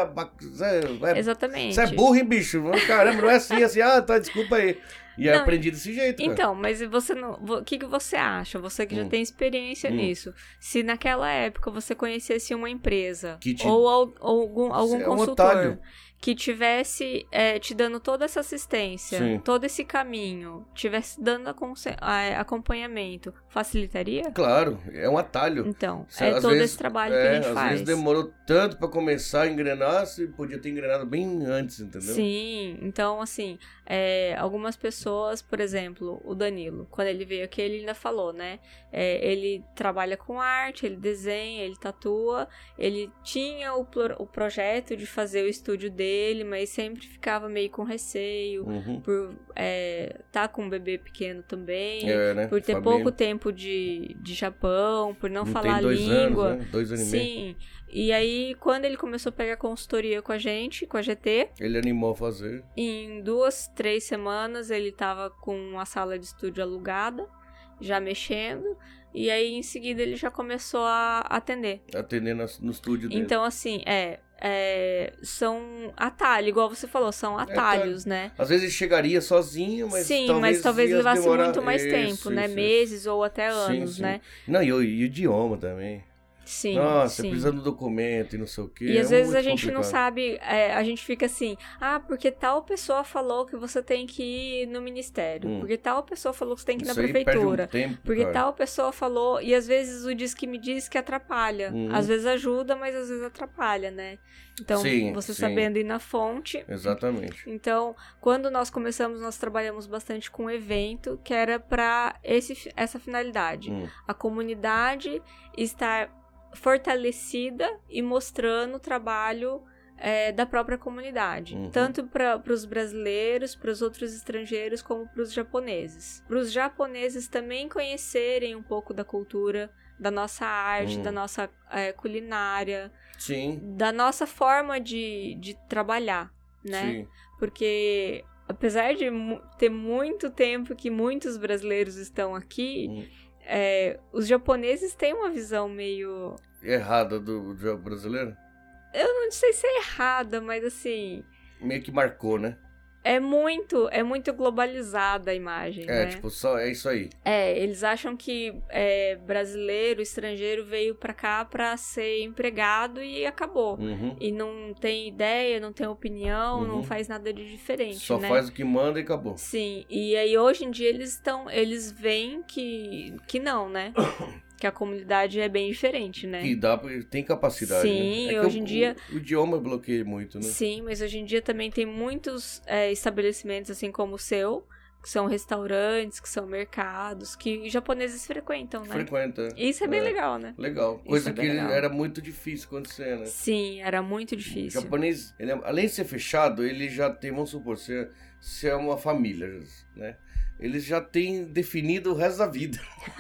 é, é... Exatamente. Você é burro, hein, bicho? Caramba, não é assim, assim, ah, tá, desculpa aí. E aí aprendi desse jeito, cara. Então, mas você não... O que, que você acha? Você que hum. já tem experiência hum. nisso. Se naquela época você conhecesse uma empresa te... ou al, algum, algum é consultor... Um que tivesse é, te dando toda essa assistência, Sim. todo esse caminho, tivesse dando a, acompanhamento, facilitaria? Claro, é um atalho. Então, Cê, é todo vezes, esse trabalho é, que a gente às faz. Às vezes demorou tanto pra começar a engrenar, se podia ter engrenado bem antes, entendeu? Sim, então assim, é, algumas pessoas, por exemplo, o Danilo, quando ele veio aqui, ele ainda falou, né? É, ele trabalha com arte, ele desenha, ele tatua, ele tinha o, o projeto de fazer o estúdio dele, dele, mas sempre ficava meio com receio, uhum. por é, tá com um bebê pequeno também, é, né? por ter Família. pouco tempo de, de Japão, por não, não falar tem dois língua. Anos, né? Dois anos Sim. e meio. E aí, quando ele começou a pegar consultoria com a gente, com a G T... Ele animou a fazer. Em duas, três semanas, ele tava com uma sala de estúdio alugada, já mexendo... E aí, em seguida, ele já começou a atender. Atender no, no estúdio dele. Então, assim, é, é... São atalhos, igual você falou, são atalhos, é, tá. né? Às vezes ele chegaria sozinho, mas sim, talvez... mas talvez levasse demorar... muito mais isso, tempo, isso, né? Isso. Meses ou até anos, sim, sim. né? Não, e o, e o idioma também. Sim, Nossa, sim. precisa do documento e não sei o quê. E é às vezes muito a gente complicado. não sabe, é, a gente fica assim, ah, porque tal pessoa falou que você tem que ir no ministério, hum. porque tal pessoa falou que você tem que ir Isso na prefeitura, um tempo, porque cara. tal pessoa falou, e às vezes o diz que me diz que atrapalha. Hum. Às vezes ajuda, mas às vezes atrapalha, né? Então, sim, você sim. sabendo ir na fonte. Exatamente. Então, quando nós começamos, nós trabalhamos bastante com um evento que era para esse essa finalidade. Hum. A comunidade estar fortalecida e mostrando o trabalho é, da própria comunidade, uhum. tanto para os brasileiros, para os outros estrangeiros, como para os japoneses. Para os japoneses também conhecerem um pouco da cultura, da nossa arte, hum. da nossa é, culinária, Sim. da nossa forma de, de trabalhar, né? Sim. Porque apesar de ter muito tempo que muitos brasileiros estão aqui, hum. É, os japoneses têm uma visão meio... errada do, do brasileiro? Eu não sei se é errada, mas assim... meio que marcou, né? É muito, é muito globalizada a imagem, É, né? tipo, só, é isso aí. É, eles acham que é, brasileiro, estrangeiro veio pra cá pra ser empregado e acabou. Uhum. E não tem ideia, não tem opinião, uhum. não faz nada de diferente, só né? faz o que manda e acabou. Sim, e aí hoje em dia eles estão, eles veem que, que não, né? Que a comunidade é bem diferente, né? Que dá, tem capacidade, Sim, né? É hoje o, em dia... O, o idioma bloqueia muito, né? Sim, mas hoje em dia também tem muitos é, estabelecimentos, assim como o seu, que são restaurantes, que são mercados, que japoneses frequentam, né? Frequenta. Isso é bem é. legal, né? Legal. Coisa é que legal. era muito difícil acontecer, né? Sim, era muito difícil. O japonês, ele, além de ser fechado, ele já tem, vamos supor, se, se é uma família, né? Eles já têm definido o resto da vida.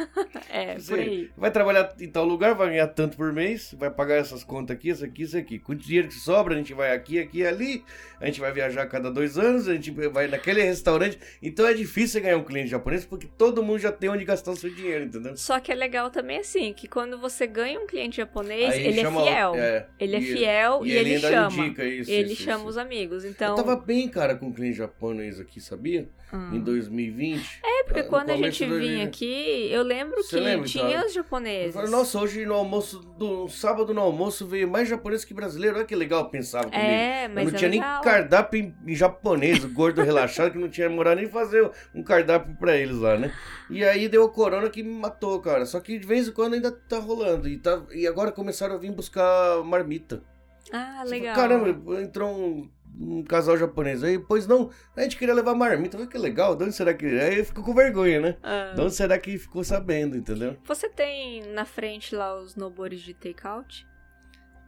É, Você por aí. vai trabalhar em tal lugar, vai ganhar tanto por mês, vai pagar essas contas aqui, isso aqui, isso aqui. Com o dinheiro que sobra, a gente vai aqui, aqui e ali. A gente vai viajar a cada dois anos, a gente vai naquele restaurante. Então é difícil ganhar um cliente japonês, porque todo mundo já tem onde gastar o seu dinheiro, entendeu? Só que é legal também assim, que quando você ganha um cliente japonês, Aí ele é chama- fiel. é, ele é e- fiel e e, ele ele, ainda chama. indica isso, ele isso, chama isso. os amigos. Então, Eu tava bem, cara, com um cliente japonês aqui, sabia? Ah. Em dois mil e vinte. É, porque No quando a começo gente do- vinha aqui, eu lembro Você que lembra, tinha então? os japoneses. Eu falei, nossa, hoje no almoço, do no sábado no almoço veio mais japonês que brasileiro. Olha que legal, eu pensava comigo. É, mas eu não é tinha legal. nem cardápio em, em japonês, o gordo relaxado, que não tinha moral nem fazer um cardápio pra eles lá, né? E aí deu o corona que me matou, cara. Só que de vez em quando ainda tá rolando. E, tá, e agora começaram a vir buscar marmita. Ah, Você legal. fala, caramba, entrou um, um casal japonês aí, pois não, a gente queria levar marmita. Eu falei, que legal, de onde será que... Aí ficou com vergonha, né? Ah. De onde será que ficou sabendo, entendeu? Você tem na frente lá os nobores de take-out?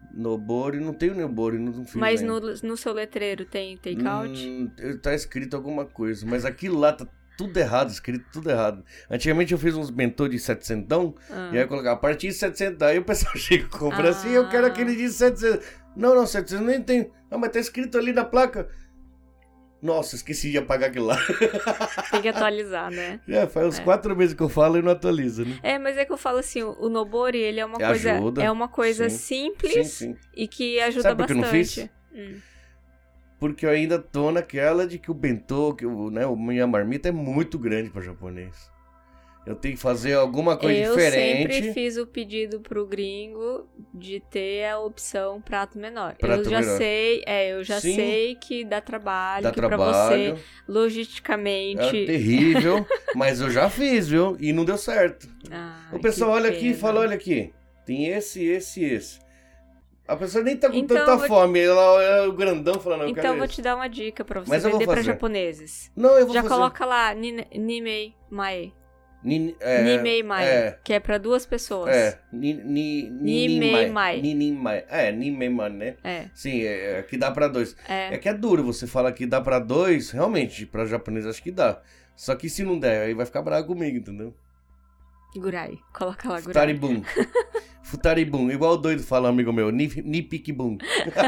Nobori, não tem o Nobori, não fiz Mas ainda. no, no seu letreiro tem take-out? Hum, tá escrito alguma coisa, mas aquilo lá tá tudo errado, escrito tudo errado. Antigamente eu fiz uns bentô de setecentão, Ah. e aí eu colocava a partir de setecentos, aí o pessoal chega e compra Ah. assim, eu quero aquele de setecentos. Não, não, setecentos nem tem. Ah, mas tá escrito ali na placa. Nossa, esqueci de apagar aquilo lá. Tem que atualizar, né? É, faz uns É. quatro meses que eu falo e não atualiza, né? É, mas é que eu falo assim, o o Nobori, ele é uma É, coisa, ajuda. é uma coisa Sim. simples Sim, sim. e que ajuda Sabe por que eu bastante. não fiz? Hum. Porque eu ainda tô naquela de que o bentô, que o, né, o minha marmita é muito grande para japonês. Eu tenho que fazer alguma coisa Eu diferente. sempre fiz o pedido pro gringo de ter a opção prato menor. Prato eu já menor. sei, é, eu já Sim. sei que dá trabalho, Dá que pra trabalho, você, é logisticamente... terrível, mas eu já fiz, viu? E não deu certo. Ai, O pessoal que olha aqui e pena. fala, olha aqui, tem esse, esse e esse. A pessoa nem tá com Então, tanta eu vou te- fome, ela olha o grandão falando, eu Então quero eu vou esse. te dar uma dica pra você Mas eu vou vender pra fazer. japoneses. Não, eu vou Já fazer. coloca lá, Nine- Nimei Mae. Ni, é, Nimei Mae, é. que é pra duas pessoas. É, ni, ni, Nimei mai. Nimei. É, Nimei mai, né? É, Sim, é, é que dá pra dois. é. É que é duro, você fala que dá pra dois, realmente, pra japonês acho que dá. Só que se não der, aí vai ficar bravo comigo, entendeu? Gurai. Coloca lá, Gurai. Futaribum. Futaribum, igual o doido fala, amigo meu, Ni- Nipikibum.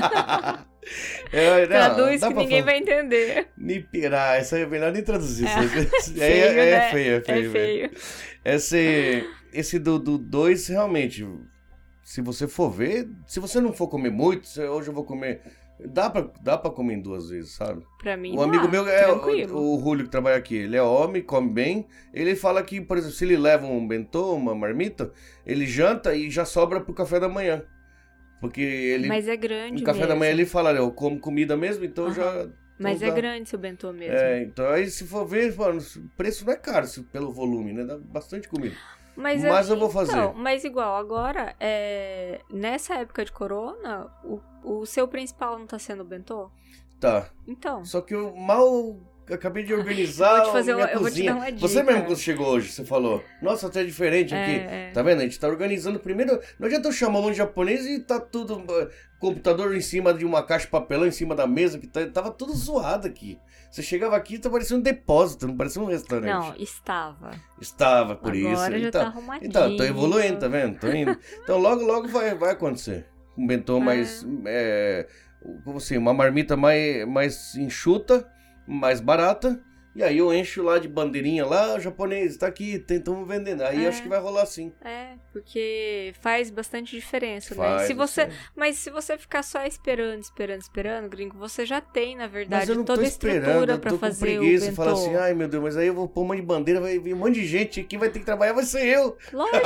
é, não, Traduz dá que pra ninguém falar. vai entender. Nipirá, essa é melhor nem traduzir. É. Isso aí Feio, é, é, né? feio, é feio. É velho. feio. Esse, esse do dois, realmente, se você for ver, se você não for comer muito, se hoje eu vou comer, dá pra, dá pra comer em duas vezes, sabe? Pra mim, O amigo dá, meu, é tranquilo. o, o Julio que trabalha aqui, ele é homem, come bem, ele fala que, por exemplo, se ele leva um bentô, uma marmita, ele janta e já sobra pro café da manhã. Porque ele, Mas é grande no café mesmo. da manhã ele fala, eu como comida mesmo, então Aham. já... Mas então é dá. grande seu bentô mesmo. É, então aí se for ver, mano, o preço não é caro se- pelo volume, né? Dá bastante comida. Mas, Mas eu vou fazer. Então, mas igual, agora, é, nessa época de corona, o, o seu principal não tá sendo o bentô? Tá. Então, Só que eu mal acabei de organizar Eu vou te fazer a minha uma- eu vou te cozinha. dar uma Você dica. mesmo quando chegou hoje, você falou, nossa, até diferente aqui. É, é. Tá vendo? A gente tá organizando primeiro. Não adianta eu chamar um monte de japonês e tá tudo. eh, Computador em cima de uma caixa de papelão em cima da mesa, que tá- tava tudo zoado aqui. Você chegava aqui e tá parecendo um depósito, não parecia um restaurante. não, estava. Estava, por Agora isso. já então, tá arrumadinho. Então, tô evoluindo, tá vendo? Tô indo. Então, logo, logo vai, vai acontecer. Um bentô mais. É, como assim? Uma marmita mais, mais enxuta, mais barata. E aí eu encho lá de bandeirinha lá, o japonês, tá aqui, tentamos vendendo. Aí É. acho que vai rolar sim. É, porque faz bastante diferença, né? Faz, Se você, assim. mas se você ficar só esperando, esperando, esperando, gringo, você já tem, na Mas verdade, eu não tô toda a esperando, estrutura eu pra tô com fazer preguiça o e falar bentô. assim, ai meu Deus, mas aí eu vou pôr um monte de bandeira, vai vir um monte de gente aqui, vai ter que trabalhar, vai ser eu. Lógico.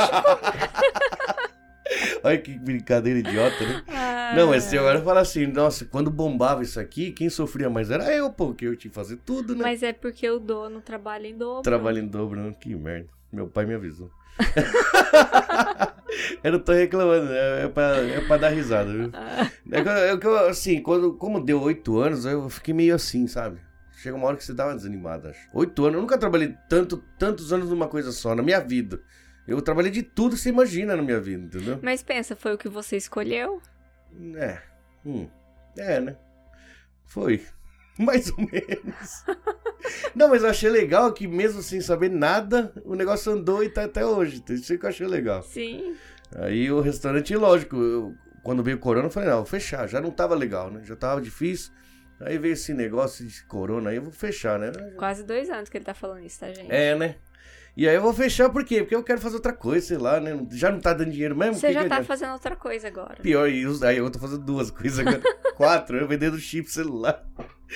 Olha que brincadeira idiota, né? Ah, Não, mas se agora fala assim, nossa, quando bombava isso aqui, quem sofria mais era eu, pô, porque eu tinha que fazer tudo, né? Mas é porque o dono trabalha em dobro. Trabalho em dobro, não, que merda. Meu pai me avisou. Eu não tô reclamando, é é pra, é pra dar risada, viu? Ah, É que eu- é que eu, assim, quando, como deu oito anos, eu fiquei meio assim, sabe? Chega uma hora que você dá uma desanimada, acho. Oito anos, eu nunca trabalhei tanto, tantos anos numa coisa só, na minha vida. Eu trabalhei de tudo que você imagina na minha vida, entendeu? Mas pensa, foi o que você escolheu? É, hum, é, né? Foi. Mais ou menos. Não, mas eu achei legal que mesmo sem saber nada, o negócio andou e tá até hoje. Isso que eu achei legal. Sim. Aí o restaurante, lógico, eu, quando veio o corona, eu falei, não, vou fechar. Já não tava legal, né? Já tava difícil. Aí veio esse negócio de corona aí, eu vou fechar, né? Quase dois anos que ele tá falando isso, tá, gente? É, né? E aí eu vou fechar por quê? Porque eu quero fazer outra coisa, sei lá, né? Já não tá dando dinheiro mesmo? Você Que já que tá adianta? fazendo outra coisa agora. Pior, e os- aí eu tô fazendo duas coisas agora. Quatro, eu vendendo chip celular.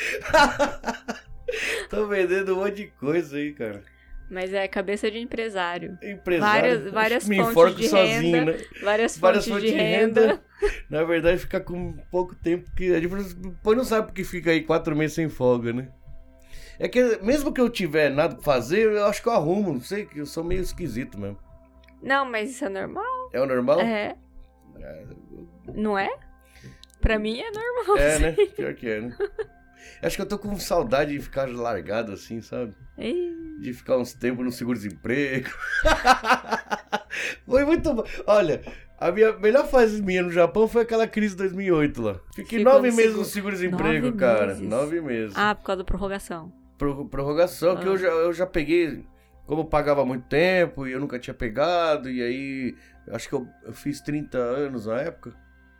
Tô vendendo um monte de coisa aí, cara. Mas é cabeça de empresário. Empresário. Várias- várias me fontes enforco de sozinho, renda. né? Várias fontes, Várias fontes de renda. Na verdade, ficar com pouco tempo. Que a gente depois não sabe porque fica aí quatro meses sem folga, né? É que mesmo que eu tiver nada pra fazer, eu acho que eu arrumo. Não sei, que eu sou meio esquisito mesmo. Não, mas isso é normal. É o normal? É. Não é? Pra mim é normal. É, né? Pior que é, né? Acho que eu tô com saudade de ficar largado assim, sabe? Ih, De ficar uns tempos no seguro-desemprego. Foi muito bom. Olha, a minha melhor fase minha no Japão foi aquela crise de dois mil e oito lá. Fiquei Ficou nove no meses seguro. no seguro-desemprego, Nove cara. meses? Nove meses. Ah, por causa da prorrogação. Pro- prorrogação, Ah. que eu já, eu já peguei, como eu pagava muito tempo e eu nunca tinha pegado, e aí, acho que eu, eu fiz trinta anos na época.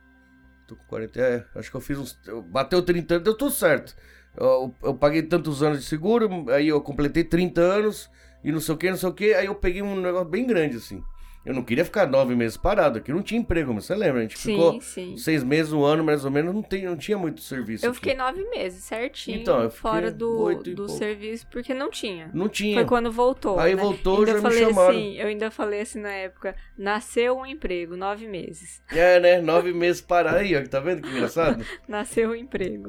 Tô com quarenta, é, acho que eu fiz uns, eu- bateu trinta anos, deu tudo certo. Eu, eu paguei tantos anos de seguro, aí eu completei trinta anos, e não sei o que, não sei o que, aí eu peguei um negócio bem grande, assim. Eu não queria ficar nove meses parado, aqui não tinha emprego, mas você lembra, a gente Sim, ficou sim. seis meses, um ano mais ou menos, não, tem, não tinha muito serviço Eu aqui. fiquei nove meses, certinho, Então, eu fiquei fora do, oito e do pouco. serviço, porque não tinha. Não tinha. Foi quando voltou. Aí né? voltou, ainda já me falei chamaram. assim, eu ainda falei assim na época, nasceu um emprego, nove meses. É, né? Nove meses parado aí, ó. Tá vendo que engraçado? Nasceu um emprego.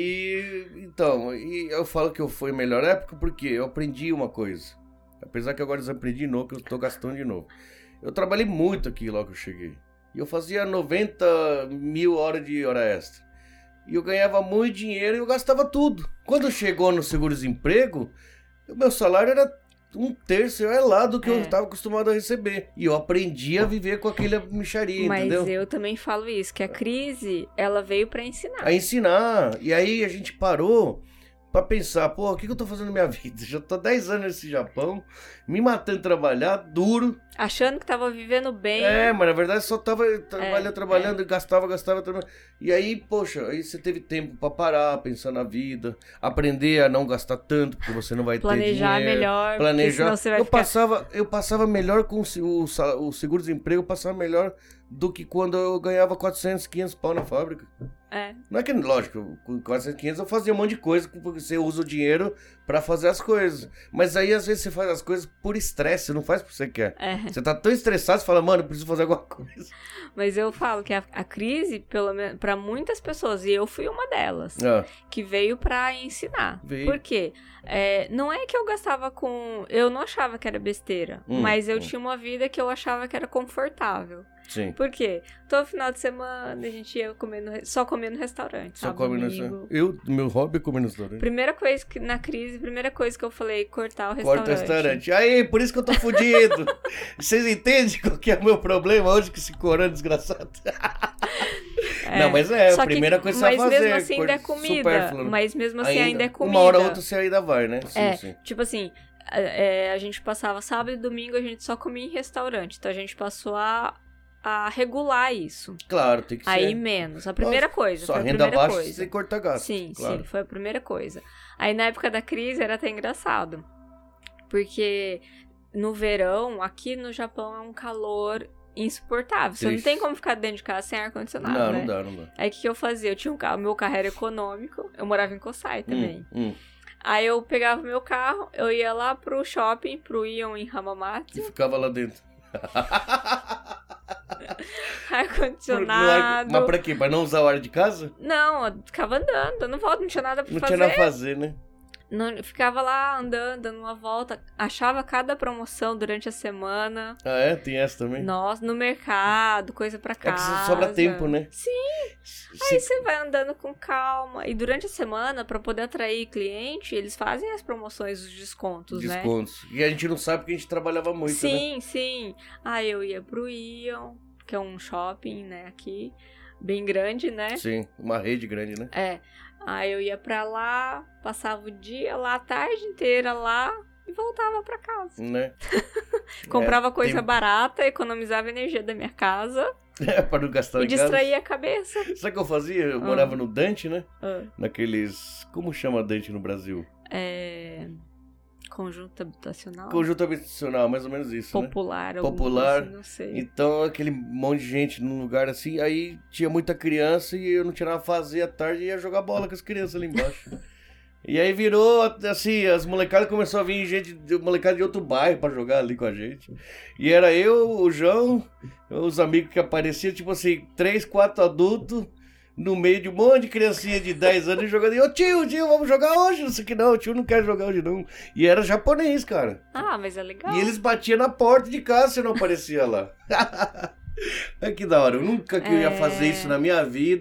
Aí, então, e eu falo que eu fui a melhor época porque eu aprendi uma coisa. Apesar que agora eu desaprendi de novo, que eu tô gastando de novo. Eu trabalhei muito aqui logo que eu cheguei. E eu fazia noventa mil horas de hora extra. E eu ganhava muito dinheiro e eu gastava tudo. Quando chegou no seguro-desemprego, o meu salário era um terço, é lá do que É. eu estava acostumado a receber. E eu aprendi a viver com aquela mixaria, Mas entendeu? eu também falo isso, que a crise, ela veio pra ensinar. A ensinar. E aí a gente parou pra pensar, pô, o que, que eu tô fazendo na minha vida? Já tô dez anos nesse Japão, me matando de trabalhar, duro. Achando que tava vivendo bem. É, mas na verdade só tava trabalhando, É, trabalhando, gastava, gastava, trabalhando. E aí, poxa, aí você teve tempo pra parar, pensar na vida, aprender a não gastar tanto, porque você não vai Planejar ter dinheiro. melhor, porque Planejar. senão você vai eu ficar... passava, eu passava melhor com o se- o, sa- o seguro-desemprego, eu passava melhor do que quando eu ganhava quatrocentos, quinhentos pau na fábrica. É, Não é que, lógico, com quatrocentos, quinhentos eu fazia um monte de coisa, porque você usa o dinheiro pra fazer as coisas. Mas aí, às vezes, você faz as coisas por estresse, você não faz porque você quer. é. Você tá tão estressado, você fala, mano, eu preciso fazer alguma coisa. Mas eu falo que a, a crise, pelo menos, pra muitas pessoas, e eu fui uma delas, Ah, que veio pra ensinar. Veio. Por quê? É, não é que eu gastava com... Eu não achava que era besteira, Hum, mas eu hum. tinha uma vida que eu achava que era confortável. sim. Por quê? Todo final de semana a gente ia comer no, re- só comer no restaurante, Só sábado, come no domingo. restaurante. Eu, meu hobby é comer no restaurante. Primeira coisa que, na crise, primeira coisa que eu falei, cortar o restaurante. Corta o restaurante. Aí, por isso que eu tô fudido. Vocês entendem qual que é o meu problema hoje com esse corona desgraçado? É. Não, mas é, Só a que- primeira coisa que você vai mas fazer. mesmo assim ainda é coisa comida. supérflua, né? Mas mesmo assim ainda, é comida. Uma hora ou outra você ainda vai, né? Sim, É, sim. tipo assim, é, é, a gente passava sábado e domingo, a gente só comia em restaurante. Então a gente passou a, a regular isso. Claro, tem que Aí ser. menos. A primeira coisa. Só foi a renda primeira baixa, coisa. você corta gasto. Sim, claro. sim, foi a primeira coisa. Aí na época da crise era até engraçado. Porque no verão, aqui no Japão é um calor insuportável. Você não Triste. tem como ficar dentro de casa sem ar-condicionado, Não, né? não dá, não dá. Aí o que, que eu fazia? Eu tinha um carro, meu carro era econômico, eu morava em Kosai também. Hum, hum. Aí eu pegava meu carro, eu ia lá pro shopping, pro Ion em E Hamamatsu, ficava lá dentro. ar-condicionado. Mas pra quê? Pra não usar o ar de casa? Não, eu ficava andando, dando volta, não tinha nada pra Não fazer. tinha nada a fazer, né? Não, eu ficava lá andando, dando uma volta, achava cada promoção durante a semana. Ah, é? Tem essa também? Nossa, no mercado, coisa pra É que casa. você sobra tempo, né? Sim. Você- Aí você vai andando com calma. E durante a semana, pra poder atrair cliente, eles fazem as promoções, os descontos, né? Descontos. E a gente não sabe porque a gente trabalhava muito, né? Sim, sim. Aí eu ia pro Ion, que é um shopping, né, aqui, bem grande, né? Sim, uma rede grande, né? É. Aí eu ia pra lá, passava o dia lá, a tarde inteira lá e voltava pra casa. Né? Comprava É, coisa tem- barata, economizava energia da minha casa É, pra não gastar e em casa. distraía a cabeça. Sabe o que eu fazia? Eu Ah. morava no Dante, né? Ah, Naqueles... Como chama Dante no Brasil? é... Conjunto habitacional? Conjunto habitacional, mais ou menos isso, né? Popular. alguma Popular. coisa assim, não sei. Então, aquele monte de gente num lugar assim, aí tinha muita criança e eu não tinha nada a fazer à tarde e ia jogar bola com as crianças ali embaixo. E aí virou, assim, as molecadas começou a vir gente, de- molecada de outro bairro pra jogar ali com a gente. E era eu, o João, os amigos que apareciam, tipo assim, três, quatro adultos, no meio de um monte de criancinha de dez anos jogando. E ô tio, tio, vamos jogar hoje? Não sei o que não, o tio não quer jogar hoje não. E era japonês, cara. Ah, mas é legal. E eles batiam na porta de casa se eu não aparecia lá. É que da hora. Eu nunca que eu ia É. fazer isso na minha vida,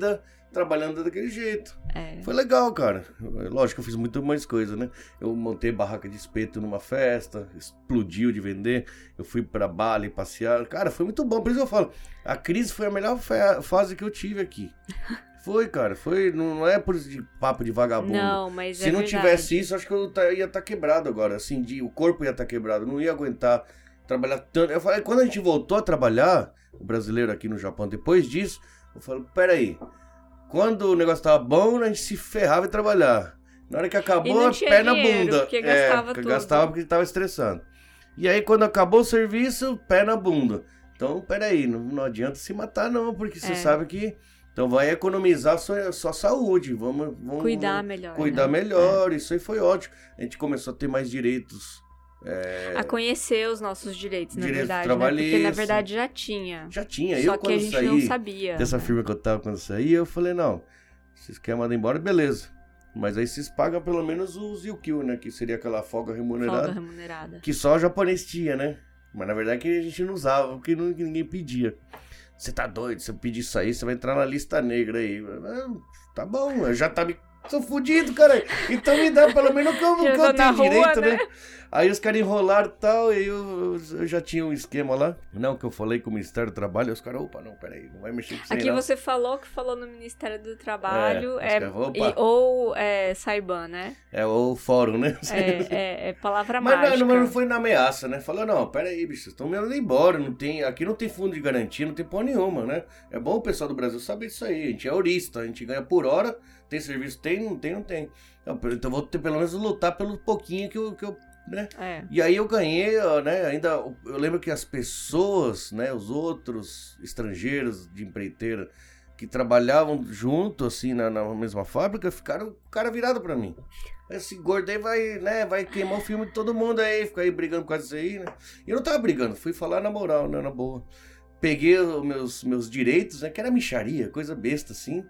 trabalhando daquele jeito. É. Foi legal, cara. Lógico que eu fiz muito mais coisa, né? Eu montei barraca de espeto numa festa, explodiu de vender. Eu fui pra Bali passear. Cara, foi muito bom. Por isso que eu falo, a crise foi a melhor fase que eu tive aqui. Foi, cara. Foi, não é por de papo de vagabundo. Não, mas Se é não verdade. tivesse isso, acho que eu ia estar tá quebrado agora. Assim, de, o corpo ia estar tá quebrado. Não ia aguentar trabalhar tanto. Eu falei, quando a gente voltou a trabalhar, o brasileiro aqui no Japão, depois disso, eu falei, peraí. Quando o negócio tava bom, a gente se ferrava em trabalhar. Na hora que acabou, pé na bunda. Porque gastava é, tudo. Gastava porque tava estressando. E aí, quando acabou o serviço, pé na bunda. Então, peraí, não, não adianta se matar não, porque você É. sabe que... Então vai economizar sua, sua saúde. Vamos, vamos Cuidar melhor. Cuidar né? melhor. É. Isso aí foi ótimo. A gente começou a ter mais direitos. É... A conhecer os nossos direitos, na Direitos verdade. Né? Porque na trabalhistas. verdade já tinha. Já tinha. Só eu, que quando a gente saí não sabia. dessa né? firma que eu tava quando eu saí, eu falei, não, vocês querem mandar embora, beleza. Mas aí vocês pagam pelo menos os Yukio, né? Que seria aquela folga remunerada. Folga remunerada. Que só o japonês tinha, né? Mas na verdade que a gente não usava, porque não, ninguém pedia. Você tá doido? Se eu pedir isso aí, você vai entrar na lista negra aí. Ah, tá bom, eu já tá me... Tô fudido, cara. Então me dá pelo menos o que eu, que eu tenho rua, direito, né? né? Aí os caras enrolaram e tal, e eu, eu já tinha um esquema lá. Não, que eu falei com o Ministério do Trabalho, e os caras, opa, não, peraí, não vai mexer com isso aí, Aqui não. você falou que falou no Ministério do Trabalho, É, é, os caras, opa. e- ou é, Saiban, né? É o fórum, né? É, é- é palavra Mas mágica. não, mas não foi na ameaça, né? Falou, não, peraí, bicho, vocês estão me mandando embora, não tem, aqui não tem fundo de garantia, não tem porra nenhuma, né? É bom o pessoal do Brasil saber disso aí, a gente é horista, a gente ganha por hora, tem serviço, tem, não tem, não tem. Então eu vou ter pelo menos lutar pelo pouquinho que eu, que eu né? É. E aí eu ganhei, ó, né, ainda, eu lembro que as pessoas, né, os outros estrangeiros de empreiteira que trabalhavam junto, assim, na, na mesma fábrica, ficaram o cara virado pra mim. Esse gordo aí vai, né, vai queimar o filme de todo mundo aí, fica aí brigando com isso aí, né. E eu não tava brigando, fui falar na moral, né, na boa. Peguei os meus, meus direitos, né, que era micharia, coisa besta, assim.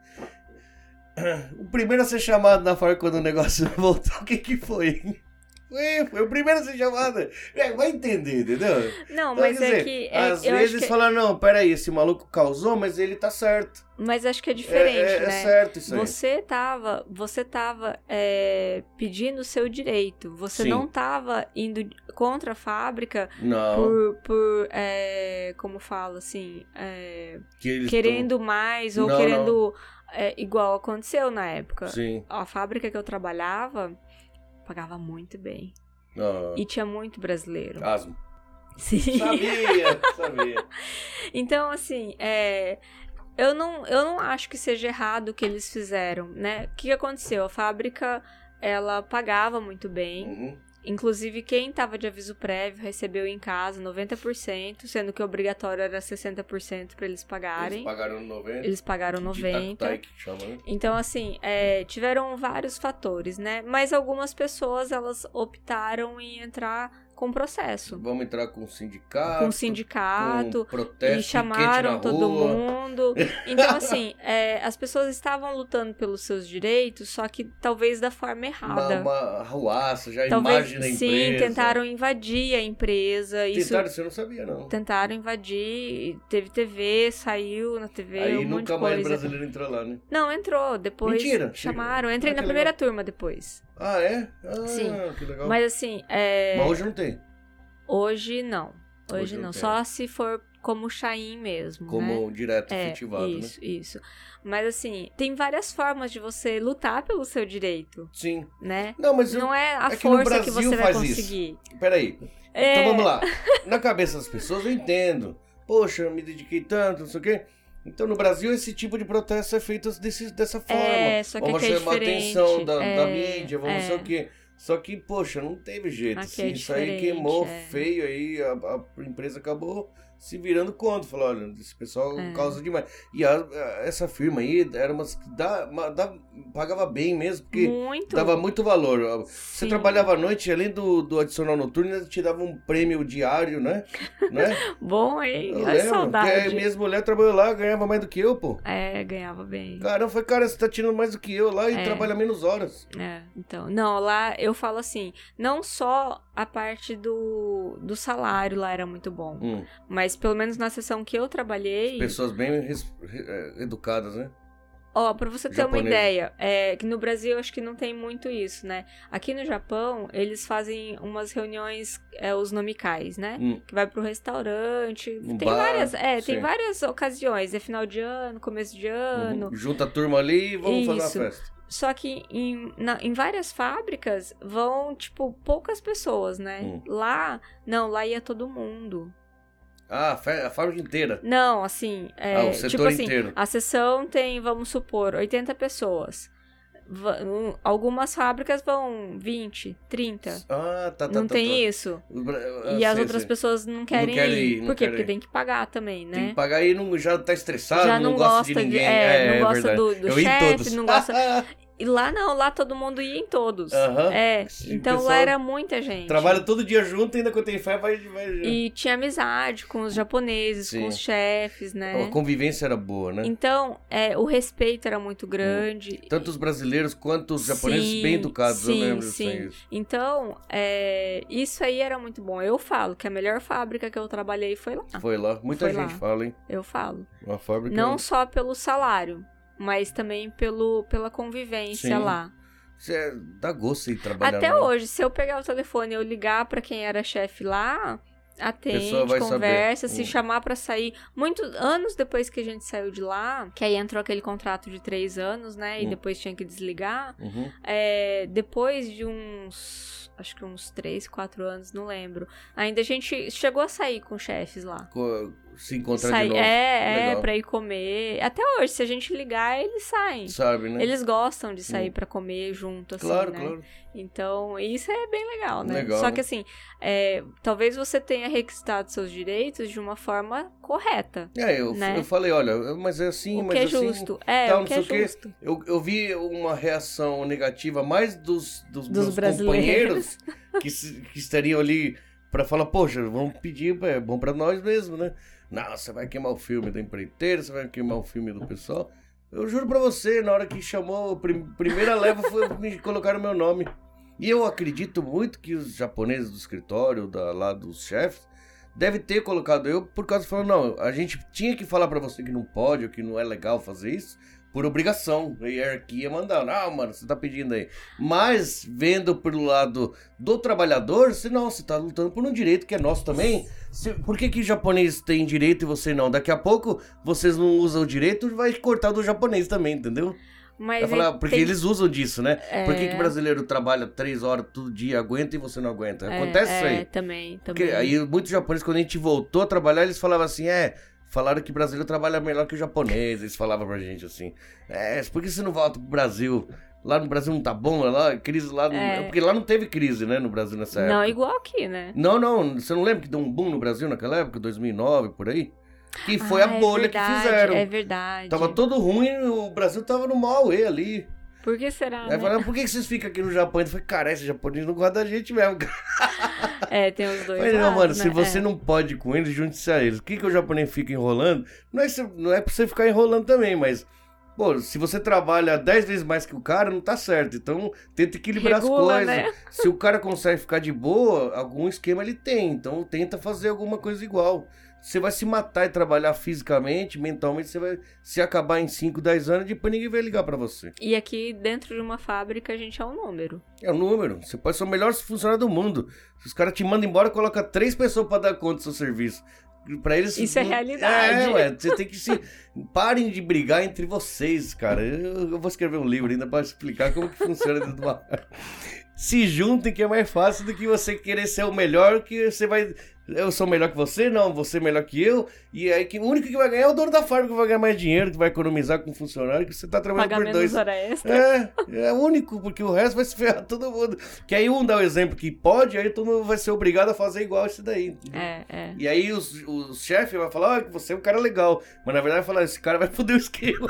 O primeiro a ser chamado na fábrica quando o negócio voltou, o que que foi? Foi, foi o primeiro a ser chamado. É, vai entender, entendeu? Não, Então, mas quer é dizer, que... é- às eu acho vezes que- falaram, não, peraí, esse maluco causou, mas ele tá certo. Mas acho que é diferente, é, é, né? é certo isso aí. Você tava, você tava é, pedindo o seu direito. Você Sim. não tava indo contra a fábrica Não, por, por é, como fala assim, é, que eles querendo mais ou Não, querendo é, igual aconteceu na época. tão- Sim. A fábrica que eu trabalhava pagava muito bem Não. e tinha muito brasileiro. Asmo. Sim. Sabia, sabia. Então, assim, é, eu, não, eu não acho que seja errado o que eles fizeram, né? O que que aconteceu? A fábrica, ela pagava muito bem. Uhum. Inclusive, quem tava de aviso prévio recebeu em casa noventa por cento, sendo que o obrigatório era sessenta por cento para eles pagarem. Eles pagaram noventa. Eles pagaram noventa por cento. De Takutai, que chama, né? Então, assim, é, tiveram vários fatores, né? Mas algumas pessoas, elas optaram em entrar com processo. Vamos entrar com sindicato. Com sindicato. Com protesto, E chamaram piquete na todo rua. mundo. Então, assim, é, as pessoas estavam lutando pelos seus direitos, só que talvez da forma Uma, errada. uma arruaça, já a talvez, imagem da empresa. sim, tentaram invadir a empresa. Isso, Tentaram, você não sabia, não. tentaram invadir. Teve T V, saiu na T V, Aí um monte nunca de mais coisa. brasileiro entrou lá, né? Não, entrou. Depois Mentira, chamaram. chega. Entrei Ah, na que primeira legal. turma depois. Ah, é? Ah, Sim. que legal. Mas assim, é... Mas hoje não tem. hoje não. Hoje, Hoje não não. tem. Só se for como Chain mesmo, né? Como direto É, efetivado, isso, né? isso. Mas assim, tem várias formas de você lutar pelo seu direito, Sim. né? Não, mas eu... Não é a é que no força que, Brasil você vai faz isso. conseguir. Peraí. É. Então vamos lá. Na cabeça das pessoas eu entendo. Poxa, eu me dediquei tanto, não sei o quê. Então no Brasil esse tipo de protesto é feito desse, dessa forma. É, só que vamos aqui é chamar a diferente. atenção da, É, da mídia, vamos não sei é. o quê. Só que, poxa, não teve jeito. Aqui Assim, é isso aí diferente, queimou é. feio aí, a, a empresa acabou se virando contra. Falou, olha, esse pessoal É. causa demais. E a- a- essa firma aí era umas que dá, uma- dá- pagava bem mesmo, porque Muito. dava muito valor. Você Sim. trabalhava à noite, além do, do adicional noturno, ainda te dava um prêmio diário, né? né? Bom, hein? Eu Olha a lembro, saudade. porque a minha mulher trabalhou lá, ganhava mais do que eu, pô. É, ganhava bem. Caramba, foi, cara, você tá tirando mais do que eu lá e É. trabalha menos horas. É, então, não, lá eu falo assim, não só a parte do, do salário lá era muito bom, Hum. mas pelo menos na sessão que eu trabalhei, Pessoas bem res- re- eh, educadas, né? Ó, pra você ter Japonês. uma ideia, é, que no Brasil eu acho que não tem muito isso, né? Aqui no Japão, eles fazem umas reuniões, é, os nomikais, né? Hum. Que vai pro restaurante, Um tem bar, várias, é, sim. tem várias ocasiões, é final de ano, começo de ano. Uhum. Junta a turma ali e vamos fazer Isso. uma festa. Só que em, na- em várias fábricas vão, tipo, poucas pessoas, né? Hum. Lá, não, lá ia todo mundo. Ah, a fe- a fábrica inteira. Não, assim, é, Ah, o setor tipo assim, inteiro. a sessão tem, vamos supor, oitenta pessoas. Va- um, algumas fábricas vão vinte, trinta. Ah, tá, tá, Não tá, tem tá. isso. O Bra- ah, E as sei, outras sei. pessoas não querem, querem ir, ir. não Por quê? querem Porque ir. tem que pagar também, né? Tem que pagar aí, não, já tá estressado, Já não, não gosta, gosta de ninguém. é, não é gosta verdade. do, do Eu ia em chefe, todos. não gosta... E lá não, lá todo mundo ia em todos. Aham. É, Esse então pessoal lá era muita gente. Trabalha todo dia junto, ainda quando tem fé, vai... vai... E tinha amizade com os japoneses, Sim. com os chefes, né? A convivência era boa, né? Então, é, o respeito era muito grande. Tanto os brasileiros quanto os japoneses Sim, bem educados, sim, eu lembro sim. disso. Então, é, isso aí era muito bom. Eu falo que a melhor fábrica que eu trabalhei foi lá. Foi lá. Muita Foi gente lá. fala, hein? Eu falo. Uma fábrica... Não só pelo salário, mas também pelo, pela convivência Sim. lá. Você dá gosto de trabalhar Até lá. hoje, se eu pegar o telefone e eu ligar pra quem era chefe lá, atende, Pessoa vai conversa, saber. se Hum. chamar pra sair. Muitos anos depois que a gente saiu de lá, que aí entrou aquele contrato de três anos, né? E Hum. depois tinha que desligar. Uhum. É, depois de uns, acho que uns três, quatro anos, não lembro. Ainda a gente chegou a sair com chefes lá. Co- Se encontrar Sai- de novo. é, é, Legal. pra ir comer. Até hoje, se a gente ligar, eles saem. Sabe, né? Eles gostam de sair Hum. pra comer junto, assim, Claro, né? claro. Então, isso é bem legal, né? Legal, Só né? que assim, é, talvez você tenha requisitado seus direitos de uma forma correta. É, eu, Né? eu falei, olha, mas é assim, o mas que é assim... justo. É, tal, o que não é sei o quê. justo. Eu, eu vi uma reação negativa mais dos, dos, Dos meus brasileiros. companheiros que, se- que estariam ali pra falar, poxa, vamos pedir, é bom pra nós mesmo, né? Não, você vai queimar o filme da empreiteira, você vai queimar o filme do pessoal. Eu juro pra você, na hora que chamou, a prim- primeira leva foi me colocar o meu nome. E eu acredito muito que os japoneses do escritório, da, lá dos chefes, devem ter colocado eu por causa falando, não, a gente tinha que falar pra você que não pode ou que não é legal fazer isso, por obrigação. A hierarquia mandando, ah, mano, você tá pedindo aí. Mas, vendo pelo lado do trabalhador, você não, você tá lutando por um direito que é nosso também. Se- por que que o japonês tem direito e você não? Daqui a pouco, vocês não usam o direito, vai cortar do japonês também, entendeu? Mas Vai falar, aí porque tem- eles usam disso, né? É. Por que que o brasileiro trabalha três horas todo dia, aguenta e você não aguenta? é, Acontece isso é, aí. também, Porque também. aí muitos japoneses, quando a gente voltou a trabalhar, eles falavam assim, é, falaram que o brasileiro trabalha melhor que o japonês, eles falavam pra gente assim, é, por que você não volta pro Brasil? Lá no Brasil não tá bom, lá, crise lá, no... É. porque lá não teve crise, né, no Brasil nessa época. Não, igual aqui, né? Não, não, você não lembra que deu um boom no Brasil naquela época, dois mil e nove, por aí? Que foi Ah, a bolha é verdade, que fizeram. É verdade. Tava todo ruim, o Brasil tava no mau e ali. Por que será, Aí né? falaram, por que que vocês ficam aqui no Japão? Eu falei, cara, esse japonês não gosta da gente mesmo. É, tem os dois Falei, não, lados, mano, né? se você É. não pode ir com eles, junte-se a eles. O que, que o japonês fica enrolando? Não é, se- não é pra você ficar enrolando também, mas... Pô, se você trabalha dez vezes mais que o cara, não tá certo. Então, tenta equilibrar Regula, as coisas. né? Se o cara consegue ficar de boa, algum esquema ele tem. Então, tenta fazer alguma coisa igual. Você vai se matar e trabalhar fisicamente, mentalmente, você vai se acabar em cinco, dez anos, depois ninguém vai ligar pra você. E aqui, dentro de uma fábrica, a gente é um número. É o número. Você pode ser o melhor funcionário do mundo. Se os caras te mandam embora, coloca três pessoas pra dar conta do seu serviço. Pra eles... Isso é realidade. É, ué. Você tem que se... Parem de brigar entre vocês, cara. Eu, eu vou escrever um livro ainda pra explicar como que funciona dentro de uma... Se juntem, que é mais fácil do que você querer ser o melhor, que você vai... Eu sou melhor que você, não, você é melhor que eu. E aí que o único que vai ganhar é o dono da fábrica, que vai ganhar mais dinheiro, que vai economizar com o funcionário, que você tá trabalhando Pagar por menos dois. hora extra. É, é o único, porque o resto vai se ferrar todo mundo. Que aí um dá o exemplo que pode, aí todo mundo vai ser obrigado a fazer igual esse daí. Entendeu? É, é. E aí os, os chefes vão falar, ah, você é um cara legal. Mas na verdade vai falar, esse cara vai foder o esquema.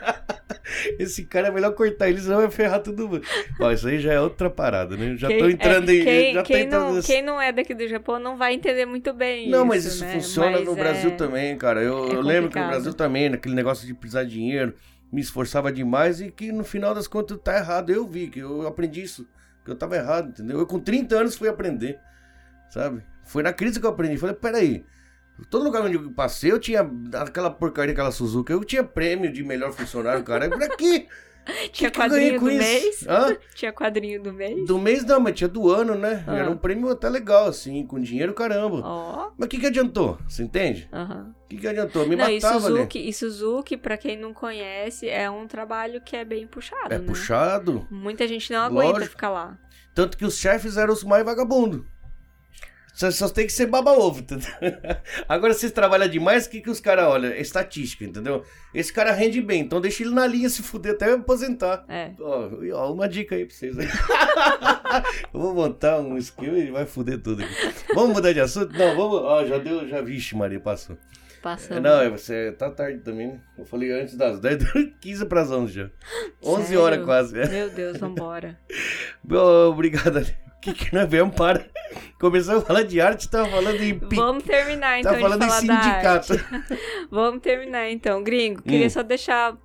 Esse cara é melhor cortar ele, senão vai ferrar todo mundo. Ó, isso aí já é outra parada, né? Já Quem- tô entrando é, em... Quem, já tô quem, entrando não, nesse- quem não é daqui do Japão não vai entender muito bem Não, isso, mas isso né? funciona Mas no é- Brasil também, cara. Eu, é eu lembro que no complicado. Brasil também, naquele negócio de precisar de dinheiro, me esforçava demais e que no final das contas tá errado. Eu vi que eu aprendi isso, que eu tava errado, entendeu? Eu com trinta anos fui aprender, sabe? Foi na crise que eu aprendi. Falei, peraí, Todo lugar onde eu passei, eu tinha aquela porcaria, aquela Suzuki. Eu tinha prêmio de melhor funcionário, cara. Pra quê? Tinha que quadrinho que do mês? Hã? Tinha quadrinho do mês? Do mês não, mas tinha do ano, né? Ah. Era um prêmio até legal, assim, com dinheiro, caramba. Ó. Mas o que que adiantou? Você entende? Aham. O que que adiantou? Me Não, e matava Suzuki, ali. e Suzuki, pra quem não conhece, é um trabalho que é bem puxado, É né? puxado. Muita gente não aguenta Lógico. ficar lá. Tanto que os chefes eram os mais vagabundos. Só, só tem que ser baba-ovo, entendeu? Agora, vocês trabalham demais, o que, que os caras olham? É estatística, entendeu? Esse cara rende bem, então deixa ele na linha se fuder até aposentar. É. Ó, ó, uma dica aí pra vocês. Aí. Eu vou montar um skill e vai fuder tudo aqui. Vamos mudar de assunto? Não, vamos... Ó, já deu... Já... Vixe, Maria, passou. Passando. É, não, é, você tá tarde também, né? Eu falei antes das dez, quinze pras onze já. onze Sério? horas quase. É. Meu Deus, vambora. Bom, obrigado, Ali. O que que nós viemos para? Começamos a falar de arte, tava falando em... pi- Vamos terminar então Tá falando de em falar da sindicato. arte. Vamos terminar então. Gringo, queria Hum. só deixar...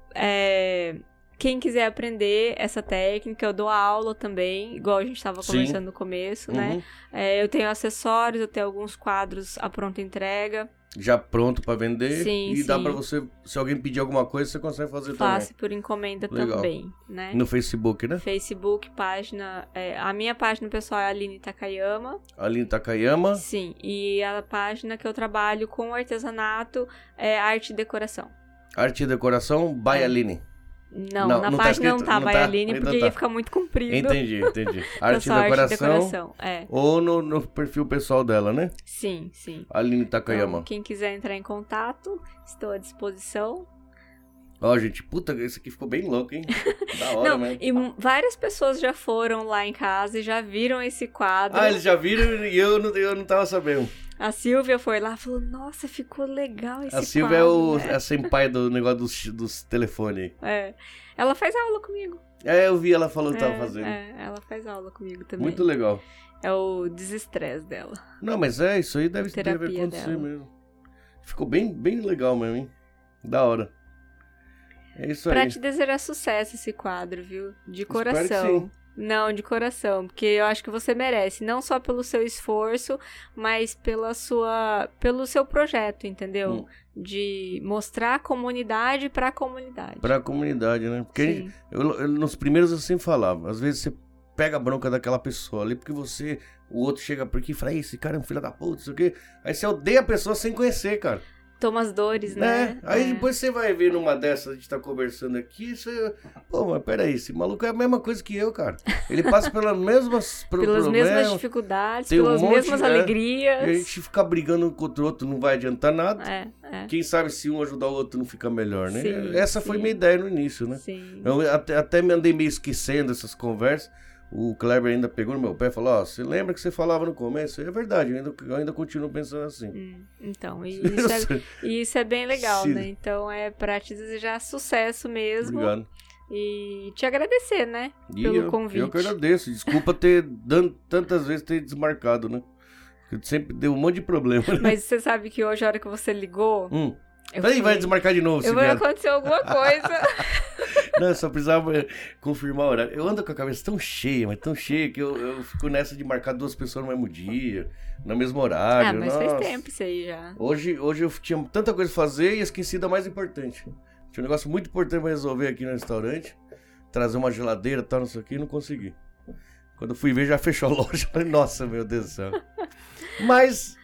é, quem quiser aprender essa técnica, eu dou aula também, igual a gente estava Sim. conversando no começo, né? Uhum. É, eu tenho acessórios, eu tenho alguns quadros à pronta entrega. Já pronto pra vender. Sim, e dá sim. pra você, se alguém pedir alguma coisa, você consegue fazer Faço por encomenda Legal. também, né? também. No Facebook, né? Facebook, página... é, a minha página pessoal é Aline Takayama. Aline Takayama. Sim, e a página que eu trabalho com artesanato é Arte e Decoração. Arte e Decoração, by É. Aline. Não, Não, na não tá página não escrito, tá não by tá, Aline, ainda porque tá. ia ficar muito comprido. Entendi, entendi. Então, Arte e só Decoração. Arte e Decoração, é. Ou no, no perfil pessoal dela, né? Sim, sim. Aline Takayama. Então, quem quiser entrar em contato, estou à disposição. Ó, gente, puta, esse aqui ficou bem louco, hein? Da hora Não, mesmo. e m- várias pessoas já foram lá em casa e já viram esse quadro. Ah, eles já viram e eu não, eu não tava sabendo. A Silvia foi lá e falou, nossa, ficou legal esse A quadro. Silvia é o, né? a senpai do negócio dos, dos telefones. É. Ela faz aula comigo. É, eu vi ela falando que é, tava fazendo. É, ela faz aula comigo também. Muito legal. É o desestresse dela. Não, mas é, isso aí deve, deve Terapia acontecer dela. mesmo. Ficou bem, bem legal mesmo, hein? Da hora. É isso Pra aí. te desejar sucesso esse quadro, viu? De Espero que coração. sim. Não, de coração, porque eu acho que você merece, não só pelo seu esforço, mas pela sua, pelo seu projeto, entendeu? Hum. De mostrar a comunidade pra comunidade. Pra comunidade, né? Porque a Sim. gente- eu- eu- nos primeiros eu sempre falava, às vezes você pega a bronca daquela pessoa ali, porque você, o outro chega por aqui e fala, "Ei, esse cara é um filho da puta, isso aqui. Aí você odeia a pessoa sem conhecer, cara. Toma as dores, Né? né? Aí É. depois você vai ver numa dessas, a gente tá conversando aqui, você... Pô, mas peraí, esse maluco é a mesma coisa que eu, cara. Ele passa pelas mesmas pro- Pelas problemas, mesmas dificuldades, tem um pelas monte, mesmas é, alegrias. e a gente ficar brigando um contra o outro não vai adiantar nada. É, é. Quem sabe se um ajudar o outro não fica melhor, né? Sim, Essa foi sim. minha ideia no início, né? Sim. Eu até, até me andei meio esquecendo essas conversas. O Kleber ainda pegou no meu pé e falou, ó, você lembra que você falava no começo? É verdade, eu ainda, eu ainda continuo pensando assim. Hum, então, e isso, é, e isso é bem legal, Sim. né? Então é pra te desejar sucesso mesmo. Obrigado. E te agradecer, né? E Pelo eu, convite. eu que agradeço. Desculpa ter dando tantas vezes ter desmarcado, né? Porque sempre deu um monte de problema. Né? Mas você sabe que hoje, a hora que você ligou. Hum. Eu Peraí, vai falei, desmarcar de novo, eu se vai vier. acontecer alguma coisa. Não, eu só precisava eh, confirmar o horário. Eu ando com a cabeça tão cheia, mas tão cheia que eu, eu fico nessa de marcar duas pessoas no mesmo dia, no mesmo horário. ah, mas Nossa. faz tempo isso aí já. Hoje, hoje eu tinha tanta coisa a fazer e esqueci da mais importante. Tinha um negócio muito importante pra resolver aqui no restaurante. Trazer uma geladeira e tal, não sei o que, e não consegui. Quando eu fui ver, já fechou a loja. Falei, nossa, meu Deus do céu. Mas,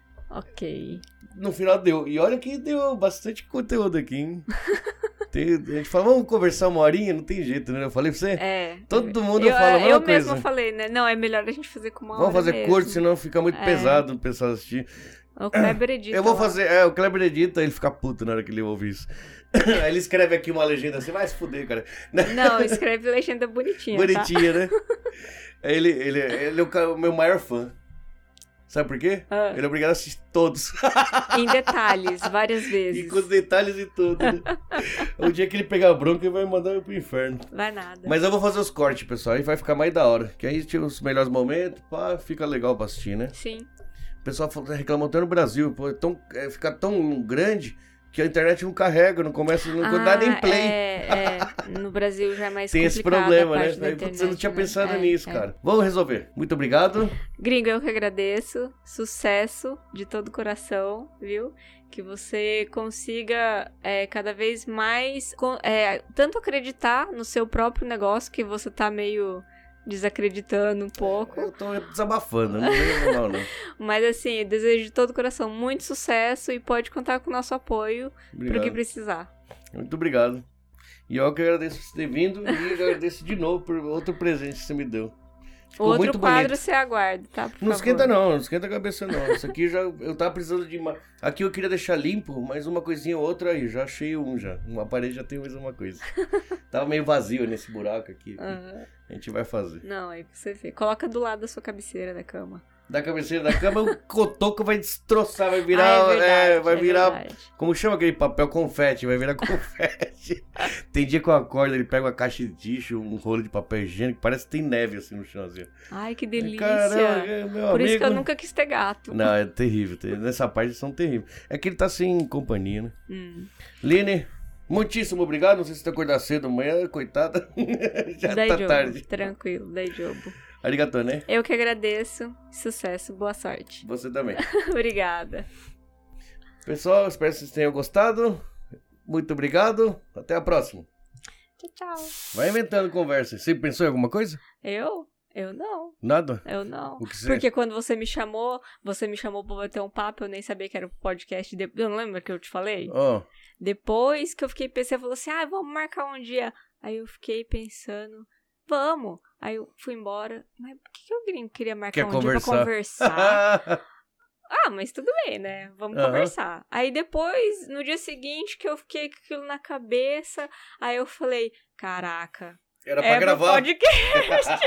Ok. no final deu. E olha que deu bastante conteúdo aqui, hein? Tem, a gente fala, vamos conversar uma horinha? Não tem jeito, né? Eu falei pra você. É. Todo mundo eu, fala a mesma Eu coisa. mesma falei, né? Não, é melhor a gente fazer com uma Vamos hora fazer mesmo. curto, senão fica muito É. pesado o pessoal assistir. O Kleber edita Eu vou lá. fazer, é, o Kleber edita, ele fica puto na hora que ele ouve isso. Aí ele escreve aqui uma legenda assim, vai se fuder, cara. Não, escreve legenda bonitinha, tá? Bonitinha, né? Aí ele, ele, ele é o ca- o meu maior fã. Sabe por quê? Ah. Ele é obrigado a assistir todos. Em detalhes, várias E vezes. com os detalhes e tudo. Né? O dia que ele pegar a bronca, ele vai mandar eu pro inferno. Vai nada. Mas eu vou fazer os cortes, pessoal, aí vai ficar mais da hora. Que aí tira os melhores momentos, pá, fica legal pra assistir, né? Sim. O pessoal fala- reclamou até no Brasil, pô, é tão, é, fica tão grande que a internet não carrega, não começa, não ah, dá nem play. É, é, no Brasil já é mais Tem complicado. Tem esse problema, né? Internet, você não tinha né? pensado é, nisso, é. cara. Vamos resolver. Muito obrigado. Gringo, eu que agradeço. Sucesso de todo o coração, viu? Que você consiga é, cada vez mais é, tanto acreditar no seu próprio negócio, que você tá meio desacreditando um pouco. Eu tô desabafando, não é normal, não. Mas assim, desejo de todo o coração muito sucesso e pode contar com o nosso apoio para o que precisar. Muito obrigado. E eu que agradeço por você ter vindo e agradeço de novo por outro presente que você me deu. Ficou outro muito quadro bonito. Você aguarda, tá? Por não favor. esquenta não, não esquenta a cabeça não. Isso aqui já, eu tava precisando de uma... Aqui eu queria deixar limpo, mas uma coisinha ou outra aí, já achei um já. Uma parede já tem mais uma coisa. Tava meio vazio nesse buraco aqui. Uhum. A gente vai fazer. Não, aí você vê. Coloca do lado da sua cabeceira da cama. Da cabeceira da cama, o cotoco vai destroçar, vai virar... Ah, é verdade, é, vai é virar... Verdade. Como chama aquele papel? Confete, vai virar confete. Tem dia que eu acordo, ele pega uma caixa de tixo, um rolo de papel higiênico, parece que tem neve assim no chão. Assim. Ai, que delícia. Caramba, meu Por amigo... isso que eu nunca quis ter gato. Não, é terrível. Nessa parte são terríveis. É que ele tá sem companhia, né? Hum. Line, muitíssimo obrigado. Não sei se você tá acordar cedo amanhã, coitada. Já daí tá jogo. tarde. Tranquilo, daí jogo. Arigatou, né? Eu que agradeço. Sucesso, boa sorte. Você também. Obrigada. Pessoal, espero que vocês tenham gostado. Muito obrigado. Até a próxima. Tchau, tchau. Vai inventando conversa. Você pensou em alguma coisa? Eu? Eu não. Nada? Eu não. O que você... Porque quando você me chamou, você me chamou pra bater um papo, eu nem sabia que era um podcast. De... Eu não lembro que eu te falei? Oh. Depois que eu fiquei pensando, falou assim, ah, vamos marcar um dia. Aí eu fiquei pensando, vamos. Aí eu fui embora. Mas por que, que o gringo queria marcar Quer um conversar? dia pra conversar? Ah, mas tudo bem, né? Vamos uhum. conversar. Aí depois, no dia seguinte, que eu fiquei com aquilo na cabeça, aí eu falei, caraca, era pra é gravar. Podcast.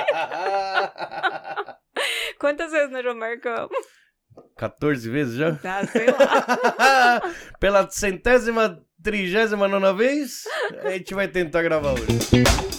Quantas vezes nós já marcamos? quatorze vezes já? Ah, sei lá. Pela centésima, trigésima nona vez, a gente vai tentar gravar hoje.